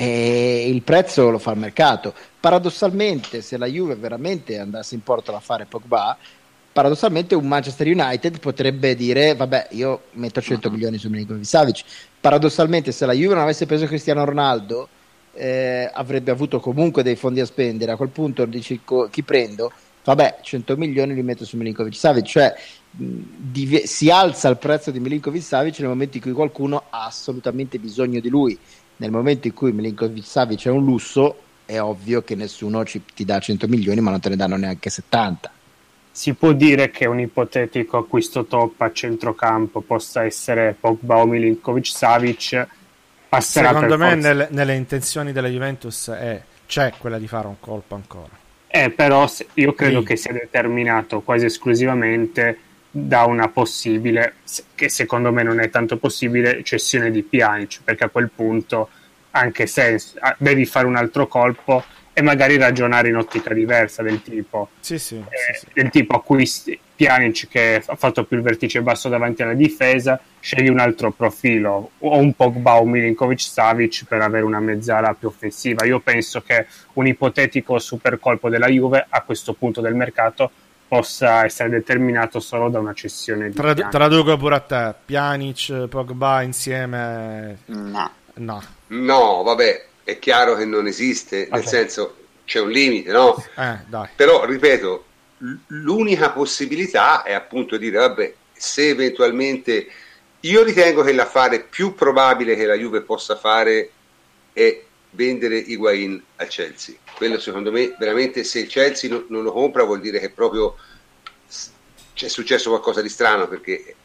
e il prezzo lo fa il mercato. Paradossalmente, se la Juve veramente andasse in porto a fare Pogba, paradossalmente un Manchester United potrebbe dire vabbè, io metto cento milioni su Milinkovic Savic. Paradossalmente, se la Juve non avesse preso Cristiano Ronaldo, eh, avrebbe avuto comunque dei fondi a spendere. A quel punto dici co- chi prendo? vabbè, cento milioni li metto su Milinkovic Savic, cioè Di, si alza il prezzo di Milinkovic Savic nel momento in cui qualcuno ha assolutamente bisogno di lui. Nel momento in cui Milinkovic Savic è un lusso, è ovvio che nessuno ci, ti dà cento milioni, ma non te ne danno neanche settanta. Si può dire che un ipotetico acquisto top a centrocampo possa essere Pogba o Milinkovic Savic. Passerà secondo per me forza. nelle, nelle intenzioni della Juventus è, c'è quella di fare un colpo ancora. Eh, però io credo sì. che sia determinato quasi esclusivamente da una possibile, che secondo me non è tanto possibile, cessione di Pjanic, perché a quel punto, anche se devi fare un altro colpo e magari ragionare in ottica diversa, del tipo sì, sì, eh, sì, sì. del tipo acquisti Pjanic che ha fatto più il vertice basso davanti alla difesa, scegli un altro profilo, o un Pogba o Milinkovic Savic per avere una mezzala più offensiva. Io penso che un ipotetico super colpo della Juve a questo punto del mercato possa essere determinato solo da una cessione di Trad- Pjanic. traduco pure a te, Pjanic, Pogba insieme No. no, no, vabbè, è chiaro che non esiste, nel Okay. senso c'è un limite, no? eh, dai. Però ripeto, l- l'unica possibilità è appunto dire vabbè, se eventualmente io ritengo che l'affare più probabile che la Juve possa fare è vendere Higuain al Chelsea. Quello secondo me veramente, se il Chelsea no, non lo compra, vuol dire che proprio c'è successo qualcosa di strano, perché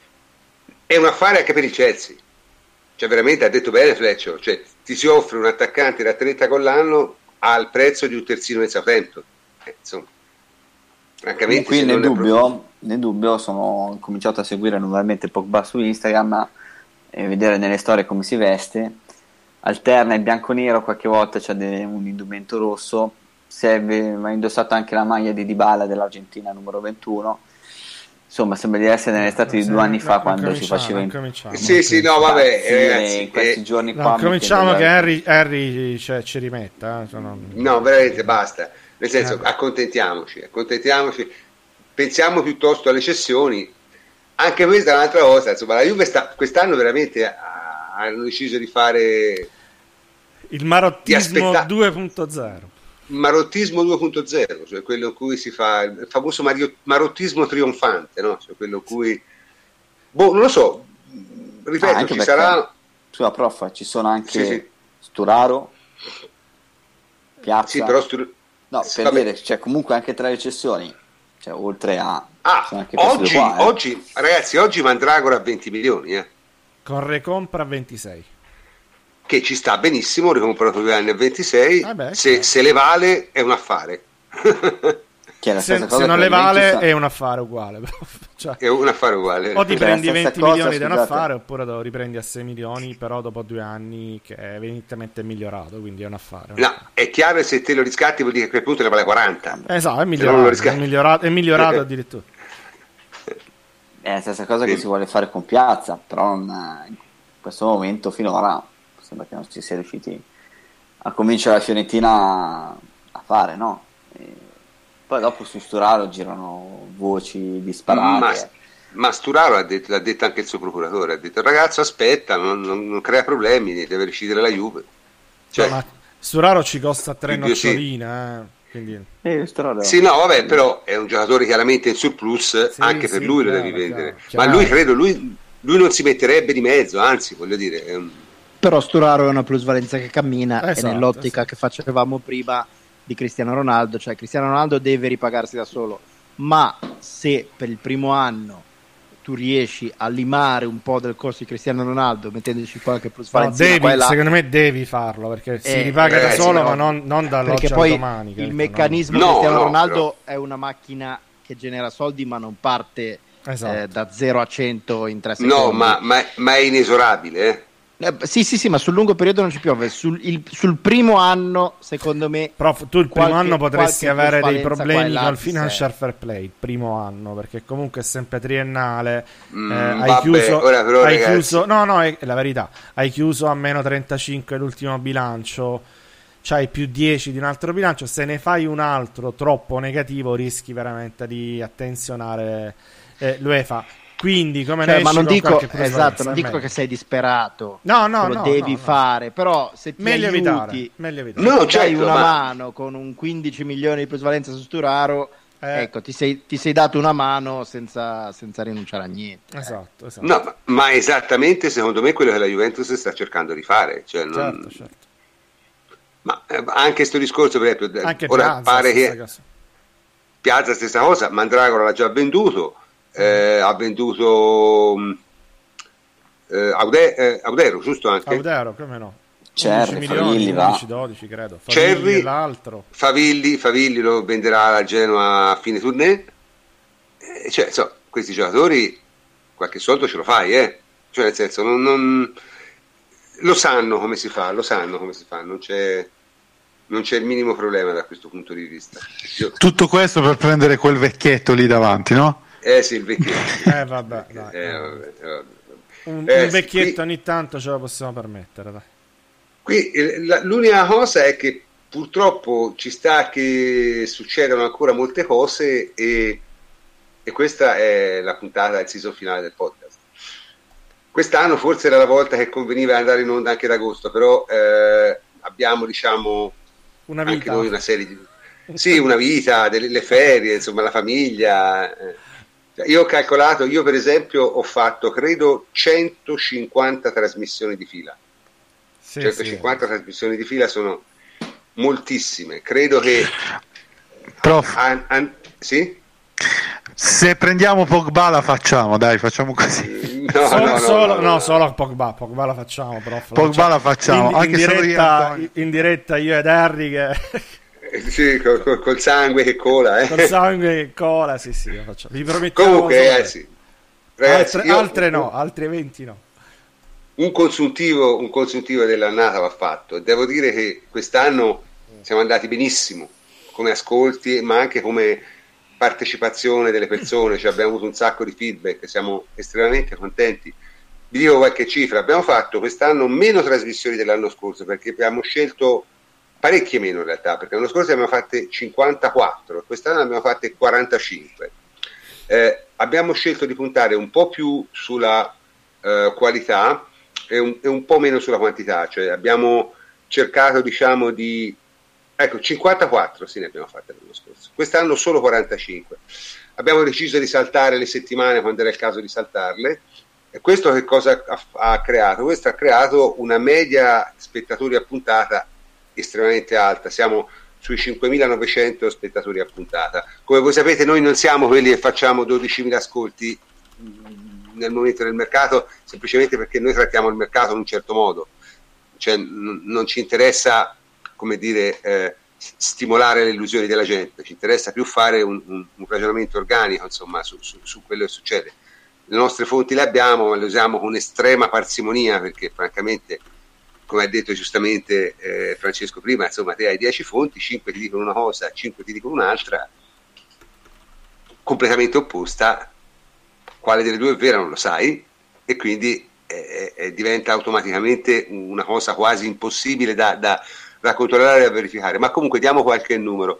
è un affare anche per il Chelsea. Cioè veramente ha detto bene Fletcher, cioè ti si offre un attaccante da trenta con l'anno al prezzo di un terzino del Southampton. Eh, insomma, francamente, qui se nel non è dubbio, proprio... nel dubbio sono cominciato a seguire nuovamente Pogba su Instagram e vedere nelle storie come si veste. Alterna il bianco-nero, qualche volta c'è de- un indumento rosso, si è ha indossato anche la maglia di Dybala dell'Argentina numero ventuno. Insomma, sembra di essere nell'estate di due anni fa, no, quando si faceva in... cominciamo, Sì, sì, no, vabbè, ragazzi, in questi eh, giorni no, qua cominciamo mi che chiedeva- Harry, Harry cioè, ci rimetta, eh, cioè, non... no, veramente basta. Nel senso, Eh. accontentiamoci, accontentiamoci, pensiamo piuttosto alle cessioni. Anche questa è un'altra cosa, insomma, la Juve sta, quest'anno veramente ha, hanno deciso di fare il marottismo aspetta- due punto zero. marottismo due punto zero, cioè quello in cui si fa il famoso mario, marottismo trionfante, no? Cioè quello in cui, boh, non lo so, ripeto, Ah, anche ci perché, sarà... Scusa, prof, ci sono anche Sì, sì. Sturaro, Piazza... Sì, però stu- No, sì, per vabbè. dire, cioè, comunque anche tra le cessioni, cioè, oltre a... Ah, sono anche questi oggi, due qua, eh. oggi, ragazzi, oggi Mandragora a venti milioni, eh. Con recompra a ventisei. Che ci sta benissimo, ricomprato due anni a ventisei, Ah beh, se, certo. se le vale è un affare. Che è la Se, stessa cosa se non che le vale Juventus- è un affare uguale. Cioè, È un affare uguale. o ti Cioè, la prendi stessa venti cosa, milioni da un scusate. affare, oppure lo riprendi a sei milioni, però dopo due anni che è evidentemente migliorato, quindi è un affare. No, è chiaro che se te lo riscatti vuol dire che a quel punto ne vale quaranta. Esatto, è Se non lo migliorato, è riscatti- migliorato, è migliorato addirittura. È la stessa cosa che Sì. si vuole fare con Piazza, però non- in questo momento finora sembra che non si sia riusciti a convincere la Fiorentina a, a fare, no? E poi dopo su Sturaro girano voci disparate. Ma, ma Sturaro ha detto, l'ha detto anche il suo procuratore, ha detto il ragazzo aspetta, non, non- non crea problemi, deve decidere la Juve. Cioè, Ma Sturaro ci costa tre Quindi sì. noccioline, eh, quindi... Eh, Sturaro- sì, no, vabbè, però è un giocatore chiaramente in surplus, Sì, anche per sì, lui lo chiaro, devi vendere. chiaro, chiaro. Ma lui credo, lui, lui non si metterebbe di mezzo, anzi, voglio dire, è un- Però Sturaro è una plusvalenza che cammina, Esatto, e nell'ottica esatto. che facevamo prima di Cristiano Ronaldo, cioè Cristiano Ronaldo deve ripagarsi da solo, ma se per il primo anno tu riesci a limare un po' del costo di Cristiano Ronaldo mettendoci qualche No, plusvalenza, devi, secondo me devi farlo, perché si Eh, ripaga da ragazzi, solo, no. ma non, non dall'oggi perché al poi domani. il capito? meccanismo No, Cristiano no, Ronaldo è una macchina che genera soldi ma non parte Esatto. eh, da zero a cento in tre secondi. no, ma, ma, ma è inesorabile, eh? Eh, sì, sì, sì, ma sul lungo periodo non ci piove. Sul, il- sul primo anno, secondo me, Prof, tu il primo qualche- anno potresti qualche avere dei plusvalenza problemi qua e là col ti financial serve. fair play, il primo anno, perché comunque è sempre triennale. Mm, eh, hai vabbè, chiuso, ora però, hai ragazzi- chiuso, no, no, è, è la verità. Hai chiuso a meno trentacinque l'ultimo bilancio, c'hai più dieci di un altro bilancio. Se ne fai un altro troppo negativo, rischi veramente di attenzionare eh, l'UEFA. Quindi, come Cioè, ne ma esci non con dico, qualche plusvalenza? esatto, non È dico meglio. che sei disperato, No, no, lo no, devi no, no. fare, però se ti Meglio aiuti, evitare, meglio evitare. No, dai certo, una ma- mano con un quindici milioni di plusvalenza su Sturaro, Eh. Ecco, ti sei, ti sei dato una mano senza, senza rinunciare a niente. Esatto, esatto. No, ma, ma esattamente secondo me quello che la Juventus sta cercando di fare. Cioè non... Certo, certo. Ma eh, anche questo discorso, per esempio, anche ora Piazza, pare che cosa. Piazza stessa cosa, Mandragora l'ha già venduto, eh, ha venduto eh, Aude, eh, Audero, giusto anche? Audero, come no? Cerri, milioni, Favilli, va. undici dodici credo. Favilli Cerri, e l'altro. Favilli, Favilli lo venderà alla Genoa a fine tournée. Eh, cioè, so, questi giocatori qualche soldo ce lo fai, eh? Cioè, nel senso, non, non... lo sanno come si fa, lo sanno come si fa, non c'è, non c'è il minimo problema da questo punto di vista. Io... Tutto questo per prendere quel vecchietto lì davanti, no? Eh sì, il vecchietto. eh vabbè, dai, eh, vabbè, vabbè. Un, eh, un vecchietto qui... ogni tanto ce lo possiamo permettere, dai. Qui la, l'unica cosa è che purtroppo ci sta che succedono ancora molte cose e, e questa è la puntata, il season finale del podcast. Quest'anno forse era la volta che conveniva andare in onda anche ad agosto, però eh, abbiamo, diciamo, una vita. Anche noi una serie di... Sì, una vita, delle le ferie, insomma, la famiglia. Eh. Io ho calcolato, io per esempio ho fatto, credo, centocinquanta trasmissioni di fila. Sì, centocinquanta sì. Trasmissioni di fila sono moltissime. Credo che... Prof. An, an, sì? Se prendiamo Pogba la facciamo, dai, facciamo così. No, solo, no, solo, no, no, no, solo Pogba, Pogba la facciamo, prof. Pogba la facciamo, in, anche in, diretta, io, in diretta io ed Harry che... Sì, col, col, col sangue che cola, eh. Col sangue che cola, sì, sì, lo facciamo. Vi promettiamo. Comunque, eh, sì. Ragazzi, altre, io, altre no, un, altri eventi no. Un consuntivo, un consuntivo dell'annata va fatto. Devo dire che quest'anno siamo andati benissimo come ascolti, ma anche come partecipazione delle persone, cioè abbiamo avuto un sacco di feedback, siamo estremamente contenti. Vi dico qualche cifra, abbiamo fatto quest'anno meno trasmissioni dell'anno scorso perché abbiamo scelto parecchie meno in realtà, perché l'anno scorso abbiamo fatte cinquantaquattro, quest'anno ne abbiamo fatte quarantacinque. Eh, abbiamo scelto di puntare un po' più sulla eh, qualità e un, e un po' meno sulla quantità, cioè abbiamo cercato, diciamo, di... Ecco, cinquantaquattro sì ne abbiamo fatte l'anno scorso, quest'anno solo quarantacinque. Abbiamo deciso di saltare le settimane quando era il caso di saltarle, e questo che cosa ha, ha creato? Questo ha creato una media spettatori a puntata estremamente alta, siamo sui cinquemilanovecento spettatori a puntata. Come voi sapete, noi non siamo quelli che facciamo dodicimila ascolti nel momento del mercato, semplicemente perché noi trattiamo il mercato in un certo modo, cioè n- non ci interessa, come dire, eh, stimolare le illusioni della gente, ci interessa più fare un, un, un ragionamento organico, insomma, su, su, su quello che succede. Le nostre fonti le abbiamo, ma le usiamo con estrema parsimonia, perché francamente, come ha detto giustamente eh, Francesco prima, insomma, te hai dieci fonti, cinque ti dicono una cosa, cinque ti dicono un'altra, completamente opposta. Quale delle due è vera non lo sai, e quindi eh, eh, diventa automaticamente una cosa quasi impossibile da, da, da controllare e da verificare. Ma comunque diamo qualche numero.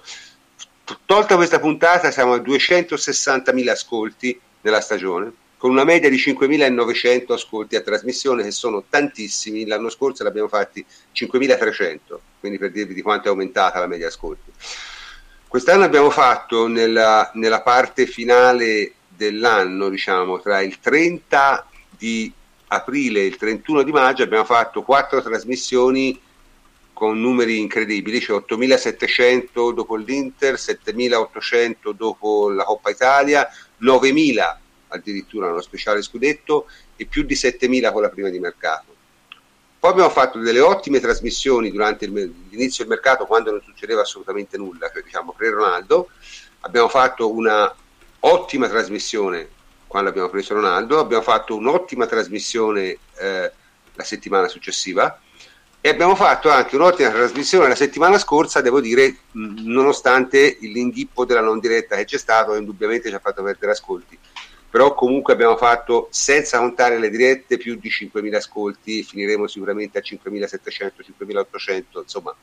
Tolta questa puntata siamo a duecentosessantamila ascolti nella stagione, con una media di cinquemilanovecento ascolti a trasmissione, che sono tantissimi. L'anno scorso l'abbiamo fatti cinquemilatrecento, quindi per dirvi di quanto è aumentata la media ascolti. Quest'anno abbiamo fatto nella, nella parte finale dell'anno, diciamo tra il trenta di aprile e il trentuno di maggio, abbiamo fatto quattro trasmissioni con numeri incredibili, cioè ottomilasettecento dopo l'Inter, settemilaottocento dopo la Coppa Italia, novemila addirittura nello speciale scudetto e più di settemila con la prima di mercato. Poi abbiamo fatto delle ottime trasmissioni durante il, l'inizio del mercato, quando non succedeva assolutamente nulla, cioè diciamo pre-Ronaldo. Abbiamo fatto una ottima trasmissione quando abbiamo preso Ronaldo, abbiamo fatto un'ottima trasmissione eh, la settimana successiva e abbiamo fatto anche un'ottima trasmissione la settimana scorsa, devo dire, mh, nonostante l'inghippo della non diretta che c'è stato, indubbiamente ci ha fatto perdere ascolti, però comunque abbiamo fatto, senza contare le dirette, più di cinquemila ascolti, finiremo sicuramente a cinquemilasettecento, cinquemilaottocento, insomma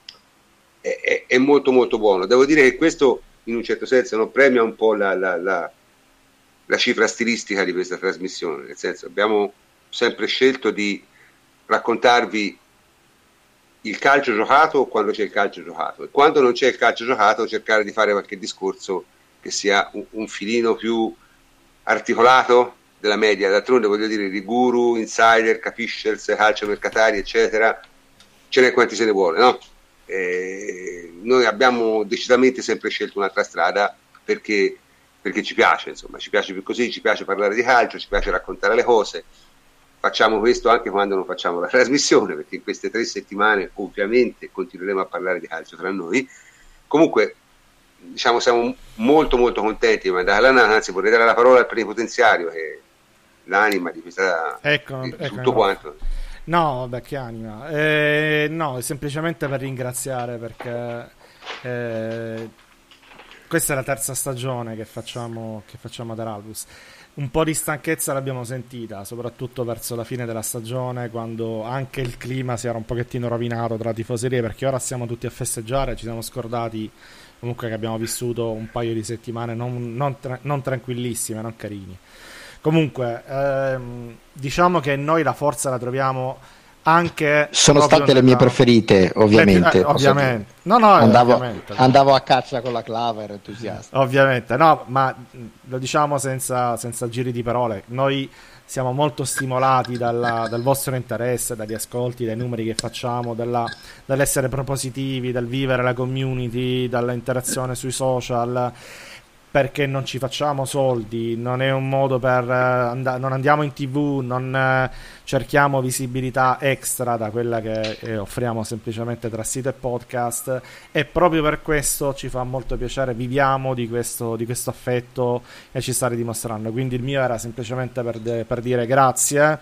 è, è, è molto molto buono. Devo dire che questo in un certo senso non premia un po' la, la, la, la cifra stilistica di questa trasmissione, nel senso abbiamo sempre scelto di raccontarvi il calcio giocato quando c'è il calcio giocato, e quando non c'è il calcio giocato cercare di fare qualche discorso che sia un, un filino più articolato della media. D'altronde, voglio dire, di guru, insider, capiscers, calcio mercatari, eccetera, ce n'è quanti se ne vuole, no? Eh, noi abbiamo decisamente sempre scelto un'altra strada perché, perché ci piace, insomma, ci piace più così, ci piace parlare di calcio, ci piace raccontare le cose. Facciamo questo anche quando non facciamo la trasmissione, perché in queste tre settimane ovviamente continueremo a parlare di calcio tra noi. Comunque, diciamo, siamo molto molto contenti di mandare la nana, anzi vorrei dare la parola al plenipotenziario, che è l'anima di questa ecco, di ecco, tutto no. quanto. No, vabbè, che anima. Eh, no, semplicemente per ringraziare, perché eh, questa è la terza stagione che facciamo, che facciamo ad Eralbus. Un po' di stanchezza l'abbiamo sentita, soprattutto verso la fine della stagione, quando anche il clima si era un pochettino rovinato tra tifoserie, perché ora siamo tutti a festeggiare, ci siamo scordati comunque che abbiamo vissuto un paio di settimane non, non, tra- non tranquillissime, non carini. Comunque, ehm, diciamo che noi la forza la troviamo anche... Sono state nella... le mie preferite, ovviamente. Eh, ovviamente. No, no, andavo, ovviamente. andavo a caccia con la clava, ero entusiasta. Ovviamente, no, ma lo diciamo senza, senza giri di parole. Noi siamo molto stimolati dalla, dal vostro interesse, dagli ascolti, dai numeri che facciamo, dalla, dall'essere propositivi, dal vivere la community, dall'interazione sui social, perché non ci facciamo soldi, non è un modo per uh, and- non andiamo in tv, non uh, cerchiamo visibilità extra da quella che eh, offriamo semplicemente tra sito e podcast, e proprio per questo ci fa molto piacere, viviamo di questo, di questo affetto e ci state dimostrando. Quindi il mio era semplicemente per, de- per dire grazie,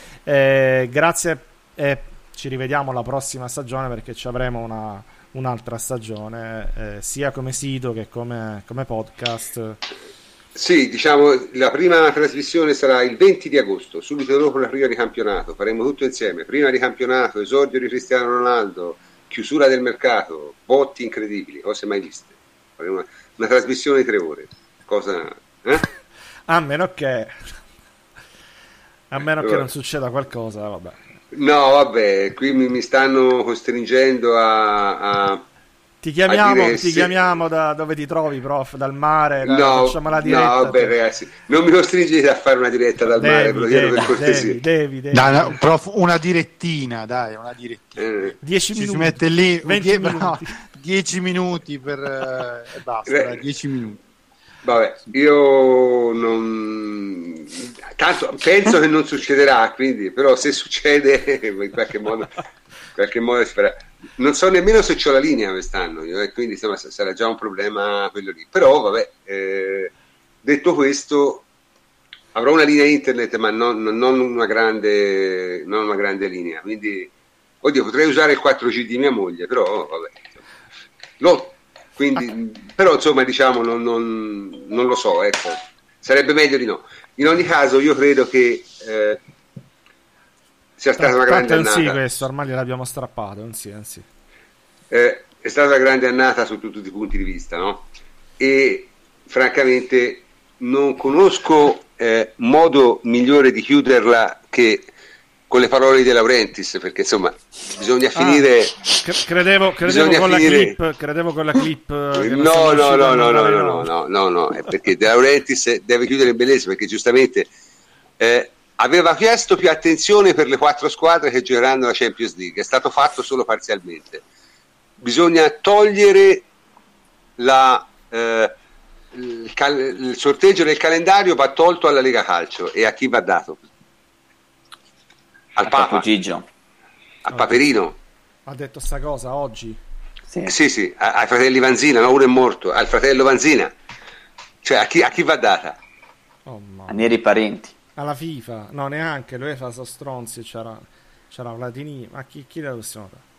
eh, grazie, e ci rivediamo la prossima stagione, perché ci avremo una un'altra stagione, eh, sia come sito che come, come podcast. Sì, diciamo, la prima trasmissione sarà il venti di agosto, subito dopo la prima di campionato. Faremo tutto insieme: prima di campionato, esordio di Cristiano Ronaldo, chiusura del mercato, botti incredibili, cose mai viste. Faremo una, una trasmissione di tre ore. Cosa? Eh? A meno che a meno allora. che non succeda qualcosa, vabbè. No, vabbè, qui mi, mi stanno costringendo a, a ti chiamiamo, ti se... chiamiamo da dove ti trovi, prof, dal mare, da, no, facciamo la diretta. No, vabbè, ragazzi, non mi costringete a fare una diretta dal devi, mare, ve lo chiedo per cortesia. Devi, devi, devi. Dai, no, prof, una direttina, dai, una direttina. Eh. dieci ci minuti. Si mette lì venti die- minuti. No, dieci minuti per eh, basta, Beh, dai, dieci minuti. Vabbè, io non tanto penso che non succederà, quindi, però se succede in qualche modo, in qualche modo si farà. Non so nemmeno se c'ho la linea quest'anno, eh, quindi insomma sarà già un problema quello lì. Però vabbè, eh, detto questo, avrò una linea internet, ma non, non una grande, non una grande linea. Quindi, oddio, potrei usare il quattro G di mia moglie, però vabbè. Lo, quindi, però insomma, diciamo, non, non, non lo so, ecco, sarebbe meglio di no. In ogni caso, io credo che eh, sia stata una grande annata. Sì, questo ormai l'abbiamo strappato, non sì, non sì. Eh, è stata una grande annata sotto tutti i punti di vista, no? E francamente non conosco eh, modo migliore di chiuderla che con le parole di De Laurentiis, perché insomma bisogna finire. Ah, credevo, credevo, con finire... La clip, credevo con la clip. No, no, no, no, no, no, no, no, no, è perché De Laurentiis deve chiudere in bellezza, perché giustamente eh, aveva chiesto più attenzione per le quattro squadre che giocheranno la Champions League, è stato fatto solo parzialmente. Bisogna togliere la, eh, il, cal- il sorteggio del calendario, va tolto alla Lega Calcio. E a chi va dato? Al Papa, Gigio, a Paperino. Ha detto sta cosa oggi? Sì, sì, sì, ai fratelli Vanzina, no? Uno è morto, al fratello Vanzina. Cioè, a chi, a chi va data? Oh, a Neri parenti. Alla FIFA, no, neanche l'UEFA sono stronzi, c'era, c'era Platini, ma chi, chi la possiamo dare?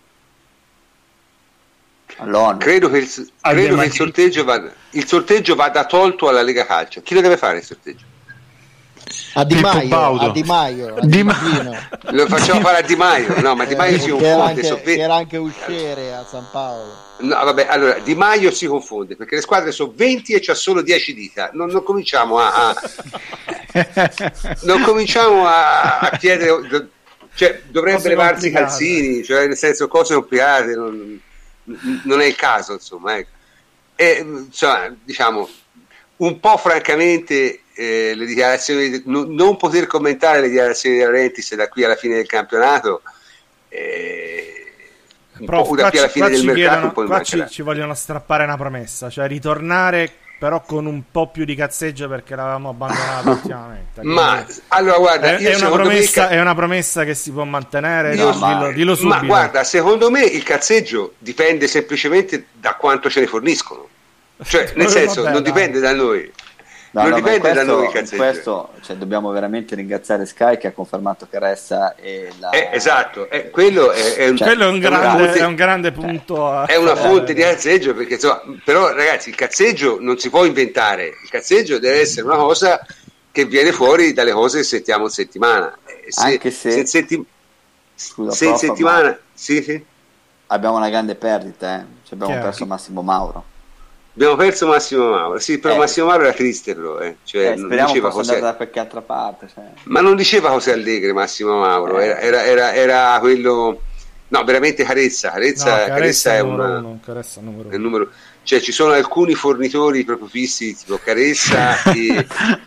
Allora, credo che il, credo che il sorteggio vada, il sorteggio vada tolto alla Lega Calcio. Chi lo deve fare il sorteggio? A Di Maio, a Di Maio, a Di Maio. Lo facciamo fare a Di Maio, no, ma Di Maio eh, si confonde. Anche, so, che era anche uscire a San Paolo. No, vabbè, allora Di Maio si confonde perché le squadre sono venti e c'ha solo dieci dita. Non, non cominciamo a, a non cominciamo a, a chiedere, cioè dovrebbe cose levarsi i calzini, cioè nel senso cose complicate, non, non è il caso, insomma, ecco. E insomma, diciamo, un po' francamente eh, le dichiarazioni, no, non poter commentare le dichiarazioni di Laurentiis da qui alla fine del campionato, eh, un Prof, po' da qui alla fine del mercato, chiedono, un po' qua ci, ci vogliono strappare una promessa, cioè ritornare però con un po' più di cazzeggio, perché l'avevamo abbandonato ultimamente. Ma allora guarda, è, io è, una promessa, me... è una promessa che si può mantenere, io, no, ma, dillo, dillo subito. Ma guarda, secondo me il cazzeggio dipende semplicemente da quanto ce ne forniscono, cioè nel senso Vabbè, non dai. dipende da noi. No, non no, dipende questo, da noi il cazzeggio. questo, cioè, dobbiamo veramente ringraziare Sky che ha confermato Caressa e la... Eh, esatto, eh, quello è, è un, cioè, quello è un, grande, è, fonte, è un grande punto a... è una fonte di cazzeggio, perché insomma, però ragazzi, il cazzeggio non si può inventare, il cazzeggio deve essere una cosa che viene fuori dalle cose che sentiamo in settimana. Se, Anche se, se, setti... scusa, se in prof, settimana sì, sì. abbiamo una grande perdita, eh? Cioè, abbiamo Chi è? perso Massimo Mauro. Abbiamo perso Massimo Mauro, sì, però eh, Massimo Mauro era triste, però, eh. Cioè, eh, non speriamo diceva possa cose... andare da qualche altra parte. Cioè. Ma non diceva cose allegre Massimo Mauro, Eh. era, era, era, era quello... No, veramente Carezza, Carezza, No, Carezza, Caressa è numero una... uno, Caressa numero è il uno. numero... Cioè ci sono alcuni fornitori proprio fissi, tipo Caressa e...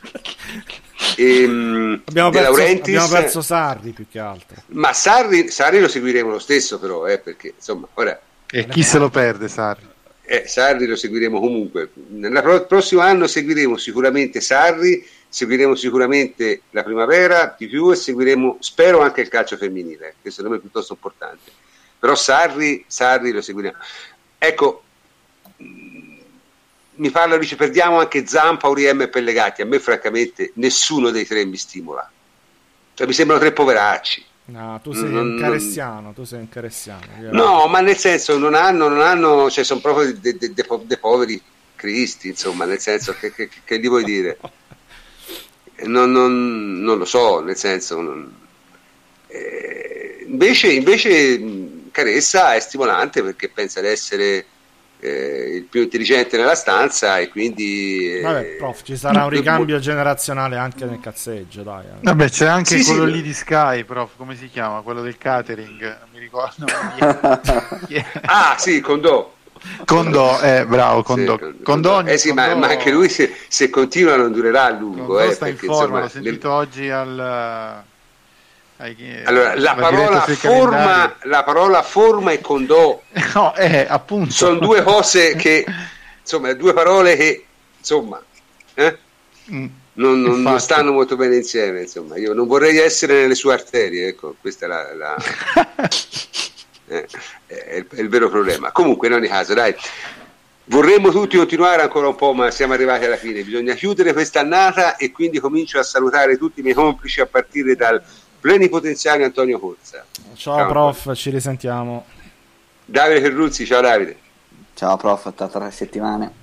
e mh, Abbiamo De perso, Laurentiis. abbiamo perso Sarri più che altro. Ma Sarri, Sarri lo seguiremo lo stesso però, eh, perché insomma, ora... E chi se lo perde, Sarri? Eh, Sarri lo seguiremo comunque. Nel pro- prossimo anno seguiremo sicuramente Sarri, seguiremo sicuramente la primavera di più e seguiremo, spero, anche il calcio femminile, che secondo me è piuttosto importante. Però Sarri, Sarri lo seguiremo. Ecco, mh, mi parla, dice, perdiamo anche Zampa, Auriem e Pellegatti. A me francamente nessuno dei tre mi stimola. Cioè mi sembrano tre poveracci. No, tu sei Non- un caressiano, tu sei un caressiano. Io- No, ma nel senso non hanno, non hanno, cioè sono proprio dei de, de, de poveri cristi, insomma, nel senso che, che, che gli vuoi dire? Non, non, non lo so, nel senso... Non, eh, invece, invece mh, Caressa è stimolante perché pensa di essere eh, il più intelligente nella stanza e quindi... Eh, Vabbè, prof, ci sarà un ricambio generazionale anche nel cazzeggio, dai. eh. Vabbè, c'è anche Sì, quello sì. lì di Sky, prof, come si chiama? Quello del catering, non mi ricordo. Chi è? Ah, sì, Condò. Condò, eh, bravo, Condò. Sì, Condò, eh sì, ma, Condò- ma anche lui se, se continua non durerà a lungo. Condò Eh, sta in perché, forma, insomma, l'ho sentito nel- oggi al... ai- Allora, la alla parola, diretta sui forma, calendari. la parola forma e condò No, eh, appunto. sono due cose che, insomma, due parole che, insomma, eh, Mm, non, non- non infatti. stanno molto bene insieme. Insomma, io non vorrei essere nelle sue arterie, ecco, questa è la, la- eh, è, il, è il vero problema. Comunque, in ogni caso, dai, vorremmo tutti continuare ancora un po', ma siamo arrivati alla fine. Bisogna chiudere questa annata e quindi comincio a salutare tutti i miei complici a partire dal plenipotenziario Antonio Corsa. Ciao, Ciao, prof, ci risentiamo. Davide Ferruzzi, ciao Davide. Ciao prof, tra tre settimane.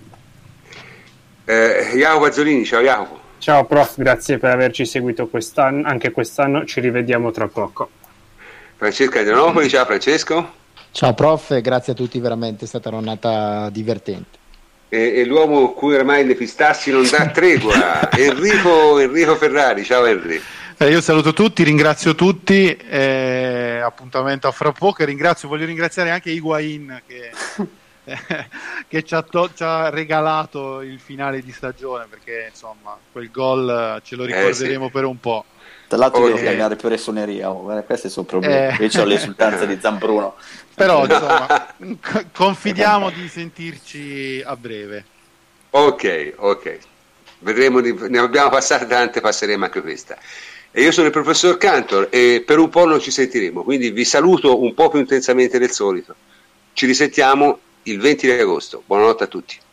Eh, Jacopo Azzolini, ciao Jacopo. Ciao prof, grazie per averci seguito quest'anno, anche quest'anno ci rivediamo tra poco. Francesco Adrianopoli, ciao Francesco. Ciao prof, e grazie a tutti, veramente è stata un'annata divertente. E, e l'uomo cui ormai le pistassi non dà tregua, Enrico, Enrico Ferrari, ciao Enrico. Eh, io saluto tutti, ringrazio tutti, eh, appuntamento a fra poco e ringrazio, voglio ringraziare anche Higuain che, eh, che ci, ha to- ci ha regalato il finale di stagione, perché insomma quel gol eh, ce lo ricorderemo Eh, sì. per un po'. Tra l'altro Ok. devo chiamare più suoneria, oh, guarda, questi sono problemi. Eh. Io ho l'esultanza di Zambruno. Però insomma c- confidiamo di sentirci a breve. Ok, ok. Vedremo, di- ne abbiamo passate tante, passeremo anche questa. E io sono il professor Cantor e per un po' non ci sentiremo, quindi vi saluto un po' più intensamente del solito. Ci risentiamo il venti di agosto. Buonanotte a tutti.